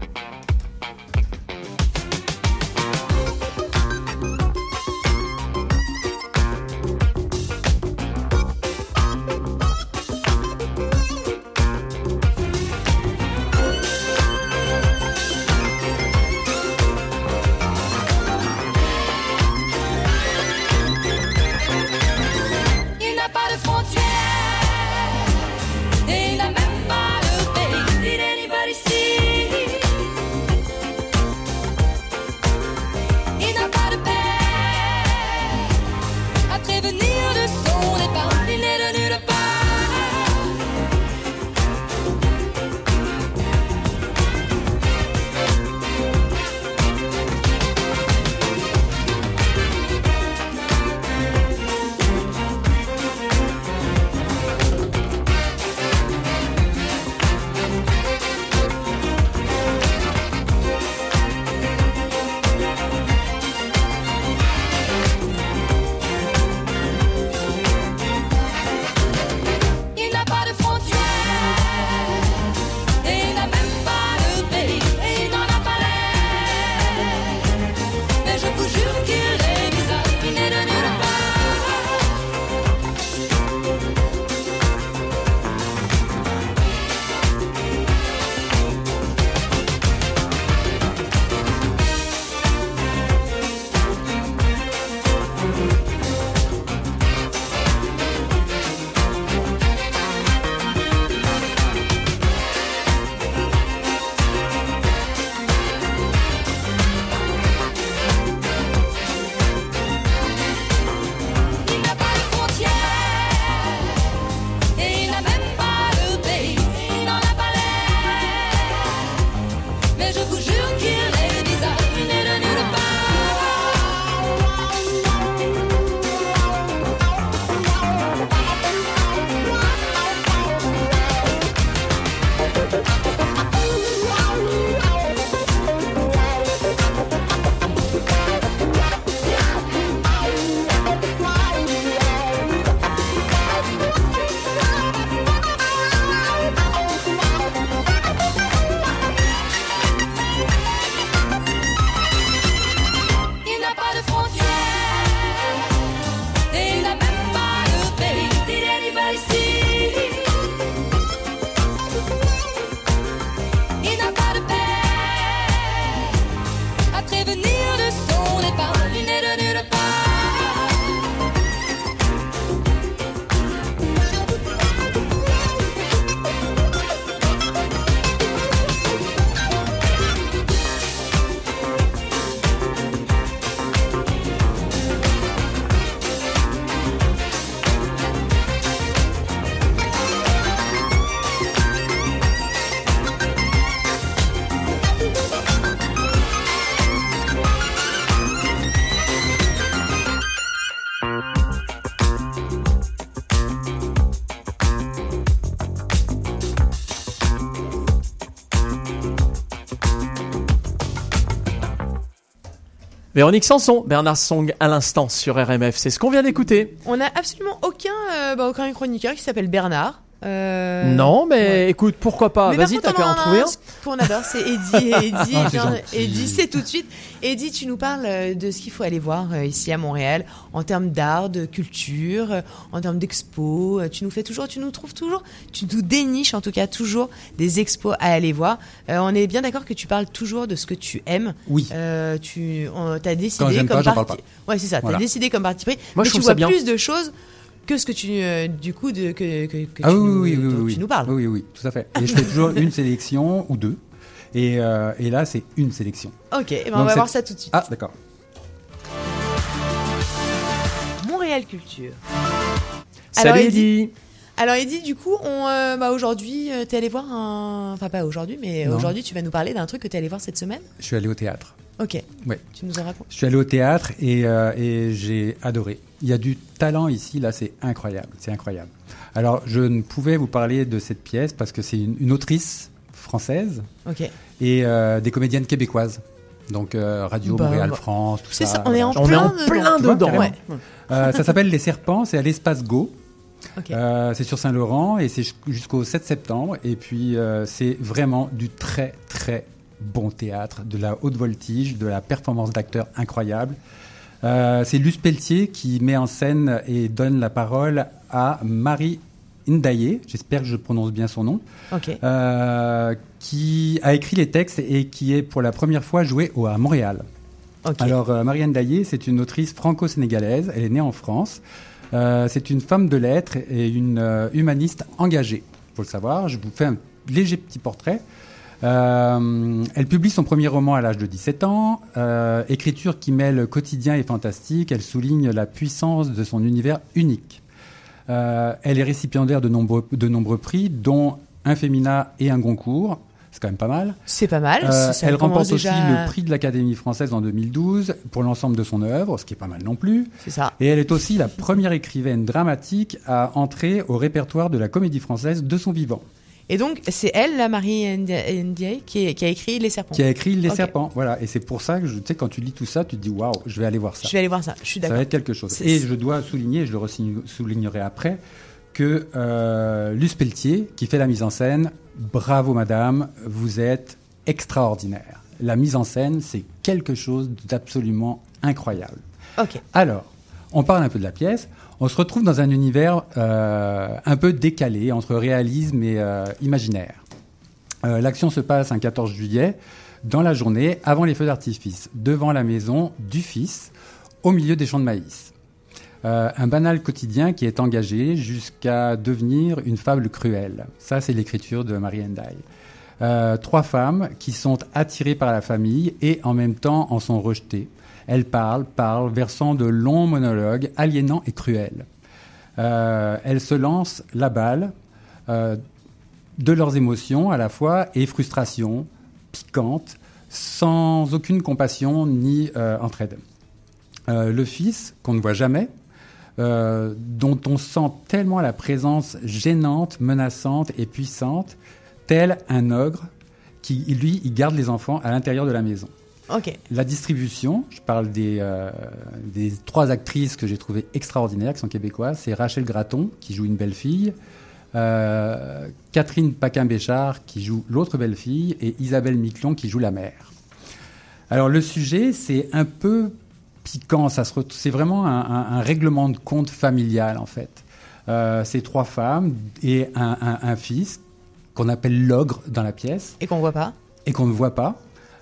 Véronique Sanson, Bernard Song à l'instant sur RMF, c'est ce qu'on vient d'écouter. On n'a absolument aucun chroniqueur qui s'appelle Bernard. Non, mais écoute, pourquoi pas. Vas-y, t'as qu'à en trouver un. Qu'on adore, c'est Eddie. Eddie, c'est tout de suite. Eddie, tu nous parles de ce qu'il faut aller voir ici à Montréal en termes d'art, de culture, en termes d'expos. Tu nous déniches en tout cas toujours des expos à aller voir. On est bien d'accord que tu parles toujours de ce que tu aimes. Oui. T'as décidé quand j'aime comme pas, j'en parle pas. Ouais, c'est ça. Voilà. T'as décidé comme parti pris. Moi, mais je tu trouve ça vois bien. plus de choses que ce que tu tu nous parles. Oui, tout à fait. Et je fais toujours une sélection ou deux. Et là, c'est une sélection. Ok, on va voir ça tout de suite. Ah, d'accord. Montréal Culture. Salut Eddy. Alors Eddy, du coup, aujourd'hui, t'es allé voir Enfin, pas aujourd'hui, mais aujourd'hui, tu vas nous parler d'un truc que t'es allé voir cette semaine. Je suis allé au théâtre. Ok. Ouais. Tu nous en racontes. Je suis allé au théâtre et j'ai adoré. Il y a du talent ici, là, c'est incroyable. C'est incroyable. Alors, je ne pouvais vous parler de cette pièce parce que c'est une autrice française et des comédiennes québécoises. Donc, Radio Montréal France, tout ça. Ça. On est en plein dedans. Ouais. Ça s'appelle Les Serpents, c'est à l'Espace Go. C'est sur Saint-Laurent et c'est jusqu'au 7 septembre. Et puis, c'est vraiment du très, très bon théâtre, de la haute voltige, de la performance d'acteurs incroyable. C'est Luce Pelletier qui met en scène et donne la parole à Marie Ndaye, j'espère que je prononce bien son nom, qui a écrit les textes et qui est pour la première fois jouée à Montréal. Alors, Marie Ndaye, c'est une autrice franco-sénégalaise, elle est née en France. C'est une femme de lettres et une humaniste engagée. Il faut le savoir, je vous fais un léger petit portrait. Elle publie son premier roman à l'âge de 17 ans, écriture qui mêle quotidien et fantastique. Elle souligne la puissance de son univers unique. Elle est récipiendaire de nombreux prix, dont un Femina et un Goncourt. C'est quand même pas mal. C'est pas mal. Elle remporte aussi le prix de l'Académie française en 2012 pour l'ensemble de son œuvre, ce qui est pas mal non plus. C'est ça. Et elle est aussi la première écrivaine dramatique à entrer au répertoire de la Comédie Française de son vivant. Et donc, c'est elle, la Marie Ndiaye, qui a écrit Les Serpents. Qui a écrit Les Serpents, voilà. Et c'est pour ça que, tu sais, quand tu lis tout ça, tu te dis, waouh, je vais aller voir ça. Je vais aller voir ça, je suis d'accord. Ça va être quelque chose. Et je dois souligner, je le soulignerai après, que Luce Pelletier, qui fait la mise en scène, bravo madame, vous êtes extraordinaire. La mise en scène, c'est quelque chose d'absolument incroyable. Alors, on parle un peu de la pièce. On se retrouve dans un univers un peu décalé entre réalisme et imaginaire. L'action se passe un 14 juillet, dans la journée, avant les feux d'artifice, devant la maison du fils, au milieu des champs de maïs. Un banal quotidien qui est engagé jusqu'à devenir une fable cruelle. Ça, c'est l'écriture de Marie Ndaye. 3 femmes qui sont attirées par la famille et en même temps en sont rejetées. Elles parlent, versant de longs monologues aliénants et cruels. Elles se lancent la balle de leurs émotions à la fois et frustration, piquantes, sans aucune compassion ni entraide. Le fils, qu'on ne voit jamais, dont on sent tellement la présence gênante, menaçante et puissante, tel un ogre qui, lui, il garde les enfants à l'intérieur de la maison. La distribution, je parle des 3 actrices que j'ai trouvées extraordinaires, qui sont québécoises. C'est Rachel Gratton, qui joue une belle-fille, Catherine Paquin-Béchard, qui joue l'autre belle-fille, et Isabelle Miquelon, qui joue la mère. Alors, le sujet, c'est un peu piquant. C'est vraiment un règlement de compte familial, en fait. C'est 3 femmes et un fils, qu'on appelle l'ogre dans la pièce. Et qu'on voit pas. Et qu'on ne voit pas.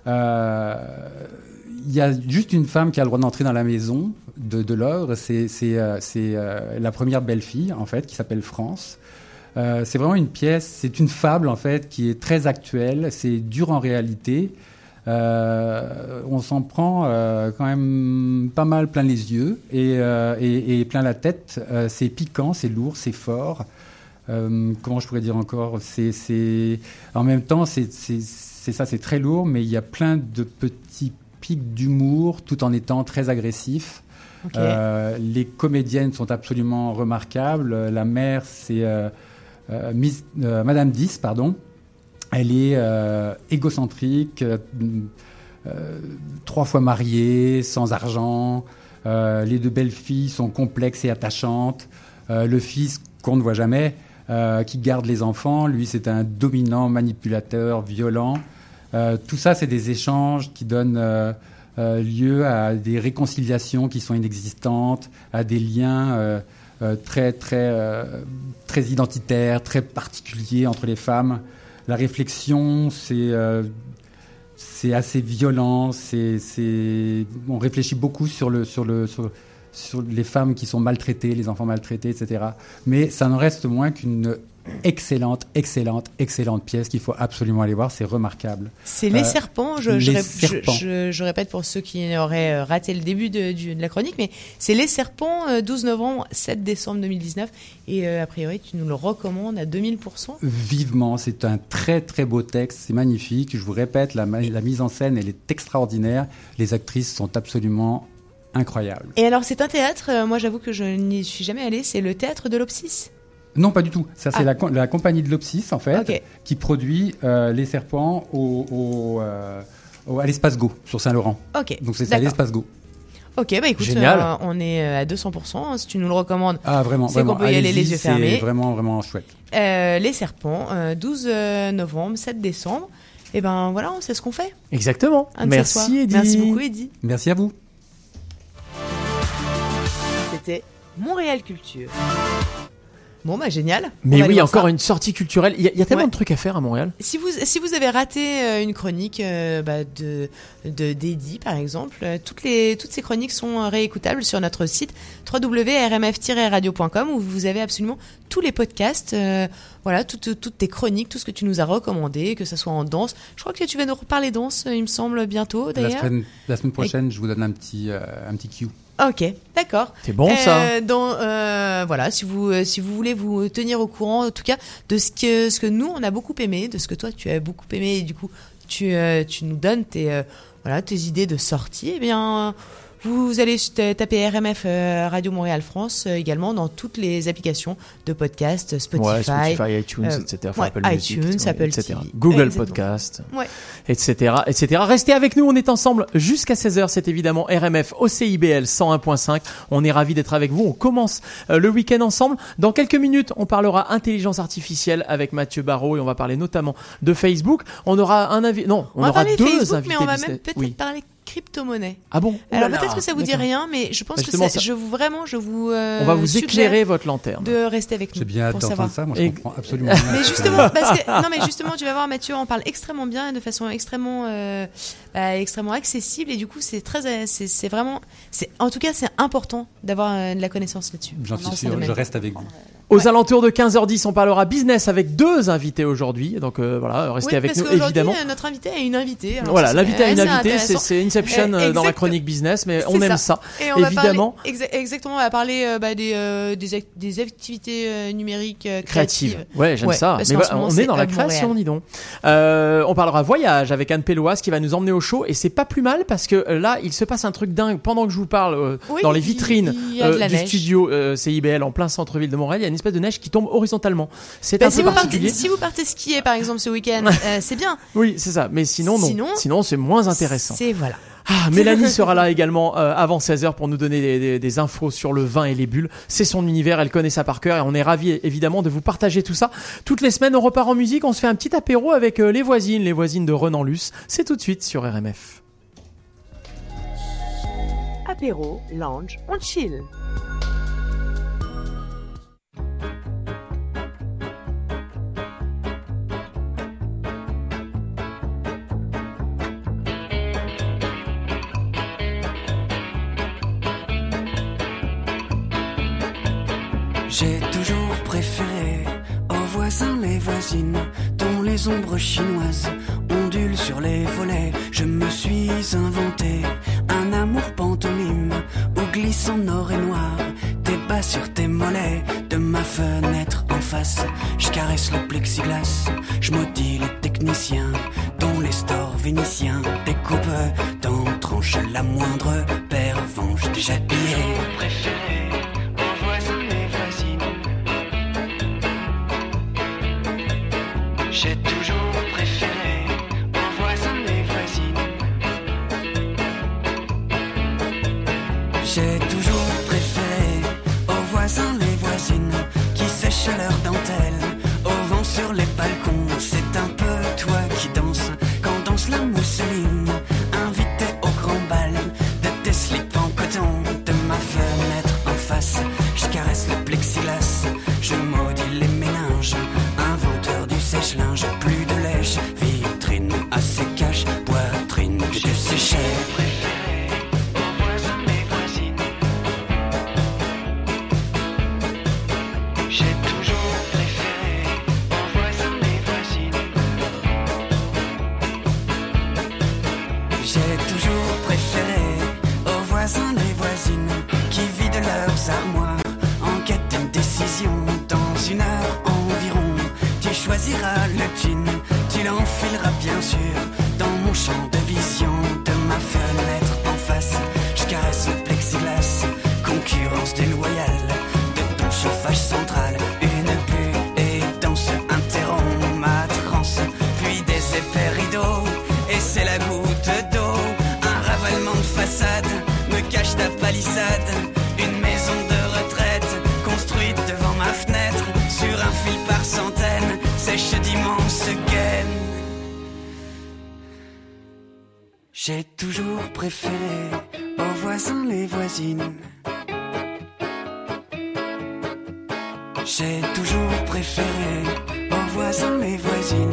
Il y a juste une femme qui a le droit d'entrer dans la maison de l'ogre, c'est la première belle-fille, en fait, qui s'appelle France. C'est vraiment une pièce, c'est une fable, en fait, qui est très actuelle, c'est dur en réalité. On s'en prend quand même pas mal plein les yeux et plein la tête. C'est piquant, c'est lourd, c'est fort. Comment je pourrais dire encore, en même temps, c'est très lourd, mais il y a plein de petits pics d'humour tout en étant très agressif. Les comédiennes sont absolument remarquables. La mère, c'est Madame 10, pardon. Elle est égocentrique, 3 fois mariée, sans argent. Les 2 belles filles sont complexes et attachantes. Le fils, qu'on ne voit jamais, qui garde les enfants, lui, c'est un dominant, manipulateur, violent. Tout ça, c'est des échanges qui donnent lieu à des réconciliations qui sont inexistantes, à des liens très identitaires, très particuliers entre les femmes. La réflexion, c'est assez violent. On réfléchit beaucoup sur les femmes qui sont maltraitées, les enfants maltraités, etc. Mais ça n'en reste moins qu'une excellente pièce qu'il faut absolument aller voir. C'est remarquable. C'est Les Serpents. Je répète pour ceux qui auraient raté le début de la chronique, mais c'est Les Serpents, 12 novembre, 7 décembre 2019. Et a priori, tu nous le recommandes à 2000%. Vivement, c'est un très très beau texte, c'est magnifique. Je vous répète, la mise en scène, elle est extraordinaire. Les actrices sont absolument incroyables. Et alors, c'est un théâtre, moi j'avoue que je n'y suis jamais allée, c'est le théâtre de l'Opsis. Non, pas du tout. Ça, c'est la compagnie de l'Opsis, en fait, qui produit Les Serpents à l'Espace Go, sur Saint-Laurent. Ok. Donc, c'est à l'Espace Go. Ok, bah écoute, on est à 200%. Si tu nous le recommandes, c'est qu'on peut y aller les yeux fermés. C'est vraiment, vraiment chouette. Les Serpents, 12 novembre, 7 décembre. Et ben voilà, on sait ce qu'on fait. Exactement. Merci, Eddy. Merci beaucoup, Eddy. Merci à vous. C'était Montréal Culture. Bon, bah génial. Mais oui, encore une sortie culturelle. Il y a tellement de trucs à faire à Montréal. Si vous avez raté une chronique d'Eddy, par exemple, toutes ces chroniques sont réécoutables sur notre site www.rmf-radio.com où vous avez absolument tous les podcasts, toutes tes chroniques, tout ce que tu nous as recommandé, que ce soit en danse. Je crois que tu vas nous reparler danse, il me semble, bientôt d'ailleurs. La semaine prochaine, je vous donne un petit cue. Ok, d'accord. C'est bon ça. Voilà, si vous voulez vous tenir au courant, en tout cas, de ce que nous on a beaucoup aimé, de ce que toi tu as beaucoup aimé, et du coup tu nous donnes tes idées de sortie. Eh bien, vous allez taper RMF Radio Montréal France également dans toutes les applications de podcast, Spotify, iTunes, etc. Apple Music, Apple etc. TV. Google Podcast, etc. Restez avec nous, on est ensemble jusqu'à 16h. C'est évidemment RMF au CIBL 101.5. On est ravis d'être avec vous. On commence le week-end ensemble. Dans quelques minutes, on parlera intelligence artificielle avec Mathieu Barraud et on va parler notamment de Facebook. On aura un invité. Non, on aura deux Facebook, invités. Mais on va même peut-être parler crypto-monnaie. Ah bon? Alors peut-être que ça vous dit rien, mais je pense que je vous on va vous éclairer votre lanterne. De rester avec nous. J'ai bien hâte d'entendre ça. Moi, je comprends absolument rien. Mais justement, tu vas voir, Mathieu en parle extrêmement bien, de façon extrêmement accessible, et du coup, en tout cas, c'est important d'avoir de la connaissance là-dessus. J'en suis sûr. Je reste avec vous. Aux alentours de 15h10, on parlera business avec deux invités aujourd'hui. Donc restez avec nous évidemment. Notre invité a une invitée. Voilà, l'invité a une invitée, c'est Inception dans la chronique business, mais on aime ça. Et on évidemment. Exactement, on va parler des activités numériques créatives. Ouais, j'aime ça. Mais on est dans la création, dis donc. On parlera voyage avec Anne Pelloise qui va nous emmener au show, et c'est pas plus mal parce que là, il se passe un truc dingue pendant que je vous parle dans les vitrines du studio CIBL en plein centre-ville de Montréal. Il y a une espèce de neige qui tombe horizontalement. C'est un peu particulier. Si vous partez skier par exemple ce week-end, c'est bien. Oui, c'est ça. Mais sinon, non. Sinon, c'est moins intéressant. C'est voilà. Mélanie sera là également avant 16h pour nous donner des infos sur le vin et les bulles. C'est son univers, elle connaît ça par cœur et on est ravis évidemment de vous partager tout ça. Toutes les semaines, on repart en musique, on se fait un petit apéro avec les voisines de Renan Luce. C'est tout de suite sur RMF. Apéro, lounge, on chill. J'ai toujours préféré aux voisins les voisines dont les ombres chinoises ondulent sur les volets. Je me suis inventé un amour pantomime où glisse en or et noir tes bas sur tes mollets. De ma fenêtre en face, je caresse le plexiglas. Je maudis les techniciens dont les stores vénitiens découpent dans tranches la moindre pervenche déjà pillée. J'ai toujours préféré aux voisins les voisines. J'ai toujours préféré aux voisins les voisines qui sèchent leurs dentelles au vent sur les balcons. C'est un peu toi qui danses quand danse la mousseline. Invité au grand bal de tes slips en coton. De ma fenêtre en face, je caresse le plexiglas. Je maudis les méninges. Inventeur du sèche-linge, plus de lèche, vitrine assez cache, poitrine que tu séchais. Aux voisins les voisines. J'ai toujours préféré J'ai toujours préféré aux voisins les voisines qui vident leurs armoires en quête d'une décision. Dans une heure environ, tu choisiras le jean, tu l'enfileras bien sûr dans mon champ de vision. De ma fenêtre en face, je caresse le plexiglas, concurrence déloyale de ton chauffage central. Une buée dense interrompt ma transe, puis des épais rideaux, et c'est la goutte d'eau. Un ravalement de façade me cache ta palissade. Une maison de retraite construite devant ma fenêtre, sur un fil par centaines, sèche d'immenses gaines. J'ai toujours préféré aux voisins les voisines. J'ai toujours préféré aux voisins les voisines.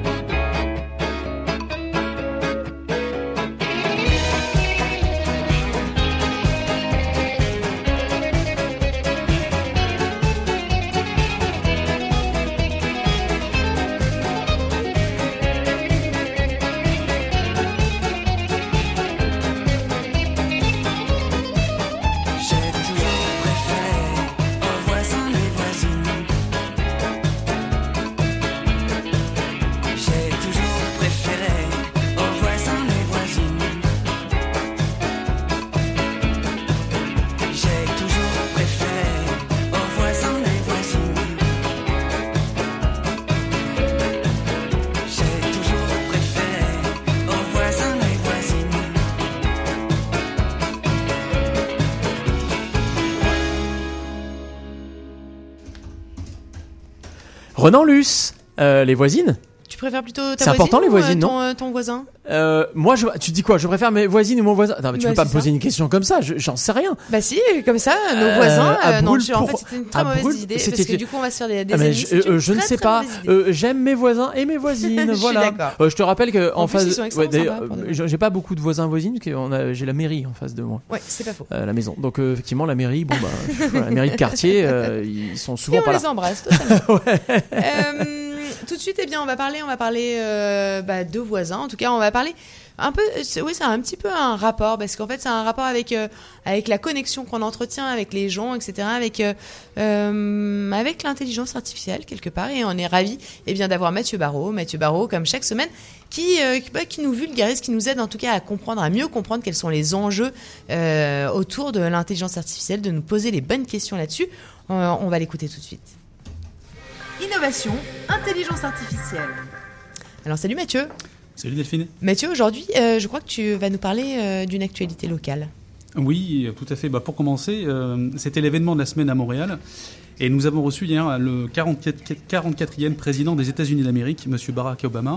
Renan Luce, les voisines. Tu préfères plutôt ta voisine? C'est important les voisines, non? Ton voisin? Moi, tu dis quoi? Je préfère mes voisines ou mon voisin? Non, mais tu peux pas me poser une question comme ça. J'en sais rien. Bah si, comme ça, nos voisins. Non, en fait, c'était une très mauvaise idée parce que du coup, on va se faire des ennemis. Je ne sais pas. J'aime mes voisins et mes voisines. Voilà. Je te rappelle que en face, j'ai pas beaucoup de voisins voisines parce que j'ai la mairie en face de moi. Ouais, c'est pas faux. La maison. Donc effectivement, la mairie, bon bah, la mairie de quartier, ils sont souvent pas là. On les embrasse totalement. Tout de suite, eh bien, on va parler de voisins. En tout cas, on va parler un peu. Oui, c'est un petit peu un rapport parce qu'en fait, c'est un rapport avec la connexion qu'on entretient avec les gens, etc. Avec l'intelligence artificielle quelque part. Et on est ravis, eh bien, d'avoir Mathieu Barraud, comme chaque semaine, qui nous vulgarise, qui nous aide en tout cas à mieux comprendre quels sont les enjeux autour de l'intelligence artificielle, de nous poser les bonnes questions là-dessus. On va l'écouter tout de suite. Innovation, intelligence artificielle. Alors salut Mathieu. Salut Delphine. Mathieu, aujourd'hui, je crois que tu vas nous parler d'une actualité locale. Oui, tout à fait. Pour commencer, c'était l'événement de la semaine à Montréal. Et nous avons reçu hier le 44e président des États-Unis d'Amérique, M. Barack Obama.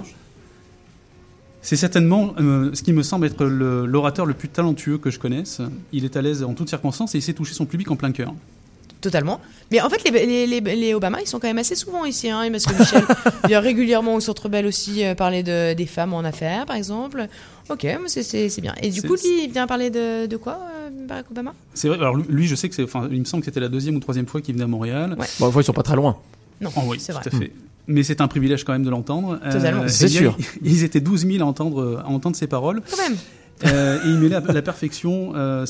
C'est certainement ce qui me semble être l'orateur le plus talentueux que je connaisse. Il est à l'aise en toutes circonstances et il sait toucher son public en plein cœur. Totalement. Mais en fait, les Obama, ils sont quand même assez souvent ici, hein, parce que Michel vient régulièrement au Centre Bell aussi parler des femmes en affaires, par exemple. Ok, c'est bien. Et du coup, lui, il vient parler de quoi, Barack Obama? C'est vrai. Alors lui, je sais que il me semble que c'était la 2e ou 3e fois qu'il venait à Montréal. Ouais. Bon, ils sont pas très loin. Non, oui, c'est vrai. Tout à fait. Mais c'est un privilège quand même de l'entendre. Totalement. C'est sûr. Ils étaient 12 000 à entendre ses paroles. Quand même. Et il met la perfection,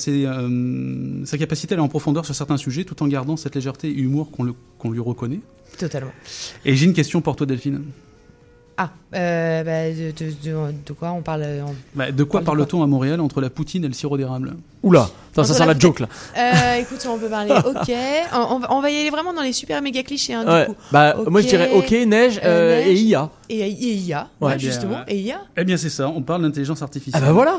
sa capacité à aller en profondeur sur certains sujets, tout en gardant cette légèreté et humour qu'on lui reconnaît. Totalement. Et j'ai une question pour toi, Delphine. Ah, de quoi on parle de quoi parle-t-on à Montréal entre la poutine et le sirop d'érable? Oula, ça sent la joke là. Écoute, on peut parler. Ok, on va y aller vraiment dans les super méga clichés. Hein, ouais. Du coup. Moi je dirais ok, neige, et IA. Et IA, ouais, justement. Et IA. Eh bien c'est ça, on parle d'intelligence artificielle. Ah bah voilà.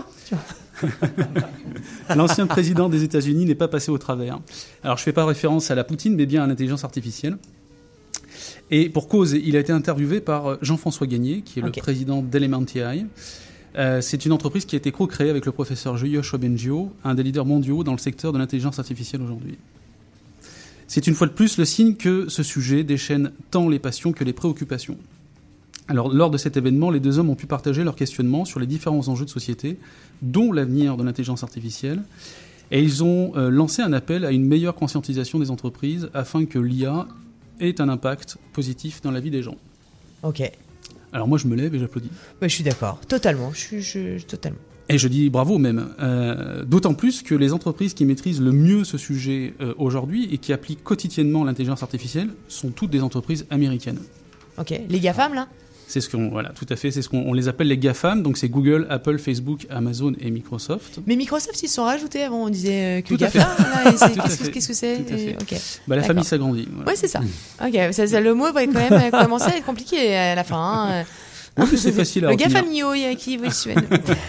L'ancien président des États-Unis n'est pas passé au travers. Alors je fais pas référence à la poutine, mais bien à l'intelligence artificielle. Et pour cause, il a été interviewé par Jean-François Gagné, qui est le président d'Elementy. C'est une entreprise qui a été co-créée avec le professeur Yoshua Bengio, un des leaders mondiaux dans le secteur de l'intelligence artificielle aujourd'hui. C'est une fois de plus le signe que ce sujet déchaîne tant les passions que les préoccupations. Alors, lors de cet événement, les deux hommes ont pu partager leurs questionnements sur les différents enjeux de société, dont l'avenir de l'intelligence artificielle, et ils ont lancé un appel à une meilleure conscientisation des entreprises afin que l'IA ait un impact positif dans la vie des gens. Ok. Alors moi, je me lève et j'applaudis. Je suis d'accord, totalement. Totalement. Et je dis bravo même. D'autant plus que les entreprises qui maîtrisent le mieux ce sujet aujourd'hui et qui appliquent quotidiennement l'intelligence artificielle sont toutes des entreprises américaines. Ok, les GAFAM là ? C'est ce qu'on, voilà, tout à fait. C'est ce qu'on les appelle les GAFAM. Donc c'est Google, Apple, Facebook, Amazon et Microsoft. Mais Microsoft, ils se sont rajoutés avant. On disait que tout GAFAM. Là, qu'est-ce que c'est Tout à fait. Okay. La famille s'agrandit. Voilà. Ouais, c'est ça. Ok, le mot va quand même commencer à être compliqué à la fin. Hein. Oui, mais c'est facile à retenir. Le GAFAMIO, il y a qui veut suivre.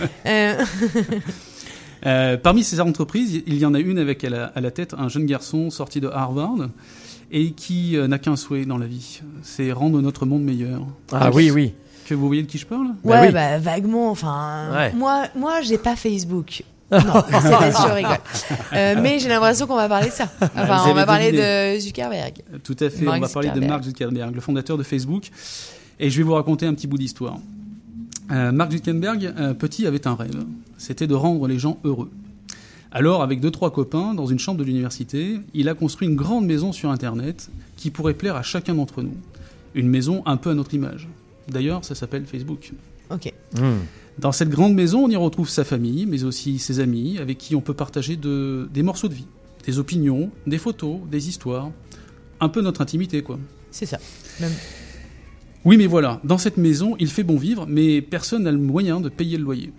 Parmi ces entreprises, il y en a une avec à la tête un jeune garçon sorti de Harvard et qui n'a qu'un souhait dans la vie, c'est rendre notre monde meilleur. Ah oui. Que vous voyez de qui je parle ? Ouais, vaguement. Enfin, ouais. Moi, j'ai pas Facebook. Non, c'est sûr, je rigole. Mais j'ai l'impression qu'on va parler de ça. Enfin, on va parler de Zuckerberg. Tout à fait, on va parler de Mark Zuckerberg, le fondateur de Facebook. Et je vais vous raconter un petit bout d'histoire. Mark Zuckerberg, petit, avait un rêve. C'était de rendre les gens heureux. Alors, avec 2-3 copains, dans une chambre de l'université, il a construit une grande maison sur Internet qui pourrait plaire à chacun d'entre nous. Une maison un peu à notre image. D'ailleurs, ça s'appelle Facebook. Ok. Dans cette grande maison, on y retrouve sa famille, mais aussi ses amis, avec qui on peut partager des morceaux de vie, des opinions, des photos, des histoires. Un peu notre intimité, quoi. C'est ça. Même... Oui, mais voilà, dans cette maison, il fait bon vivre, mais personne n'a le moyen de payer le loyer.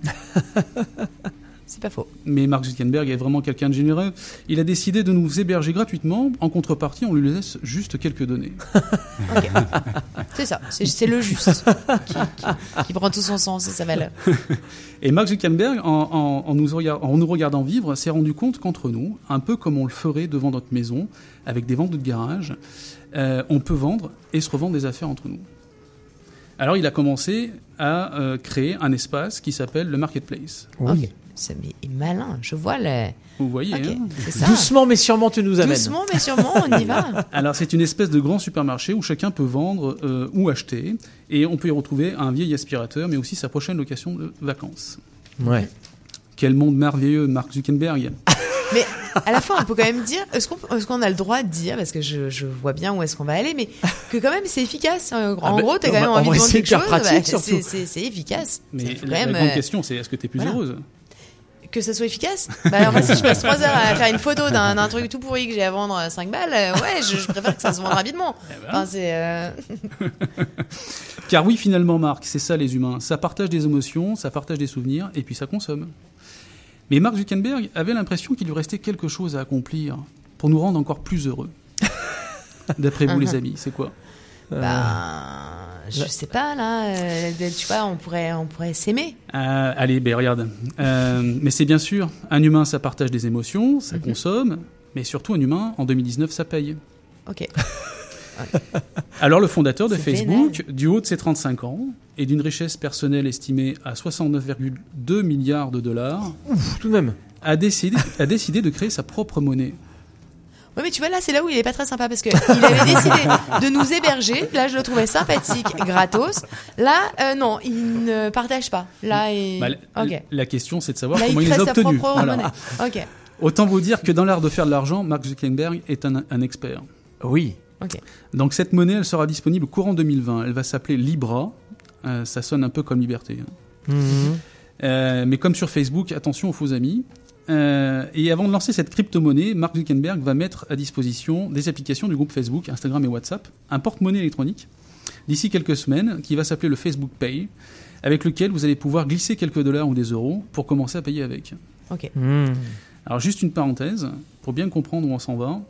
C'est pas faux. Mais Mark Zuckerberg est vraiment quelqu'un de généreux. Il a décidé de nous héberger gratuitement. En contrepartie, on lui laisse juste quelques données. Ok. C'est ça, c'est le juste qui prend tout son sens et sa valeur. Et Mark Zuckerberg, en nous regardant vivre, s'est rendu compte qu'entre nous, un peu comme on le ferait devant notre maison, avec des ventes de garage, on peut vendre et se revendre des affaires entre nous. Alors il a commencé à créer un espace qui s'appelle le Marketplace. Oui. Okay. C'est malin, je vois les... Vous voyez, okay. hein. C'est ça. Doucement mais sûrement tu nous amènes. Doucement mais sûrement on y va. Alors c'est une espèce de grand supermarché où chacun peut vendre ou acheter, et on peut y retrouver un vieil aspirateur, mais aussi sa prochaine location de vacances. Ouais. Quel monde merveilleux, Mark Zuckerberg. Mais à la fois, on peut quand même dire, est-ce qu'on a le droit de dire, parce que je vois bien où est-ce qu'on va aller, mais que quand même c'est efficace. En gros, t'as quand même envie de vendre quelque chose, pratique, c'est efficace. Mais la grande question, c'est est-ce que t'es plus heureuse ? Que ça soit efficace. Alors moi, si je passe 3 heures à faire une photo d'un truc tout pourri que j'ai à vendre 5 balles, ouais, je préfère que ça se vende rapidement. Enfin, c'est Car oui, finalement, Marc, c'est ça les humains. Ça partage des émotions, ça partage des souvenirs, et puis ça consomme. Mais Mark Zuckerberg avait l'impression qu'il lui restait quelque chose à accomplir pour nous rendre encore plus heureux. D'après vous, les amis, c'est quoi ? Je sais pas, là. Tu vois, on pourrait s'aimer. Allez, regarde. Mais c'est bien sûr, un humain, ça partage des émotions, ça consomme, mais surtout un humain, en 2019, ça paye. Ok. Alors le fondateur de Facebook, du haut de ses 35 ans, et d'une richesse personnelle estimée à 69,2 milliards de dollars, tout de même, a décidé de créer sa propre monnaie. Ouais, mais tu vois, là, c'est là où il est pas très sympa, parce que il avait décidé de nous héberger. Là, je le trouvais sympathique, gratos. Là, non, il ne partage pas. Là, la question, c'est de savoir là, comment il les a obtenus. Voilà. Ok. Autant vous dire que dans l'art de faire de l'argent, Mark Zuckerberg est un expert. Oui. Okay. Donc cette monnaie, elle sera disponible courant 2020. Elle va s'appeler Libra. Ça sonne un peu comme liberté. Mais comme sur Facebook, attention aux faux amis. Et avant de lancer cette crypto-monnaie, Mark Zuckerberg va mettre à disposition des applications du groupe Facebook, Instagram et WhatsApp, un porte-monnaie électronique, d'ici quelques semaines, qui va s'appeler le Facebook Pay, avec lequel vous allez pouvoir glisser quelques dollars ou des euros pour commencer à payer avec. Ok. Alors juste une parenthèse, pour bien comprendre où on s'en va.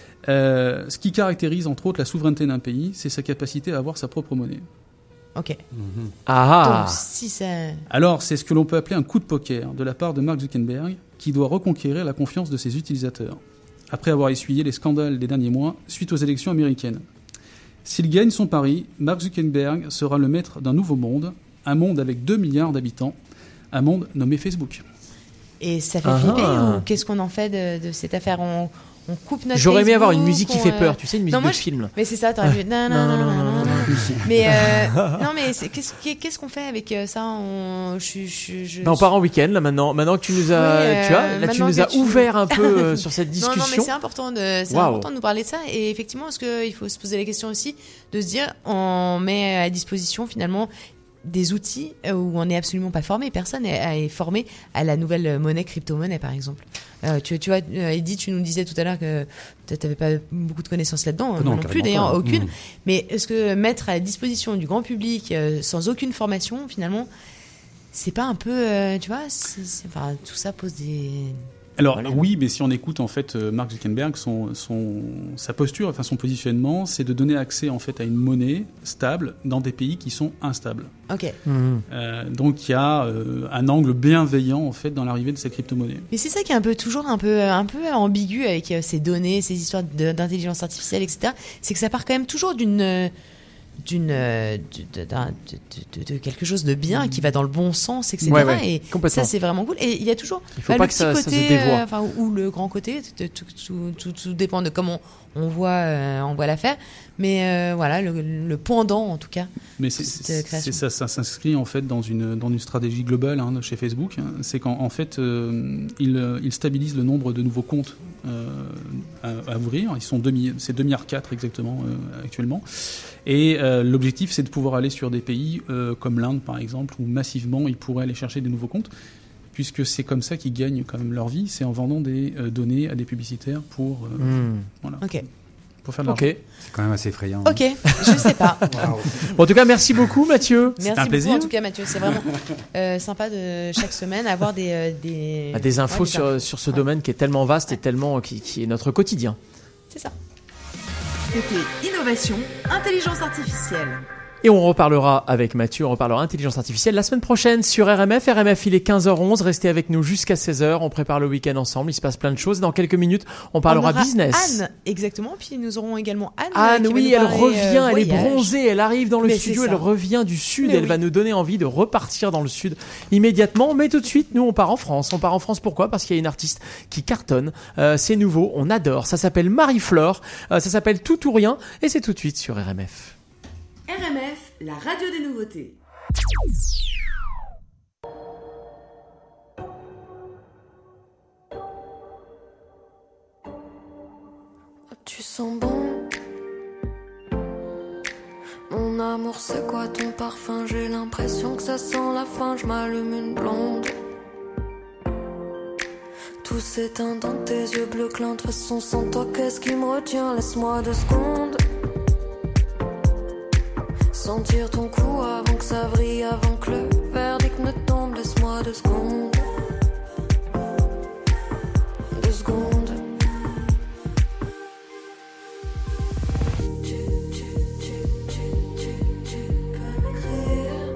Ce qui caractérise entre autres la souveraineté d'un pays, c'est sa capacité à avoir sa propre monnaie. Ok. Ah. Donc, si ça... Alors, c'est ce que l'on peut appeler un coup de poker de la part de Mark Zuckerberg, qui doit reconquérir la confiance de ses utilisateurs, après avoir essuyé les scandales des derniers mois suite aux élections américaines. S'il gagne son pari, Mark Zuckerberg sera le maître d'un nouveau monde, un monde avec 2 milliards d'habitants, un monde nommé Facebook. Et ça fait flipper, ou qu'est-ce qu'on en fait de cette affaire ? On coupe notre J'aurais aimé Facebook, avoir une musique qui fait peur, tu sais, une musique de film. Mais c'est ça, t'aurais vu. Non. Mais non, mais qu'est-ce qu'on fait avec ça ? On part en week-end là maintenant. Maintenant que tu nous as, tu nous as ouvert un peu sur cette discussion. Non, mais c'est important de nous parler de ça. Et effectivement, est-ce qu'il faut se poser la question aussi de se dire, on met à disposition finalement des outils où on n'est absolument pas formé. Personne est formé à la nouvelle monnaie, crypto-monnaie, par exemple. Tu vois, Eddy, tu nous disais tout à l'heure que tu n'avais pas beaucoup de connaissances là-dedans. Non plus, d'ailleurs, aucune. Mais est-ce que mettre à la disposition du grand public sans aucune formation, finalement, c'est pas un peu... tu vois, enfin, tout ça pose des... Alors oui, mais si on écoute en fait Mark Zuckerberg, sa posture, enfin son positionnement, c'est de donner accès en fait à une monnaie stable dans des pays qui sont instables. Ok. Donc il y a un angle bienveillant en fait dans l'arrivée de cette crypto-monnaie. Mais c'est ça qui est toujours un peu ambigu avec ces données, ces histoires d'intelligence artificielle, etc. C'est que ça part quand même toujours de quelque chose de bien qui va dans le bon sens, etc. Et ça, c'est vraiment cool. Et il y a toujours le petit côté, ça se dévoie. Ou le grand côté, tout dépend de comment on voit l'affaire. Mais voilà, le pendant, en tout cas. Mais ça s'inscrit en fait dans une stratégie globale chez Facebook. C'est qu'en fait, il stabilise le nombre de nouveaux comptes à ouvrir. C'est 2,4 milliards exactement actuellement. Et l'objectif, c'est de pouvoir aller sur des pays comme l'Inde, par exemple, où massivement, ils pourraient aller chercher des nouveaux comptes, puisque c'est comme ça qu'ils gagnent quand même leur vie, c'est en vendant des données à des publicitaires pour faire de l'argent. C'est quand même assez effrayant. Ok, je sais pas. Bon, en tout cas, merci beaucoup, Mathieu. C'était un plaisir. En tout cas, Mathieu, c'est vraiment sympa de chaque semaine avoir des infos sur ce domaine qui est tellement vaste et tellement qui est notre quotidien. C'est ça. C'était Innovation, Intelligence Artificielle. Et on reparlera avec Mathieu, on reparlera intelligence artificielle la semaine prochaine sur RMF. RMF, il est 15h11, restez avec nous jusqu'à 16h, on prépare le week-end ensemble, il se passe plein de choses. Dans quelques minutes, on parlera business. Anne, exactement, puis nous aurons également Anne. Anne, oui, elle revient, elle est bronzée, elle arrive dans le studio, elle revient du sud, elle va nous donner envie de repartir dans le sud immédiatement. Mais tout de suite, nous, on part en France. On part en France pourquoi ? Parce qu'il y a une artiste qui cartonne, c'est nouveau, on adore, ça s'appelle Marie-Flore, ça s'appelle Tout ou Rien, et c'est tout de suite sur RMF. RMF, la radio des nouveautés. Tu sens bon, mon amour, c'est quoi ton parfum? J'ai l'impression que ça sent la fin, je m'allume une blonde. Tout s'éteint dans tes yeux bleus clairs, de toute façon sans toi, qu'est-ce qui me retient? Laisse-moi 2 secondes. Sentir ton cou avant que ça vrille, avant que le verdict ne tombe. Laisse-moi 2 secondes. 2 secondes. Tu peux m'écrire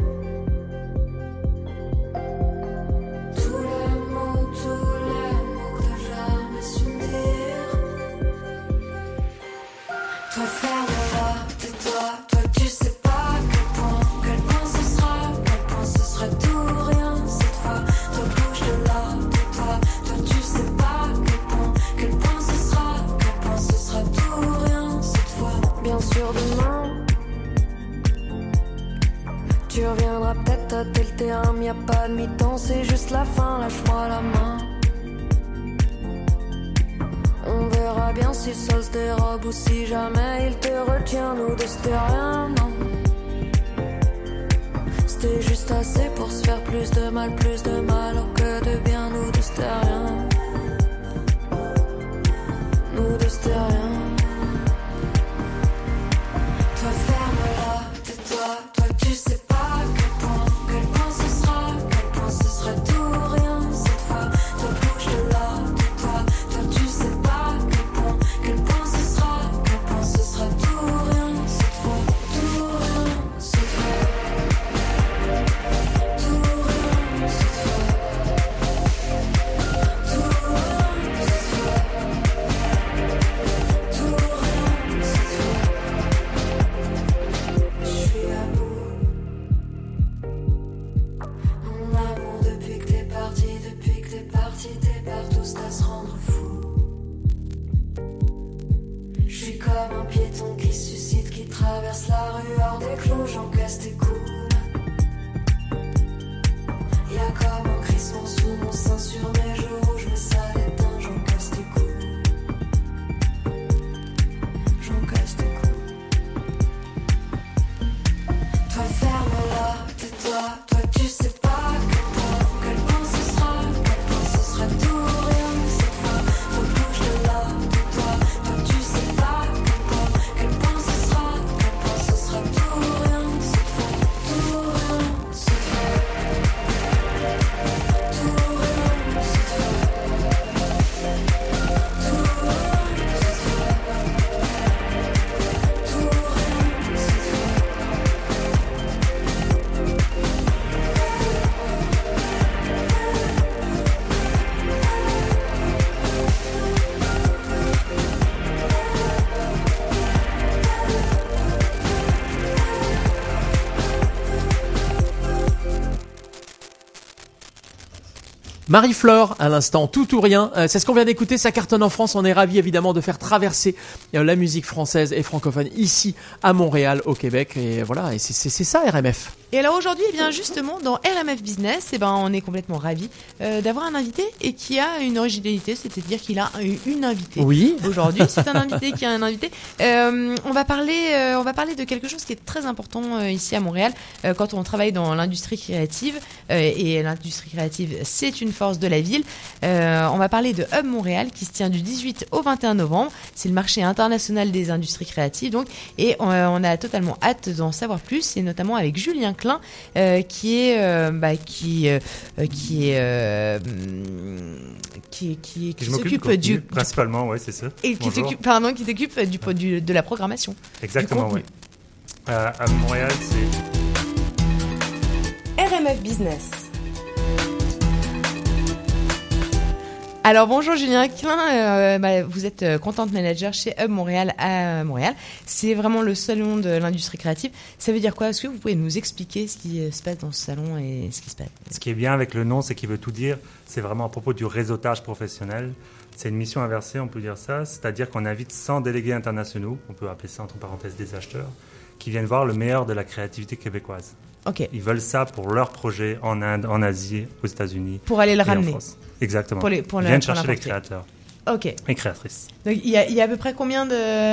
tous les mots que t'as jamais su me dire. Toi, ferme-la, tais-toi, toi tu sais pas. Tu reviendras peut-être tâter le terrain, mais y'a pas de mi-temps, c'est juste la fin, lâche-moi la main. On verra bien si ça se dérobe ou si jamais il te retient, nous deux c'était rien, non. C'était juste assez pour se faire plus de mal alors que de bien, nous deux c'était rien. Nous deux c'était rien. Toi ferme-la, tais-toi, toi tu sais pas. Marie-Flore, à l'instant, tout ou rien. C'est ce qu'on vient d'écouter, ça cartonne en France. On est ravis évidemment de faire traverser la musique française et francophone ici à Montréal, au Québec. Et voilà, et c'est ça RMF. Et alors aujourd'hui, eh bien justement, dans RMF Business, eh ben, on est complètement ravis d'avoir un invité et qui a une originalité, c'est-à-dire qu'il a une invitée. Oui. Aujourd'hui, c'est un invité qui a un invité. On va parler de quelque chose qui est très important ici à Montréal quand on travaille dans l'industrie créative. Et l'industrie créative, c'est une force de la ville. On va parler de Hub Montréal qui se tient du 18 au 21 novembre. C'est le marché international des industries créatives, donc, et on a totalement hâte d'en savoir plus, et notamment avec Julien Klein, qui s'occupe du principalement, ouais, c'est ça. Et qui s'occupe de la programmation. Exactement, oui. À Montréal, c'est RMF Business. Alors bonjour Julien Klein, vous êtes content manager chez Hub Montréal à Montréal. C'est vraiment le salon de l'industrie créative. Ça veut dire quoi? Est-ce que vous pouvez nous expliquer ce qui se passe dans ce salon et ce qui se passe? Ce qui est bien avec le nom, c'est qu'il veut tout dire. C'est vraiment à propos du réseautage professionnel. C'est une mission inversée, on peut dire ça. C'est-à-dire qu'on invite 100 délégués internationaux, on peut appeler ça entre parenthèses des acheteurs, qui viennent voir le meilleur de la créativité québécoise. Okay. Ils veulent ça pour leur projet en Inde, en Asie, aux États-Unis. Pour aller le ramener. Exactement. Ils viennent chercher les créateurs. Ok. Et créatrices. Donc il y a à peu près combien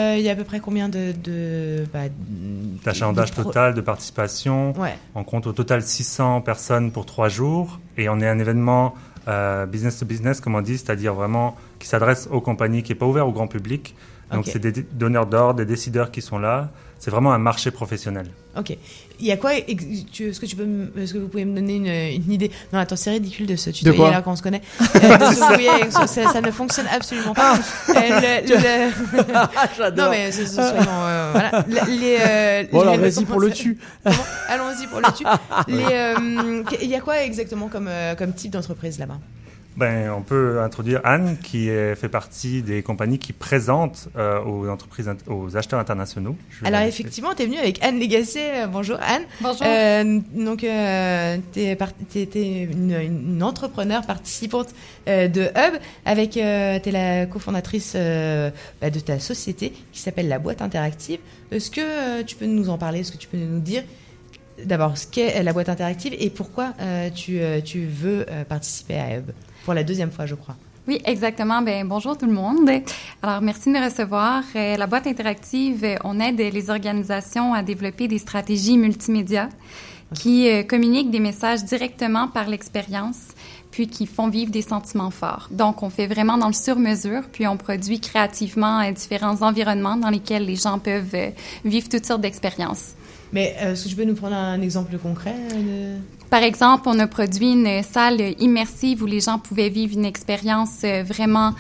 d'achalandage total, de participation. Ouais. On compte au total 600 personnes pour 3 jours. Et on est un événement business to business, comme on dit, c'est-à-dire vraiment qui s'adresse aux compagnies, qui n'est pas ouvert au grand public. Donc c'est des donneurs d'ordre, des décideurs qui sont là. C'est vraiment un marché professionnel. Ok. Il y a quoi? Est-ce que vous pouvez me donner une idée? Non, attends, c'est ridicule de se tutoyer là quand on se connaît. Ça ne fonctionne absolument pas. J'adore. Non mais soyons voilà. Bon alors vas-y pour le tu. Allons-y pour le tu. Il y a quoi exactement comme type d'entreprise là-bas? Ben, on peut introduire Anne, qui fait partie des compagnies qui présentent aux acheteurs internationaux. Alors effectivement, tu es venue avec Anne Légacé. Bonjour Anne. Bonjour. Donc, tu es une entrepreneure participante de Hub. Tu es la cofondatrice de ta société qui s'appelle La Boîte Interactive. Est-ce que tu peux nous en parler? Est-ce que tu peux nous dire d'abord ce qu'est la Boîte Interactive et pourquoi tu veux participer à Hub? Pour la deuxième fois, je crois. Oui, exactement. Bonjour tout le monde. Alors, merci de me recevoir. La Boîte Interactive, on aide les organisations à développer des stratégies multimédia qui communiquent des messages directement par l'expérience, puis qui font vivre des sentiments forts. Donc, on fait vraiment dans le sur-mesure, puis on produit créativement différents environnements dans lesquels les gens peuvent vivre toutes sortes d'expériences. Mais est-ce que tu peux nous prendre un exemple concret Par exemple, on a produit une salle immersive où les gens pouvaient vivre une expérience vraiment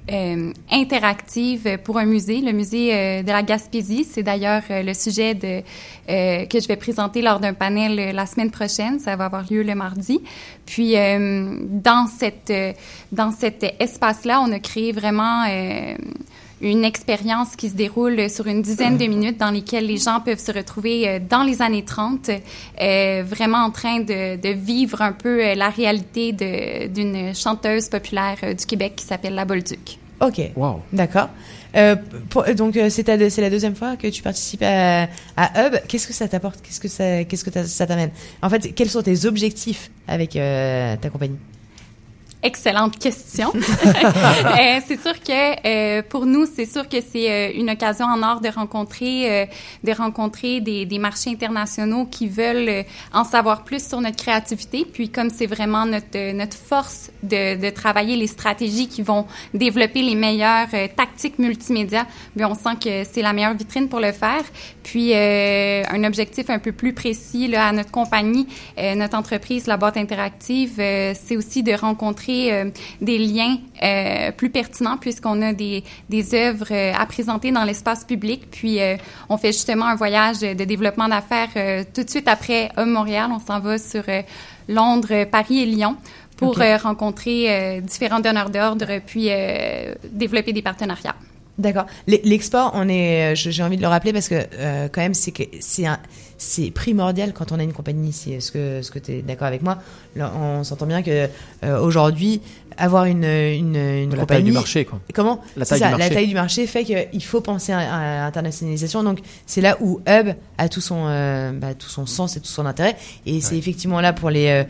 interactive pour un musée, le musée de la Gaspésie. C'est d'ailleurs le sujet que je vais présenter lors d'un panel la semaine prochaine. Ça va avoir lieu le mardi. Puis, dans cet espace-là, on a créé vraiment une expérience qui se déroule sur une dizaine de minutes dans lesquelles les gens peuvent se retrouver dans les années 30, vraiment en train de vivre un peu la réalité d'une chanteuse populaire du Québec qui s'appelle La Bolduc. OK. Wow. D'accord. Donc, c'est la deuxième fois que tu participes à Hub. Qu'est-ce que ça t'apporte? Qu'est-ce que ça t'amène? En fait, quels sont tes objectifs avec ta compagnie? Excellente question. C'est sûr que pour nous, c'est sûr que c'est une occasion en or de rencontrer des marchés internationaux qui veulent en savoir plus sur notre créativité. Puis comme c'est vraiment notre force de travailler les stratégies qui vont développer les meilleures tactiques multimédia, bien on sent que c'est la meilleure vitrine pour le faire. Puis un objectif un peu plus précis là, à notre compagnie, notre entreprise, La Boîte Interactive, c'est aussi de rencontrer des liens plus pertinents puisqu'on a des œuvres à présenter dans l'espace public. Puis, on fait justement un voyage de développement d'affaires tout de suite après Montréal. On s'en va sur Londres, Paris et Lyon pour rencontrer différents donneurs d'ordre puis développer des partenariats. D'accord. L'export, j'ai envie de le rappeler parce que quand même c'est primordial quand on a une compagnie ici. Est-ce que tu es d'accord avec moi? Là, on s'entend bien que aujourd'hui avoir une compagnie, la taille du marché, quoi. Comment? La taille du marché fait qu'il faut penser à internationalisation. Donc c'est là où Hub a tout son sens et tout son intérêt. Et c'est effectivement là pour les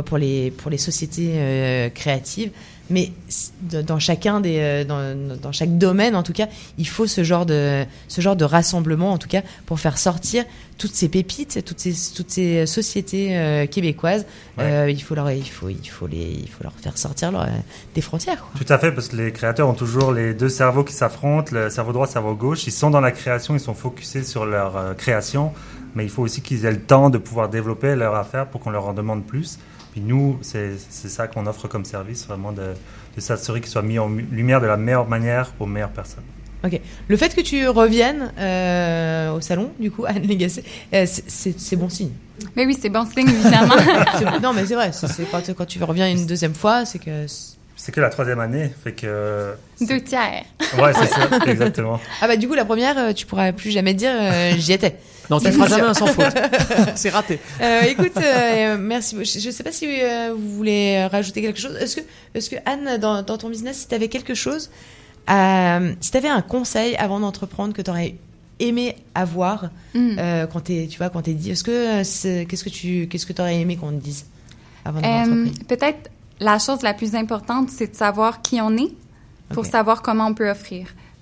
sociétés créatives. Mais dans chacun dans chaque domaine, en tout cas, il faut ce genre de rassemblement, en tout cas, pour faire sortir toutes ces pépites, toutes ces sociétés québécoises. Ouais. Il faut leur faire sortir des frontières, quoi. Tout à fait, parce que les créateurs ont toujours les deux cerveaux qui s'affrontent, le cerveau droit, le cerveau gauche. Ils sont dans la création, ils sont focusés sur leur création, mais il faut aussi qu'ils aient le temps de pouvoir développer leur affaire pour qu'on leur en demande plus. Puis nous, c'est ça qu'on offre comme service, vraiment de s'assurer qu'ils soient mis en lumière de la meilleure manière aux meilleures personnes. Ok. Le fait que tu reviennes au salon, du coup, Anne Lagacé, c'est bon signe. Mais oui, c'est bon signe, évidemment. Non, mais c'est vrai. C'est quand tu reviens une deuxième fois, c'est que... C'est que la 3e année, fait que... 2 tiers. Ouais, c'est ça, exactement. Ah bah du coup, la première, tu pourras plus jamais dire j'y étais. Non, tu ne feras jamais un sans faute. C'est raté. Écoute, merci. Je ne sais pas si vous voulez rajouter quelque chose. Est-ce que Anne, dans ton business, si tu avais quelque chose, si tu avais un conseil avant d'entreprendre que tu aurais aimé avoir quand t'es dit, qu'est-ce que tu aurais aimé qu'on te dise avant d'entreprendre? Peut-être la chose la plus importante, c'est de savoir qui on est pour savoir comment on peut offrir.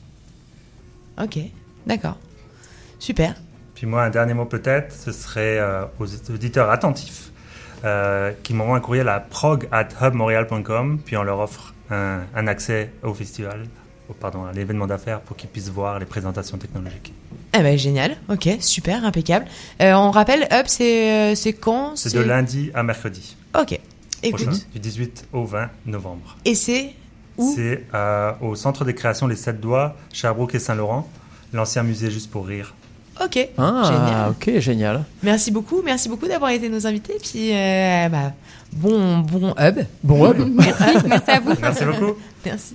Ok, d'accord. Super. Puis moi, un dernier mot peut-être, ce serait aux auditeurs attentifs qui m'envoient un courriel à prog@hubmontreal.com, puis on leur offre un accès au festival, à l'événement d'affaires pour qu'ils puissent voir les présentations technologiques. Eh ben génial, ok, super, impeccable. On rappelle, Hub, c'est quand? C'est de lundi à mercredi. Ok, écoute. Prochain, du 18 au 20 novembre. Et c'est où? C'est au Centre des créations Les 7 Doigts, Sherbrooke et Saint-Laurent, l'ancien musée Juste pour rire. Ok, génial. Ok, génial. Merci beaucoup d'avoir été nos invités. Puis, bon Hub. Bon Hub. Merci à vous. Merci beaucoup. Merci.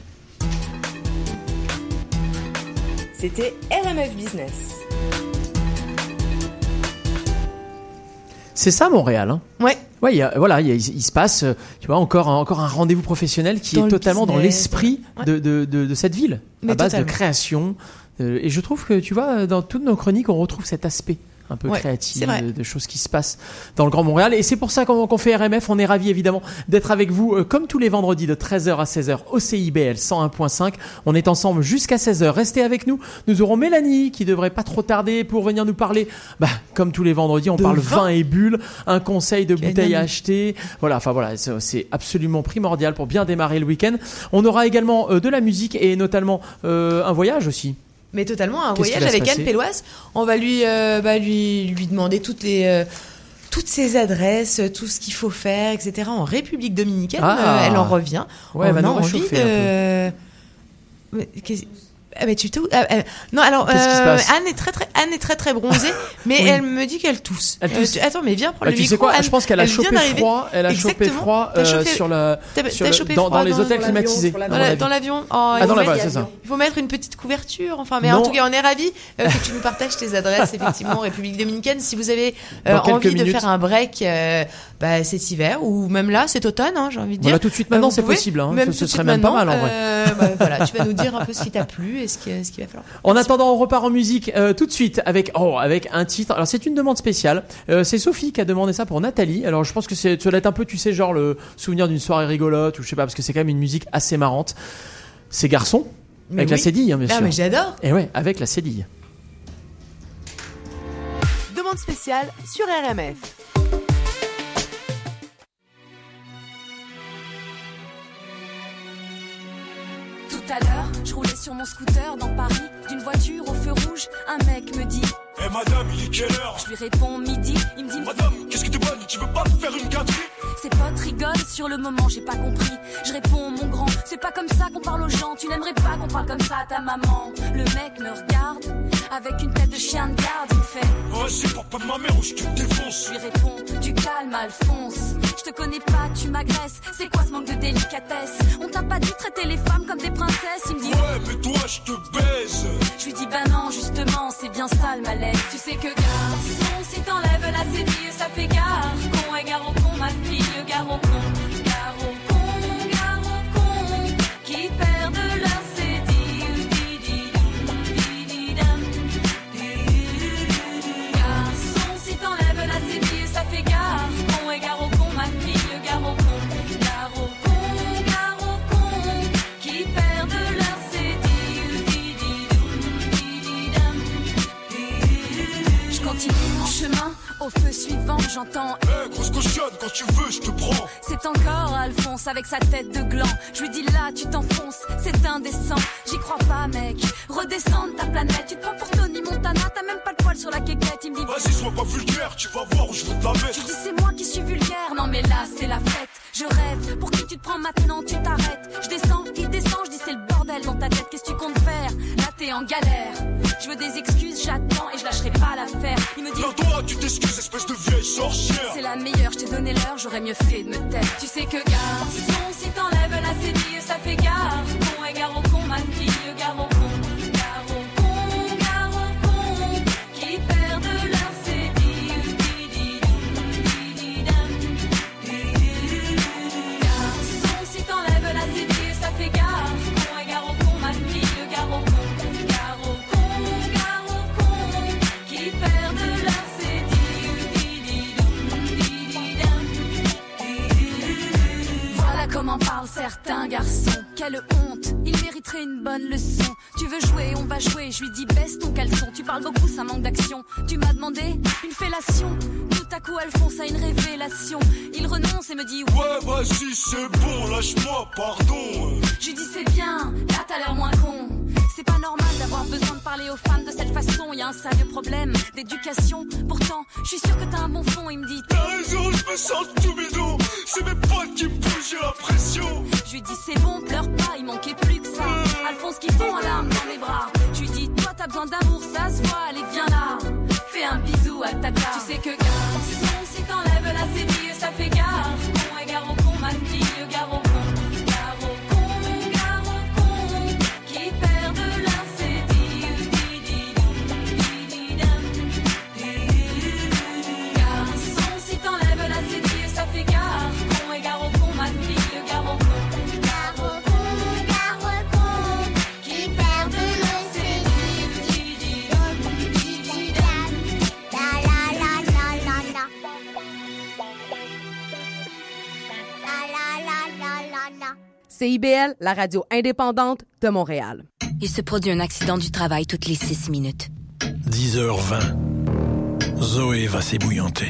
C'était RMF Business. C'est ça Montréal, hein. Ouais. Ouais, il se passe, tu vois, encore un rendez-vous professionnel qui est totalement dans l'esprit de cette ville, à base de création. Et je trouve que, tu vois, dans toutes nos chroniques, on retrouve cet aspect un peu créatif, de choses qui se passent dans le Grand Montréal. Et c'est pour ça qu'on fait RMF. On est ravis, évidemment, d'être avec vous, comme tous les vendredis, de 13h à 16h au CIBL 101.5. On est ensemble jusqu'à 16h. Restez avec nous. Nous aurons Mélanie, qui devrait pas trop tarder pour venir nous parler. Comme tous les vendredis, on parle vin et bulles, un conseil de bouteilles à acheter. Voilà, c'est absolument primordial pour bien démarrer le week-end. On aura également de la musique et notamment un voyage aussi. Mais totalement, un voyage avec Anne Pelloise. On va lui demander toutes ses adresses, tout ce qu'il faut faire, etc. en République dominicaine. Elle en revient. Ouais, elle va nous réchauffer un peu. Non, alors qu'est-ce qui se passe? Anne est très bronzée, mais elle me dit qu'elle tousse. Attends, mais viens prendre le micro. Tu sais quoi? Anne, je pense qu'elle a chopé froid. Elle a chopé froid dans les hôtels climatisés. Dans l'avion. Dans l'avion, c'est ça. Il faut mettre une petite couverture. Mais en tout cas, on est ravis que tu nous partages tes adresses, effectivement, République dominicaine. Si vous avez envie de faire un break cet hiver ou même là, cet automne, j'ai envie de dire. Là, tout de suite, maintenant, c'est possible. Ce serait même pas mal en vrai. Voilà, tu vas nous dire un peu ce qui t'a plu. Ce qu'il va falloir. En attendant, on repart en musique tout de suite avec un titre. Alors c'est une demande spéciale. C'est Sophie qui a demandé ça pour Nathalie. Alors je pense que ça doit être un peu, tu sais, genre le souvenir d'une soirée rigolote ou je sais pas, parce que c'est quand même une musique assez marrante. C'est Garçon avec la cédille, bien sûr. Mais j'adore. Et ouais, avec la cédille. Demande spéciale sur RMF. Tout à l'heure, je roulais sur mon scooter dans Paris, d'une voiture au feu rouge, un mec me dit hey madame, il est quelle heure? Je lui réponds midi, il me dit madame, qu'est-ce que t'es bonne, tu veux pas me faire une gâterie? Ses potes rigolent, sur le moment j'ai pas compris. Je réponds mon grand, c'est pas comme ça qu'on parle aux gens. Tu n'aimerais pas qu'on parle comme ça à ta maman. Le mec me regarde, avec une tête de chien de garde. Il me fait oh c'est papa de ma mère ou je te défonce. Je lui réponds, du calme Alphonse. Je te connais pas, tu m'agresses. C'est quoi ce manque de délicatesse? On t'a pas dit traiter les femmes comme des princesses? Il me dit ouais mais toi je te baise. Je lui dis bah non, justement, c'est bien ça le malaise. Tu sais que garçon, si t'enlèves la cédille, ça fait gare. Con et gare au con, ma fille, gare au con. Gare au con, qui perdent leur cédille. Garçon, si t'enlèves la cédille, ça fait gare. Con et gare au con, ma fille, gare au con. Gare au con, qui perdent leur cédille. Je continue mon chemin, au feu suivant, j'entends grosse cochonne, quand tu veux, je te prends. c'est encore Alphonse avec sa tête de gland. Je lui dis là, tu t'enfonces, c'est indécent. J'y crois pas, mec. Redescends de ta planète. Tu te prends pour Tony Montana, t'as même pas le poil sur la quéquette. Il me dit Vas-y, sois pas vulgaire, tu vas voir où je vais te la mettre. Je dis c'est moi qui suis vulgaire. Non mais là, c'est la fête. Je rêve, pour qui tu te prends maintenant, tu t'arrêtes. Je descends, il descend, je dis c'est le bordel dans ta tête. Qu'est-ce que tu comptes faire? Là, t'es en galère. Je veux des excuses, j'attends et je lâcherai pas l'affaire. Il me dit non, toi, tu t'excuses, espèce de vieille sorcière. c'est la meilleure, je t'ai donné l'heure, j'aurais mieux fait de me taire. Tu sais que garçon, si t'enlèves la cédille, ça fait gare. Con et gare au con, ma fille, gare au con. Gare au con, qui perdent leur cédille. Garçon, si t'enlèves la cédille, ça fait gare. Con et gare au con, ma fille, gare au con. Gare au con, qui perdent leur Voilà comment parlent certains garçons. Quelle honte, il mériterait une bonne leçon. Tu veux jouer, on va jouer. Je lui dis baisse ton caleçon. Tu parles beaucoup, ça manque d'action. Tu m'as demandé une fellation. Tout à coup, Alphonse a une révélation. Il renonce et me dit ouais, vas-y, c'est bon, lâche-moi, pardon. Je lui dis c'est bien, là t'as l'air moins con. C'est pas normal d'avoir besoin de parler aux femmes de cette façon. Y a un sérieux problème d'éducation. Pourtant, je suis sûr que t'as un bon fond. Il me dit t'as raison, je me sens tout bidon. C'est mes potes qui me poussent, j'ai la pression. Je lui dis c'est bon, pleure pas, il manquait plus que ça. Alphonse qui fond en larmes dans mes bras. Je lui dis toi t'as besoin d'amour, ça se voit, allez viens là. Fais un bisou à tata. Tu sais que garçon, si t'enlèves la cédille, ça fait gare. Con et gare au con, ma fille, gare au con. Gare au con, qui perdent leur cédille. Garçon, si t'enlèves la cédille, ça fait gare. Con et gare au con, ma fille, gare au con. Qui perdent leur cédille. CIBL, la radio indépendante de Montréal. Il se produit un accident du travail toutes les 6 minutes. 10h20. Zoé va s'ébouillanter.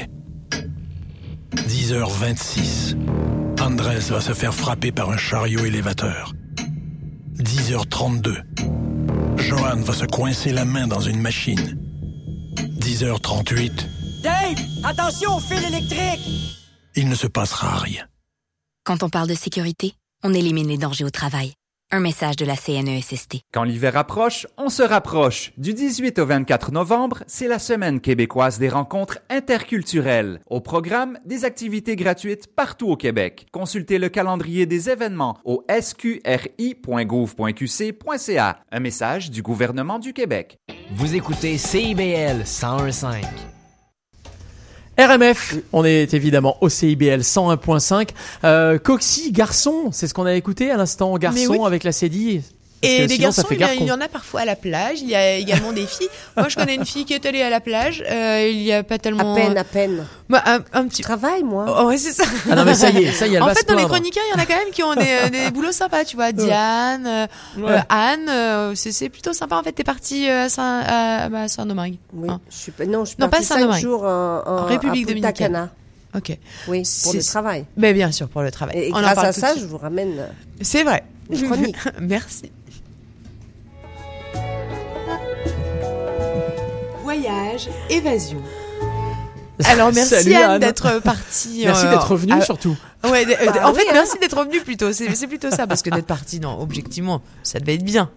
10h26. Andrés va se faire frapper par un chariot élévateur. 10h32. Johan va se coincer la main dans une machine. 10h38. Dave, attention au fil électrique! Il ne se passera rien. Quand on parle de sécurité, on élimine les dangers au travail. Un message de la CNESST. Quand l'hiver approche, on se rapproche. Du 18 au 24 novembre, c'est la Semaine québécoise des rencontres interculturelles. Au programme, des activités gratuites partout au Québec. Consultez le calendrier des événements au sqri.gouv.qc.ca. Un message du gouvernement du Québec. Vous écoutez CIBL 101.5. RMF, on est évidemment au CIBL 101.5. Coxy, garçon, c'est ce qu'on a écouté à l'instant, garçon oui. Avec la cédille. Et des garçons, il y en a parfois à la plage. Il y a également des filles. Moi, je connais une fille qui est allée à la plage. Il y a pas tellement. À peine. Bah, un petit travail, moi. Oh, ouais, c'est ça. Ah non, mais ça y est, en fait, dans les chroniqueurs, il y en a quand même qui ont des boulots sympas, tu vois. Diane, Anne, c'est plutôt sympa. En fait, t'es partie à Saint-Domingue. Oui. Hein. Je suis partie 5 jours en République dominicaine. Ok. Oui, pour le travail. Mais bien sûr, pour le travail. Et grâce à ça, je vous ramène. C'est vrai. Une chronique. Merci. Voyage, évasion. Alors merci Salut, Anne d'être partie. Merci d'être revenue surtout. Ouais, en fait merci d'être revenue plutôt. C'est plutôt ça parce que d'être partie, non, objectivement, ça devait être bien.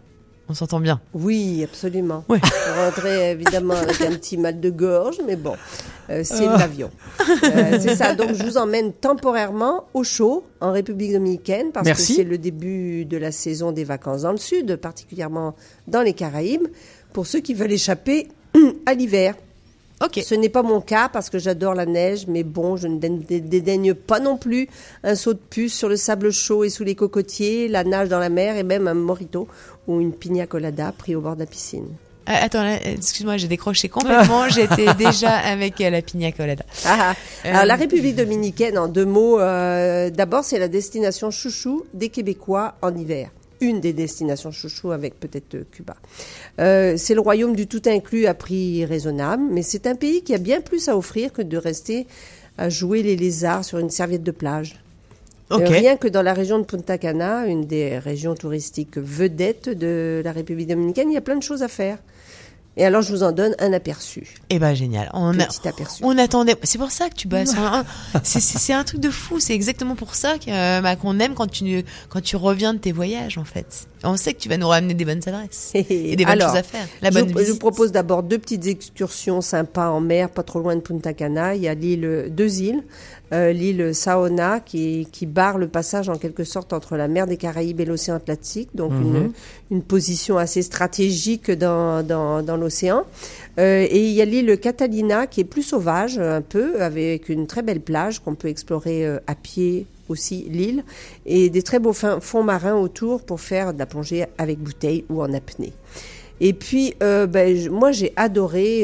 On s'entend bien. Oui, absolument. Ouais. Je rentrais évidemment avec un petit mal de gorge, mais bon, c'est l'avion. C'est ça. Donc, je vous emmène temporairement au chaud, en République dominicaine, parce que c'est le début de la saison des vacances dans le sud, particulièrement dans les Caraïbes, pour ceux qui veulent échapper à l'hiver. Okay. Ce n'est pas mon cas parce que j'adore la neige, mais bon, je ne dédaigne pas non plus un saut de puce sur le sable chaud et sous les cocotiers, la nage dans la mer et même un mojito ou une piña colada pris au bord de la piscine. Attends, là, excuse-moi, j'ai décroché complètement. J'étais déjà avec la piña colada. Alors, la République dominicaine, en 2 mots, d'abord, c'est la destination chouchou des Québécois en hiver. Une des destinations chouchou avec peut-être Cuba. C'est le royaume du tout inclus à prix raisonnable, mais c'est un pays qui a bien plus à offrir que de rester à jouer les lézards sur une serviette de plage. Rien que dans la région de Punta Cana, une des régions touristiques vedettes de la République dominicaine, il y a plein de choses à faire. Et alors, je vous en donne un aperçu. Eh ben, génial. Petit aperçu. On attendait. C'est pour ça que tu bosses. C'est un truc de fou. C'est exactement pour ça qu'on aime quand tu reviens de tes voyages, en fait. On sait que tu vas nous ramener des bonnes adresses et des bonnes choses à faire. Je vous propose d'abord 2 petites excursions sympas en mer, pas trop loin de Punta Cana. Il y a 2 îles. L'île Saona qui barre le passage en quelque sorte entre la mer des Caraïbes et l'océan Atlantique, donc une position assez stratégique dans l'océan. Et il y a l'île Catalina qui est plus sauvage un peu, avec une très belle plage qu'on peut explorer à pied aussi l'île, et des très beaux fonds marins autour pour faire de la plongée avec bouteille ou en apnée. Et puis, moi, j'ai adoré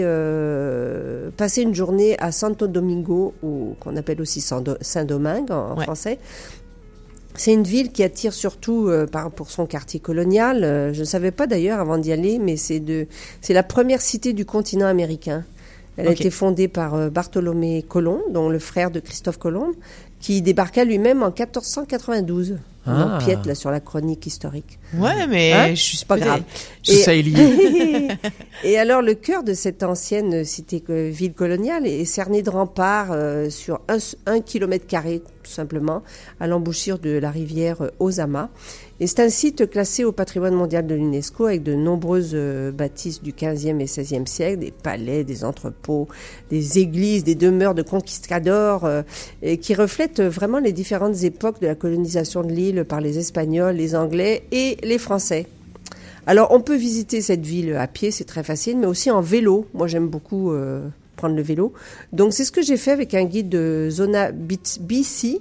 passer une journée à Santo Domingo, qu'on appelle aussi Saint-Domingue en français. C'est une ville qui attire surtout pour son quartier colonial. Je ne savais pas d'ailleurs avant d'y aller, mais c'est la première cité du continent américain. Elle a été fondée par Bartholomé Colomb, dont le frère de Christophe Colomb, qui débarqua lui-même en 1492. On empiète là sur la chronique historique. Ouais, mais je suis pas grave. Ça est lié. Et alors, le cœur de cette ancienne ville coloniale est cerné de remparts sur 1 km², tout simplement, à l'embouchure de la rivière Ozama. Et c'est un site classé au patrimoine mondial de l'UNESCO avec de nombreuses bâtisses du 15e et 16e siècle, des palais, des entrepôts, des églises, des demeures de conquistadors, et qui reflètent vraiment les différentes époques de la colonisation de l'île par les Espagnols, les Anglais et les Français. Alors, on peut visiter cette ville à pied, c'est très facile, mais aussi en vélo. Moi, j'aime beaucoup prendre le vélo. Donc, c'est ce que j'ai fait avec un guide de Zona BC,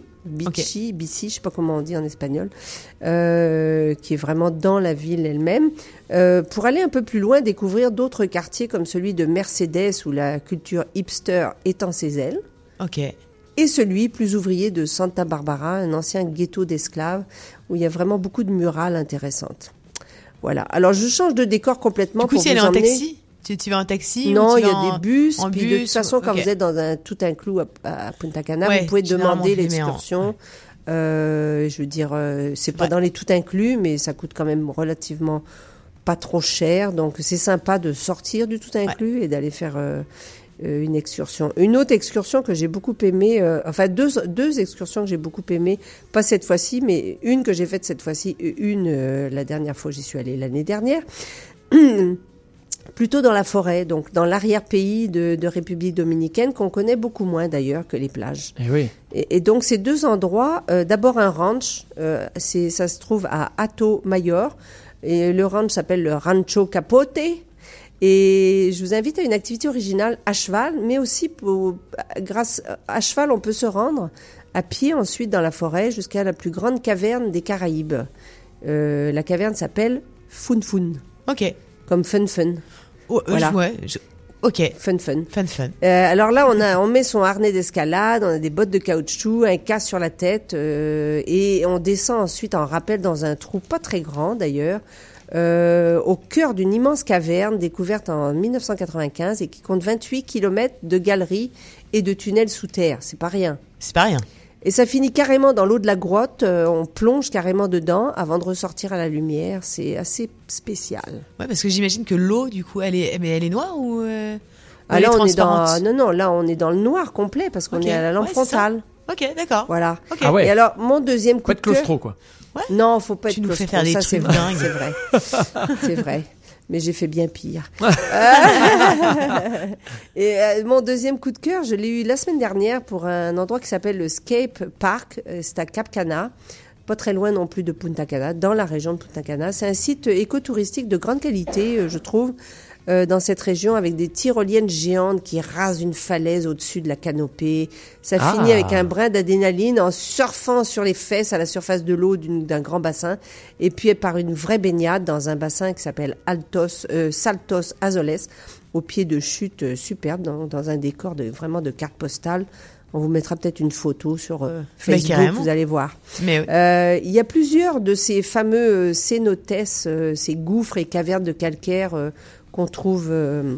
je sais pas comment on dit en espagnol, qui est vraiment dans la ville elle-même, pour aller un peu plus loin, découvrir d'autres quartiers comme celui de Mercedes, où la culture hipster étend ses ailes. Et celui plus ouvrier de Santa Barbara, un ancien ghetto d'esclaves, où il y a vraiment beaucoup de murales intéressantes. Voilà. Alors, je change de décor complètement. Du coup, si elle est en taxi, tu vas en taxi? Non, il y a des bus. Puis de toute façon, quand vous êtes dans un tout inclus à Punta Cana, vous pouvez demander l'excursion. Je veux dire, c'est pas dans les tout inclus, mais ça coûte quand même relativement pas trop cher. Donc, c'est sympa de sortir du tout inclus et d'aller faire une excursion. Une autre excursion que j'ai beaucoup aimée, deux excursions que j'ai beaucoup aimées, pas cette fois-ci, mais une que j'ai faite cette fois-ci, la dernière fois j'y suis allée l'année dernière, plutôt dans la forêt, donc dans l'arrière-pays de République dominicaine, qu'on connaît beaucoup moins d'ailleurs que les plages. Et oui. Et donc ces 2 endroits, d'abord un ranch, ça se trouve à Hato Mayor, et le ranch s'appelle le Rancho Capote. Et je vous invite à une activité originale à cheval, mais aussi grâce à cheval, on peut se rendre à pied ensuite dans la forêt jusqu'à la plus grande caverne des Caraïbes. La caverne s'appelle Fun Fun. Comme Fun Fun. Voilà. Fun Fun. Alors là, on met son harnais d'escalade, on a des bottes de caoutchouc, un casque sur la tête, et on descend ensuite en rappel dans un trou pas très grand d'ailleurs, au cœur d'une immense caverne découverte en 1995 et qui compte 28 km de galeries et de tunnels sous terre. C'est pas rien. Et ça finit carrément dans l'eau de la grotte. On plonge carrément dedans avant de ressortir à la lumière. C'est assez spécial. Ouais, parce que j'imagine que l'eau, du coup, elle est noire ou là, on est dans le noir complet parce qu'on est à la lampe frontale. Ok, d'accord. Voilà. Okay. Ah ouais. Et alors, mon deuxième coup de cœur... Pas de claustro, quoi. Ouais. Non, faut pas être tu nous claustro. Fais faire des ça, trucs c'est vrai. dingues. C'est vrai. C'est vrai. Mais j'ai fait bien pire. Et mon deuxième coup de cœur, je l'ai eu la semaine dernière pour un endroit qui s'appelle le Scape Park. C'est à Cap Cana, pas très loin non plus de Punta Cana, dans la région de Punta Cana. C'est un site écotouristique de grande qualité, je trouve, dans cette région, avec des tyroliennes géantes qui rasent une falaise au-dessus de la canopée. Ça finit avec un brin d'adrénaline en surfant sur les fesses à la surface de l'eau d'un grand bassin, et puis par une vraie baignade dans un bassin qui s'appelle Saltos Azoles, au pied de chutes superbes, dans un décor vraiment de carte postale. On vous mettra peut-être une photo sur Facebook, vous allez voir. Mais il y a plusieurs de ces fameux cénotes, ces gouffres et cavernes de calcaire qu'on trouve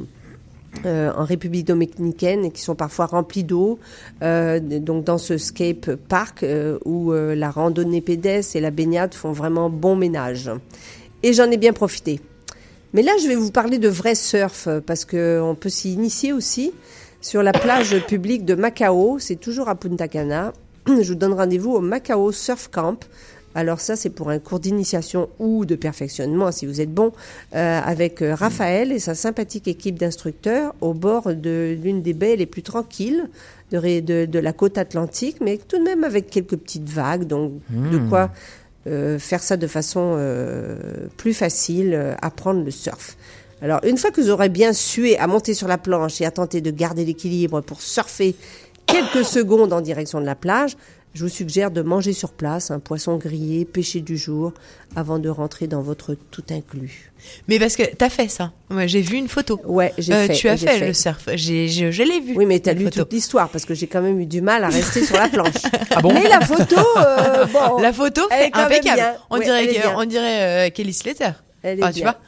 en République dominicaine et qui sont parfois remplis d'eau. Donc dans ce Scape Park où la randonnée pédestre et la baignade font vraiment bon ménage. Et j'en ai bien profité. Mais là, je vais vous parler de vrai surf parce qu'on peut s'y initier aussi. Sur la plage publique de Macao, c'est toujours à Punta Cana. Je vous donne rendez-vous au Macao Surf Camp. Alors ça, c'est pour un cours d'initiation ou de perfectionnement, si vous êtes bon, avec Raphaël et sa sympathique équipe d'instructeurs au bord de l'une des baies les plus tranquilles de la côte atlantique, mais tout de même avec quelques petites vagues, donc de quoi faire ça de façon plus facile, apprendre le surf. Alors, une fois que vous aurez bien sué à monter sur la planche et à tenter de garder l'équilibre pour surfer quelques secondes en direction de la plage, je vous suggère de manger sur place un poisson grillé, pêché du jour, avant de rentrer dans votre tout inclus. Mais parce que t'as fait ça. Moi, j'ai vu une photo. Ouais, j'ai fait. Tu as fait le surf. Je l'ai vu. Oui, mais t'as lu toute l'histoire parce que j'ai quand même eu du mal à rester sur la planche. Ah bon? Mais la photo, bon. La photo, est impeccable. Bien. On dirait Kelly Slater. Elle est bien. Tu vois?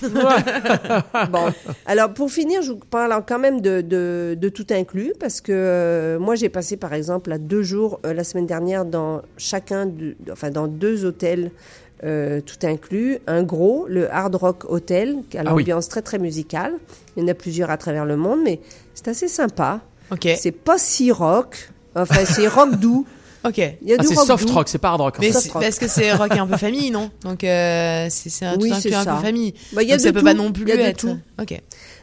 Bon, alors pour finir, je vous parle quand même de tout inclus parce que moi j'ai passé par exemple à 2 jours la semaine dernière dans dans 2 hôtels tout inclus. Un gros, le Hard Rock Hotel, qui a l'ambiance très très musicale. Il y en a plusieurs à travers le monde, mais c'est assez sympa. Okay. C'est pas si rock, enfin c'est rock doux. Ok. Il y a du c'est rock soft doux. rock, c'est pas hard rock. Mais parce que c'est rock un peu famille, non? Donc c'est un truc un peu famille. Bah, donc ça peut pas non plus être. Ok.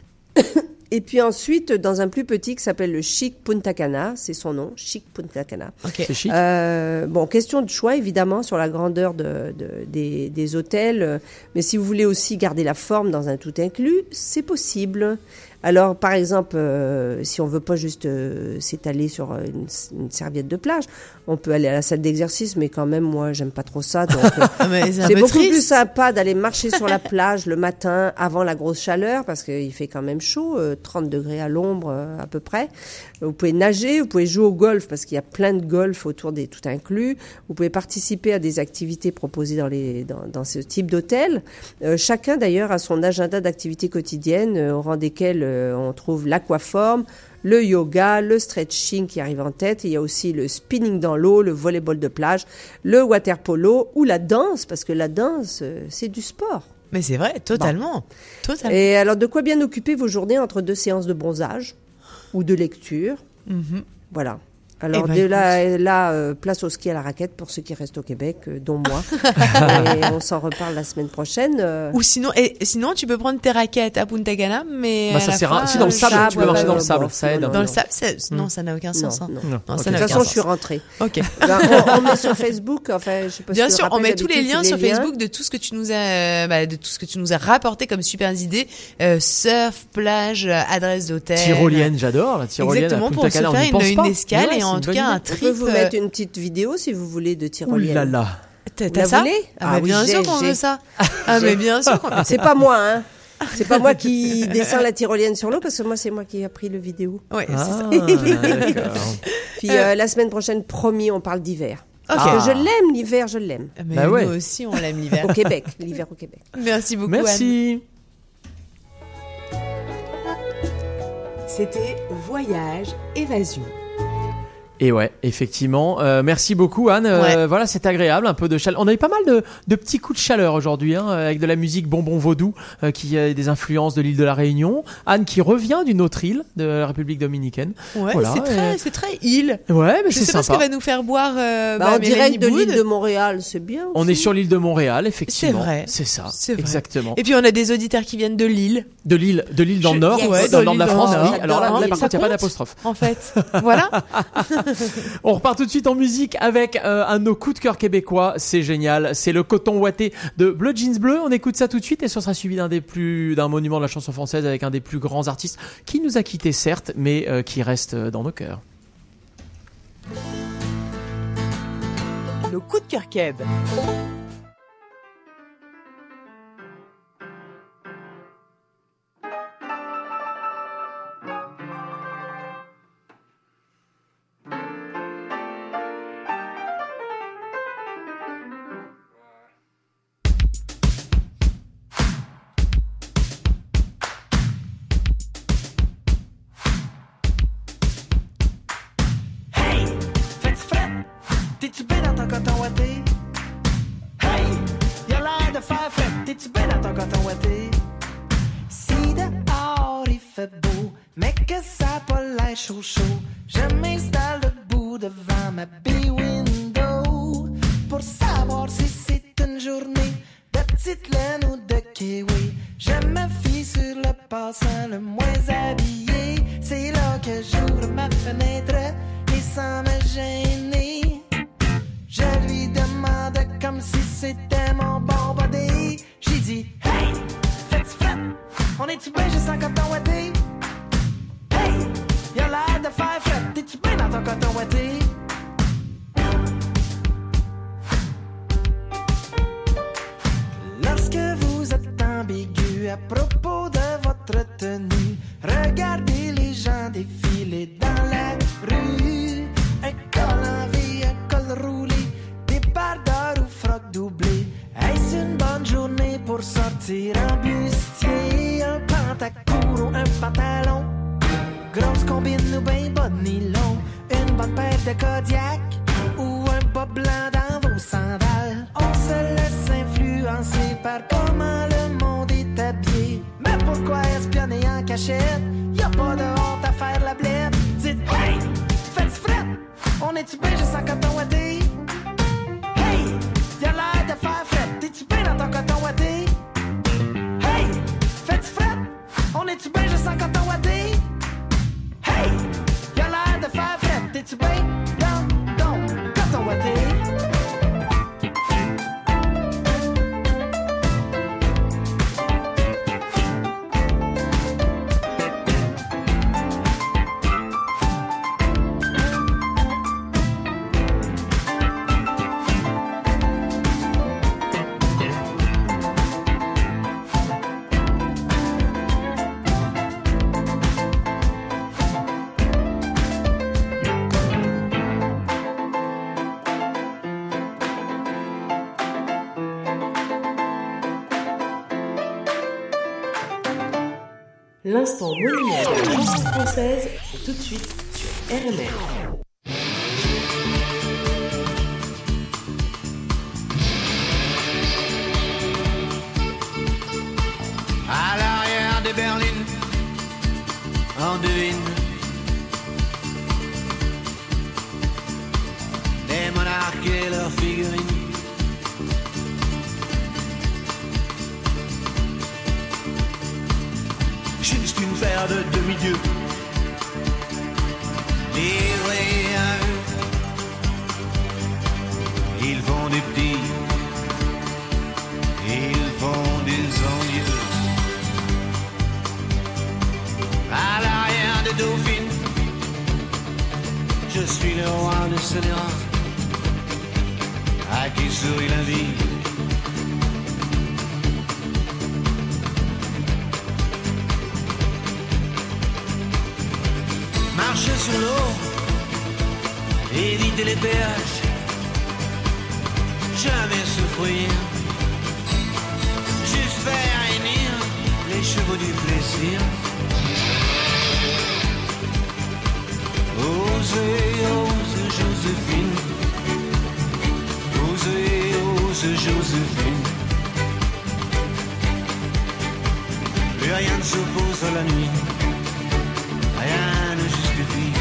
Et puis ensuite, dans un plus petit qui s'appelle le Chic Punta Cana, c'est son nom, Chic Punta Cana. Okay. C'est chic. Bon, question de choix évidemment sur la grandeur des hôtels, mais si vous voulez aussi garder la forme dans un tout inclus, c'est possible. Alors, par exemple, si on veut pas juste s'étaler sur une serviette de plage, on peut aller à la salle d'exercice, mais quand même, moi, j'aime pas trop ça. Donc, c'est beaucoup plus sympa d'aller marcher sur la plage le matin avant la grosse chaleur, parce qu'il fait quand même chaud, 30 degrés à l'ombre à peu près. Vous pouvez nager, vous pouvez jouer au golf, parce qu'il y a plein de golf autour des tout inclus. Vous pouvez participer à des activités proposées dans ce type d'hôtel. Chacun, d'ailleurs, a son agenda d'activités quotidiennes, au rang desquelles on trouve l'aquaforme, le yoga, le stretching qui arrive en tête. Et il y a aussi le spinning dans l'eau, le volleyball de plage, le water polo ou la danse, parce que la danse, c'est du sport. Mais c'est vrai, totalement. Bon. Totalement. Et alors, de quoi bien occuper vos journées entre 2 séances de bronzage ou de lecture. Voilà. Alors, place au ski à la raquette pour ceux qui restent au Québec, dont moi. Et on s'en reparle la semaine prochaine. Ou sinon, tu peux prendre tes raquettes à Punta Cana, mais. Ça sert à. Si dans le sable, tu peux marcher dans le sable. Ça aide. Dans le sable, non, ça n'a aucun sens. Non. De toute façon, je suis rentrée. Ok. On met sur Facebook. Enfin, je sais pas. Bien sûr, on met tous les liens sur Facebook de tout ce que tu nous as rapporté comme super idées. Surf, plage, adresse d'hôtel. Tyrolienne, j'adore la tyrolienne. Exactement, pour se faire une escale et en tout cas un trip. Je peux vous mettre une petite vidéo si vous voulez de tyrolienne. Ouh là là. T'as ça? Ah, bien sûr qu'on veut ça. Mais bien sûr. C'est pas moi, hein. C'est pas moi qui descends la tyrolienne sur l'eau parce que moi, c'est moi qui ai pris le vidéo. Ouais, c'est ça. Puis la semaine prochaine, promis, on parle d'hiver. Parce que je l'aime, l'hiver, je l'aime. Mais nous aussi, on l'aime l'hiver. Au Québec, l'hiver au Québec. Merci beaucoup, Merci. C'était Voyage Évasion. Et ouais, effectivement. Merci beaucoup, Anne. Voilà, c'est agréable, un peu de chaleur. On a eu pas mal de petits coups de chaleur aujourd'hui, avec de la musique bonbon vaudou, qui a des influences de l'île de la Réunion. Anne qui revient d'une autre île de la République dominicaine. Ouais, voilà, c'est très île. Ouais, mais c'est sympa. Je sais pas ce qu'elle va nous faire boire. En direct de l'île de Montréal, c'est bien. On est sur l'île de Montréal, effectivement. C'est vrai. C'est ça. C'est vrai. Exactement. Et puis on a des auditeurs qui viennent de Lille. De l'île dans le nord, dans le nord de la France. Oui. Alors là, par contre, il n'y a pas d'apostrophe. En fait, voilà. On repart tout de suite en musique avec un de nos coups de cœur québécois. C'est génial. C'est le Coton Ouaté de Bleu Jeans Bleu. On écoute ça tout de suite et ce sera suivi d'un monument de la chanson française avec un des plus grands artistes qui nous a quittés certes, mais qui reste dans nos cœurs. Nos coups de cœur Keb. T'es-tu bien dans ton coton ouaté? Hey! Y'a l'air de faire fret. T'es-tu bien dans ton coton ouaté? Si dehors il fait beau, mais que ça a pas l'air chaud chaud, je m'installe debout devant ma B-window pour savoir si c'est une journée de petite laine ou de kiwi. Je me fie sur le passant le moins habillé. C'est là que j'ouvre ma fenêtre et sans me gêner, je lui demande comme si c'était mon bon body. J'ai dit, hey, fais-tu fret? On est-tu bien juste en coton ouaté? Hey, y'a l'air de faire fret. T'es-tu bien dans ton coton ouaté? Lorsque vous êtes ambigu à propos de votre tenue, regardez les gens défiler dans la rue. Un col en V, un col roulé, des bardeurs ou froc doublé. Est-ce une bonne journée pour sortir en bustier? Un pantacourt ou un pantalon, grosse combine ou ben bas de nylon, une bonne paire de Kodiak ou un bas blanc dans vos sandales. On se laisse influencer par comment le monde est habillé. Mais pourquoi espionner en cachette? Y'a pas de honte à faire la blette. Dites, hey, faites fret. On est-tu bien juste en coton ouaté? Hey, y'a l'air de faire fret. T'es-tu bien dans ton coton ouaté? Hey, faites fret. On est-tu bien juste en coton ouaté? Hey, y'a l'air de faire fret. T'es-tu bien dans ton coton ouaté? L'instant monument de la chanson française, c'est tout de suite sur RMR. À l'arrière de Berlin, on devine des monarques et leurs figurines. Juste une paire de demi-dieux livrés à eux. Ils font des petits, ils font des envieux. À l'arrière de Dauphine, je suis le roi de Sénéra, à qui sourit la vie. Marcher sur l'eau, éviter les péages, jamais souffrir, juste faire hennir les chevaux du plaisir. Oser, oser. Joséphine. Ose Joséphine. Plus rien ne s'oppose à la nuit, rien ne justifie.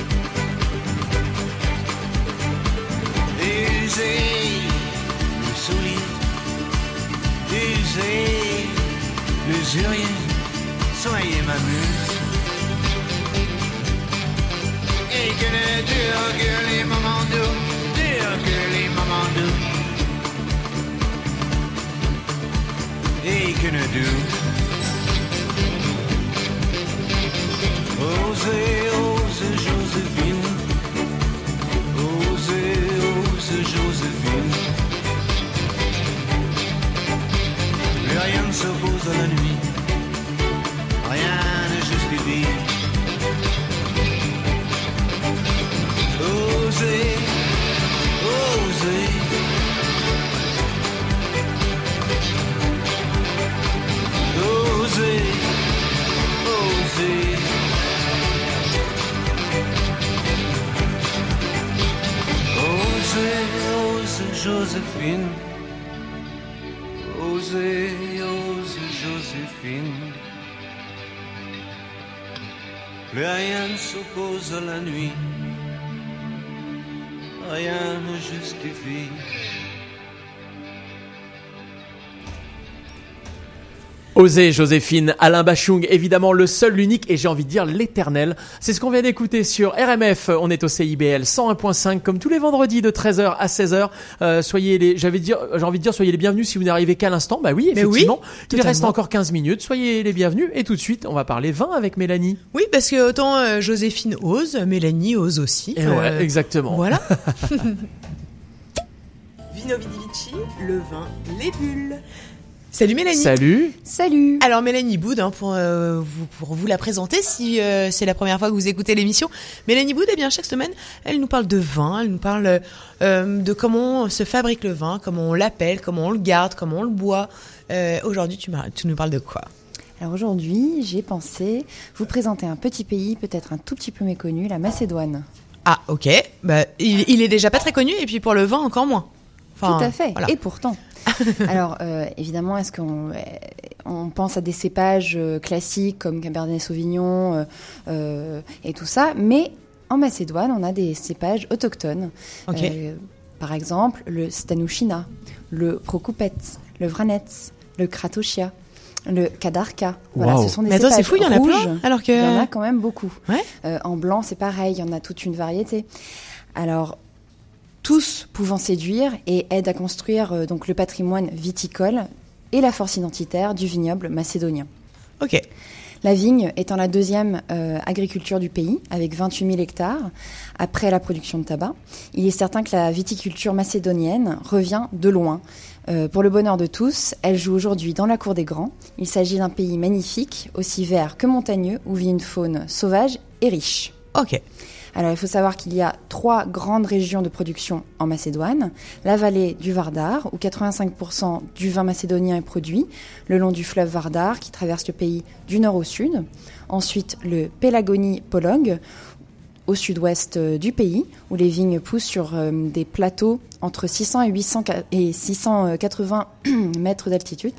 Usez le soulier, usez l'usurier, soyez ma muse. Et que ne durent que les moments doux, durent que les moments doux. Et que ne durent. Ose Joséphine. Ose Joséphine. Plus rien ne s'oppose à la nuit, rien ne justifie. Osez, osez. Osez, osez. Osez Joséphine. Osez Joséphine. Plus rien ne s'oppose à la nuit, rien ne justifie. Osez Joséphine, Alain Bachung, évidemment le seul, l'unique et j'ai envie de dire l'éternel. C'est ce qu'on vient d'écouter sur RMF. On est au CIBL 101.5 comme tous les vendredis de 13h à 16h. J'ai envie de dire soyez les bienvenus si vous n'arrivez qu'à l'instant. Bah oui, effectivement. Il reste encore 15 minutes. Soyez les bienvenus et tout de suite, on va parler vin avec Mélanie. Oui, parce que autant Joséphine ose, Mélanie ose aussi. Et ouais, exactement. Voilà. Vino Vidi Vici, le vin, les bulles. Salut Mélanie. Salut. Alors Mélanie Boud, pour vous la présenter, si c'est la première fois que vous écoutez l'émission. Mélanie Boud, eh bien chaque semaine, elle nous parle de vin, elle nous parle de comment se fabrique le vin, comment on l'appelle, comment on le garde, comment on le boit. Aujourd'hui, tu nous parles de quoi ? Alors aujourd'hui, j'ai pensé vous présenter un petit pays, peut-être un tout petit peu méconnu, la Macédoine. Ah ok, bah, il est déjà pas très connu et puis pour le vin encore moins. Tout à fait, voilà. Et pourtant. Alors, évidemment, est-ce qu'on pense à des cépages classiques comme Cabernet Sauvignon et tout ça, mais en Macédoine, on a des cépages autochtones. Okay. Par exemple, le Stanouchina, le Prokupec, le Vranec, le Kratochia, le Kadarka. Voilà, ce sont des cépages c'est fou, il y en a rouges. plein, alors que... Il y en a quand même beaucoup. Ouais. En blanc, c'est pareil, il y en a toute une variété. Alors... tous pouvant séduire et aident à construire donc le patrimoine viticole et la force identitaire du vignoble macédonien. Ok. La vigne étant la deuxième agriculture du pays, avec 28 000 hectares, après la production de tabac, il est certain que la viticulture macédonienne revient de loin. Pour le bonheur de tous, elle joue aujourd'hui dans la cour des grands. Il s'agit d'un pays magnifique, aussi vert que montagneux, où vit une faune sauvage et riche. Ok. Alors, il faut savoir qu'il y a 3 grandes régions de production en Macédoine. La vallée du Vardar, où 85% du vin macédonien est produit, le long du fleuve Vardar, qui traverse le pays du nord au sud. Ensuite, le Pélagonie-Polog, au sud-ouest du pays, où les vignes poussent sur des plateaux entre 600 et 680 mètres d'altitude,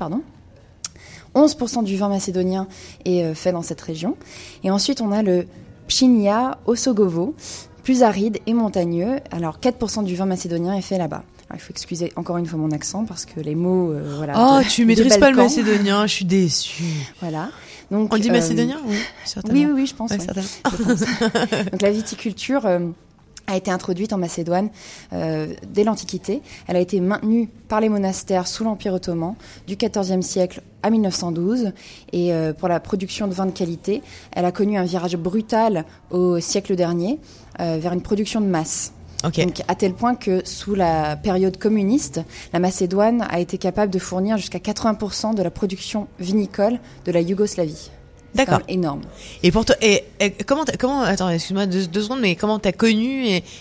11% du vin macédonien est fait dans cette région. Et ensuite, on a le Pchinia Osogovo, plus aride et montagneux. Alors, 4% du vin macédonien est fait là-bas. Alors, il faut excuser encore une fois mon accent parce que les mots, voilà. Oh, tu maîtrises pas le macédonien, je suis déçue. Voilà. Donc, on dit macédonien, oui, certainement. Oui, je pense. Ouais, certainement. Donc, la viticulture a été introduite en Macédoine dès l'Antiquité. Elle a été maintenue par les monastères sous l'Empire ottoman du XIVe siècle à 1912. Et pour la production de vins de qualité, elle a connu un virage brutal au siècle dernier vers une production de masse. Okay. Donc, à tel point que sous la période communiste, la Macédoine a été capable de fournir jusqu'à 80% de la production vinicole de la Yougoslavie. D'accord. C'est énorme. Et pour toi, et comment attends, excuse-moi 2 secondes, mais comment t'as connu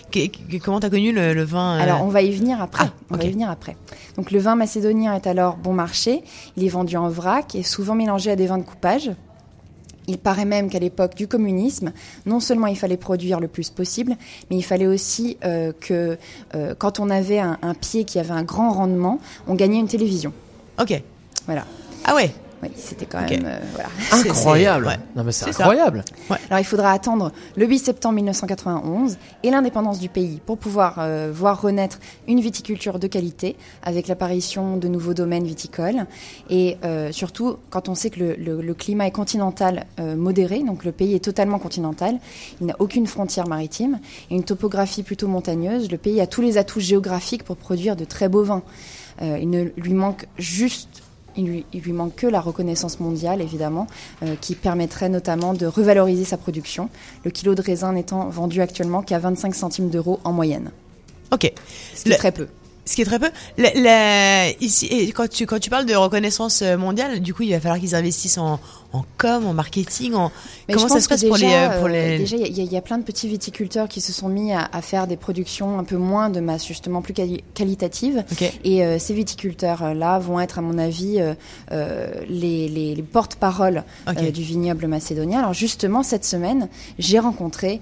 le vin Alors, on va y venir après. On va y venir après. Donc, le vin macédonien est alors bon marché. Il est vendu en vrac et souvent mélangé à des vins de coupage. Il paraît même qu'à l'époque du communisme, non seulement il fallait produire le plus possible, mais il fallait aussi que quand on avait un pied qui avait un grand rendement, on gagnait une télévision. Ok. Voilà. Ah ouais. Oui, c'était quand même voilà. Incroyable. Ouais. Non mais c'est incroyable. Ouais. Alors il faudra attendre le 8 septembre 1991 et l'indépendance du pays pour pouvoir voir renaître une viticulture de qualité avec l'apparition de nouveaux domaines viticoles et surtout quand on sait que le climat est continental modéré, donc le pays est totalement continental, il n'a aucune frontière maritime et une topographie plutôt montagneuse, le pays a tous les atouts géographiques pour produire de très beaux vins. Il ne lui manque Il lui manque que la reconnaissance mondiale, évidemment, qui permettrait notamment de revaloriser sa production, le kilo de raisin n'étant vendu actuellement qu'à 25 centimes d'euros en moyenne. Ok. Ce qui est très peu. Ce qui est très peu. Ici, et quand tu parles de reconnaissance mondiale, du coup, il va falloir qu'ils investissent en com, en marketing, comment ça se passe pour les... Déjà, il y a plein de petits viticulteurs qui se sont mis à faire des productions un peu moins de masse, justement plus qualitatives. Okay. Et ces viticulteurs-là vont être, à mon avis, les porte-parole du vignoble macédonien. Alors justement, cette semaine, j'ai rencontré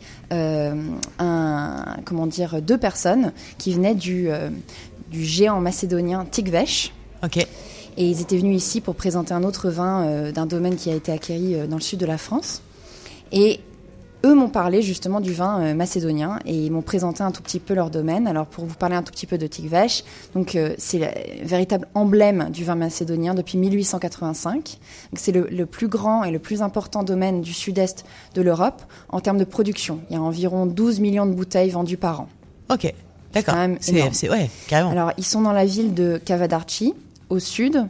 deux personnes qui venaient du géant macédonien Tikvesh. Ok. Et ils étaient venus ici pour présenter un autre vin d'un domaine qui a été acquéri dans le sud de la France. Et eux m'ont parlé justement du vin macédonien et ils m'ont présenté un tout petit peu leur domaine. Alors pour vous parler un tout petit peu de Tikvesh, donc c'est le véritable emblème du vin macédonien depuis 1885. Donc, c'est le plus grand et le plus important domaine du sud-est de l'Europe en termes de production. Il y a environ 12 millions de bouteilles vendues par an. Ok, d'accord. C'est ouais, carrément. Alors ils sont dans la ville de Kavadarci, au sud,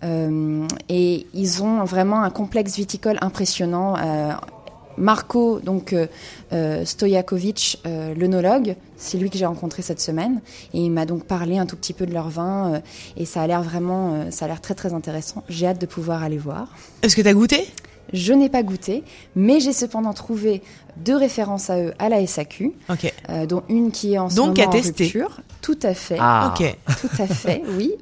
et ils ont vraiment un complexe viticole impressionnant. Marco, donc Stojakovic, l'œnologue, c'est lui que j'ai rencontré cette semaine, et il m'a donc parlé un tout petit peu de leur vin, et ça a l'air vraiment, ça a l'air très très intéressant. J'ai hâte de pouvoir aller voir. Est-ce que tu as goûté ? Je n'ai pas goûté, mais j'ai cependant trouvé 2 références à eux à la SAQ, dont une qui est en ce moment en rupture. Tout à fait. Ah. Ok. Tout à fait, oui.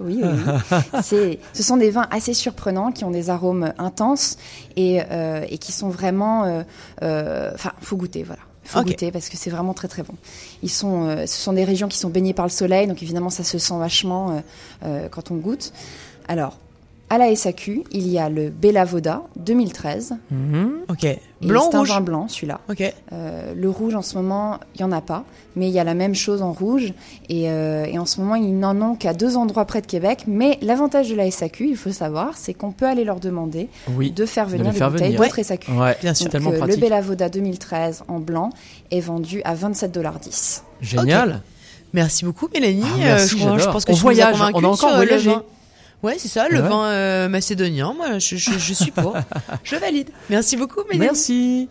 Ce sont des vins assez surprenants, qui ont des arômes intenses et qui sont vraiment... faut goûter, voilà. Il faut goûter parce que c'est vraiment très très bon. Ce sont des régions qui sont baignées par le soleil, donc évidemment ça se sent vachement quand on goûte. Alors... À la SAQ, il y a le Bela Voda 2013. Ok. Blanc ou rouge ? C'est un vin blanc, celui-là. Ok. Le rouge, en ce moment, il n'y en a pas. Mais il y a la même chose en rouge. Et en ce moment, ils n'en ont qu'à 2 endroits près de Québec. Mais l'avantage de la SAQ, il faut savoir, c'est qu'on peut aller leur demander de faire venir des bouteilles d'autres SAQ. Ouais, bien sûr. Donc, Tellement pratique. Le Bela Voda 2013 en blanc est vendu à $27,10. Génial. Okay. Merci beaucoup, Mélanie. Merci, je pense que on voyage, on a encore voyagé. Ouais, c'est ça, le vin macédonien. Moi, je suis pour. Je valide. Merci beaucoup, Mélanie. Merci.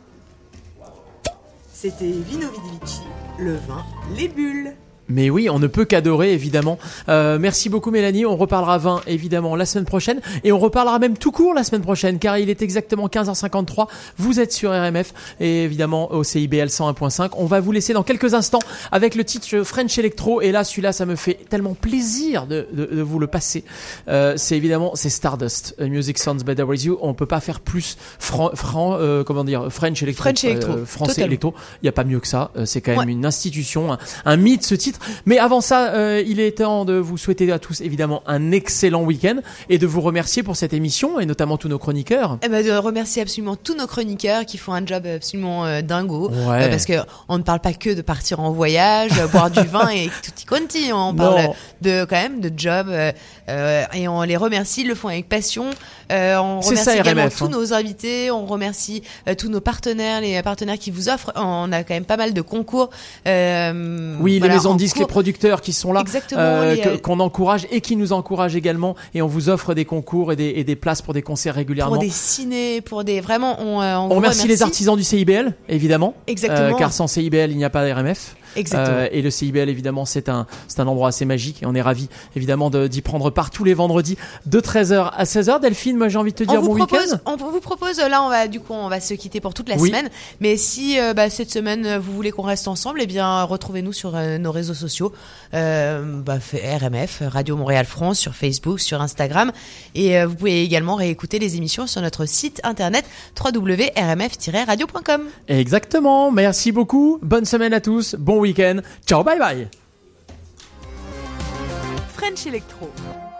C'était Vino Vidivici, le vin, les bulles. Mais oui, on ne peut qu'adorer, évidemment. Merci beaucoup, Mélanie. On reparlera vin, évidemment, la semaine prochaine. Et on reparlera même tout court la semaine prochaine, car il est exactement 15h53. Vous êtes sur RMF et évidemment au CIBL 101.5. On va vous laisser dans quelques instants avec le titre French Electro. Et là, celui-là, ça me fait tellement plaisir de vous le passer. C'est Stardust. Music Sounds Better With You. On peut pas faire plus French Electro. Français Electro. Il n'y a pas mieux que ça. C'est quand même une institution, un mythe, ce titre. Mais avant ça, il est temps de vous souhaiter à tous évidemment un excellent week-end et de vous remercier pour cette émission et notamment tous nos chroniqueurs. De remercier absolument tous nos chroniqueurs qui font un job absolument dingo. Parce que on ne parle pas que de partir en voyage, boire du vin et tutti quanti. On parle quand même de job et on les remercie, ils le font avec passion. On remercie également tous nos invités, on remercie tous nos partenaires, les partenaires qui vous offrent. On a quand même pas mal de concours. Les maisons de disques, les producteurs qui sont là, qu'on encourage et qui nous encouragent également. Et on vous offre des concours et des places pour des concerts régulièrement. Pour des ciné, vraiment, on remercie les artisans du CIBL, évidemment. Exactement. Car sans CIBL, il n'y a pas d'RMF. Et le CIBL, évidemment, c'est un endroit assez magique et on est ravis, évidemment, d'y prendre part tous les vendredis de 13h à 16h. Delphine, moi, j'ai envie de te dire bon week-end. On vous propose, là, on va se quitter pour toute la semaine. Mais si cette semaine, vous voulez qu'on reste ensemble, eh bien, retrouvez-nous sur nos réseaux sociaux. RMF, Radio Montréal France, sur Facebook, sur Instagram. Et vous pouvez également réécouter les émissions sur notre site internet www.rmf-radio.com. Exactement. Merci beaucoup. Bonne semaine à tous. Bon week-end. Ciao, bye bye. French Electro.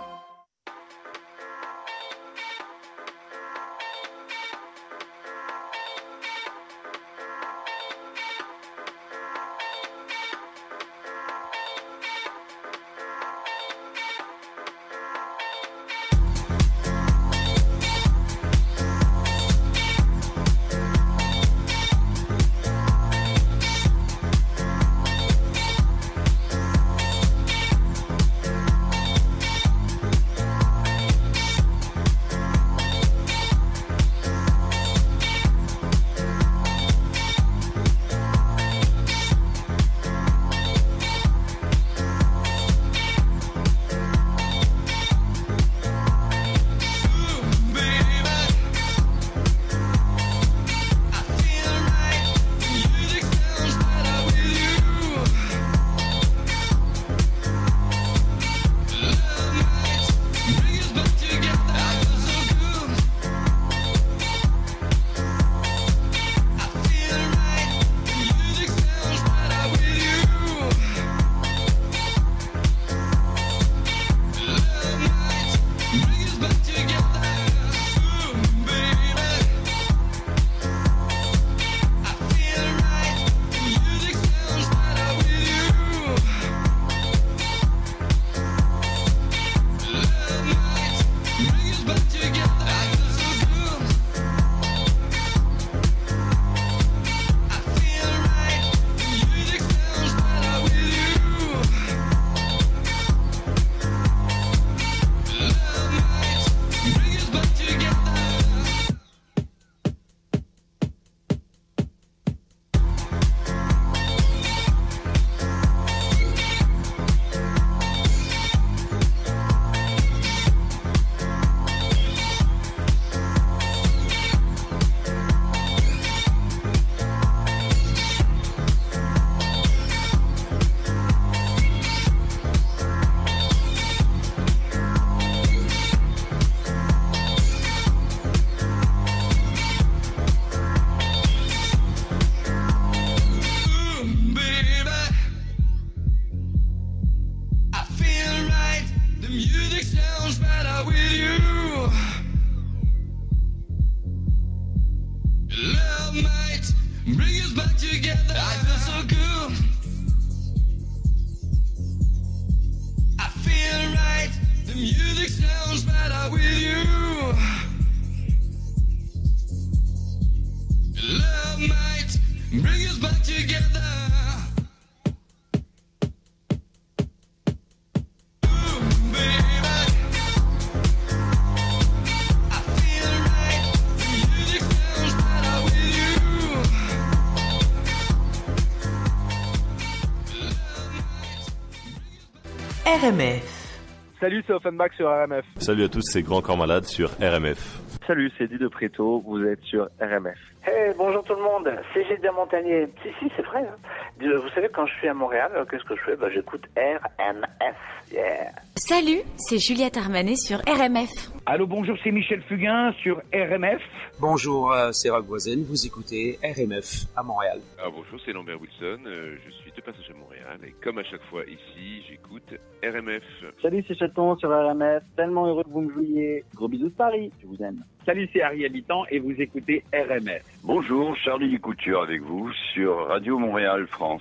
RMF. Salut, c'est Offenbach sur RMF. Salut à tous, c'est Grand Corps Malade sur RMF. Salut, c'est Eddie de Préto, vous êtes sur RMF. Hey, bonjour tout le monde, c'est Gilles Montagnier. Si, c'est vrai. Hein. Vous savez, quand je suis à Montréal, qu'est-ce que je fais ? J'écoute RMF. Yeah. Salut, c'est Juliette Armanet sur RMF. Allô, bonjour, c'est Michel Fugain sur RMF. Bonjour, c'est Rob Voisin, vous écoutez RMF à Montréal. Bonjour, c'est Lambert Wilson, je suis de passage à Montréal et comme à chaque fois ici, j'écoute RMF. Salut, c'est Chaton sur RMF, tellement heureux que vous me jouiez. Gros bisous de Paris, je vous aime. Salut, c'est Harry Habitant et vous écoutez RMF. Bonjour, Charlie Ducouture avec vous sur Radio Montréal France.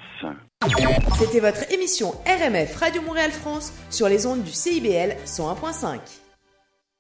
C'était votre émission RMF Radio Montréal France sur les ondes du CIBL 101.5.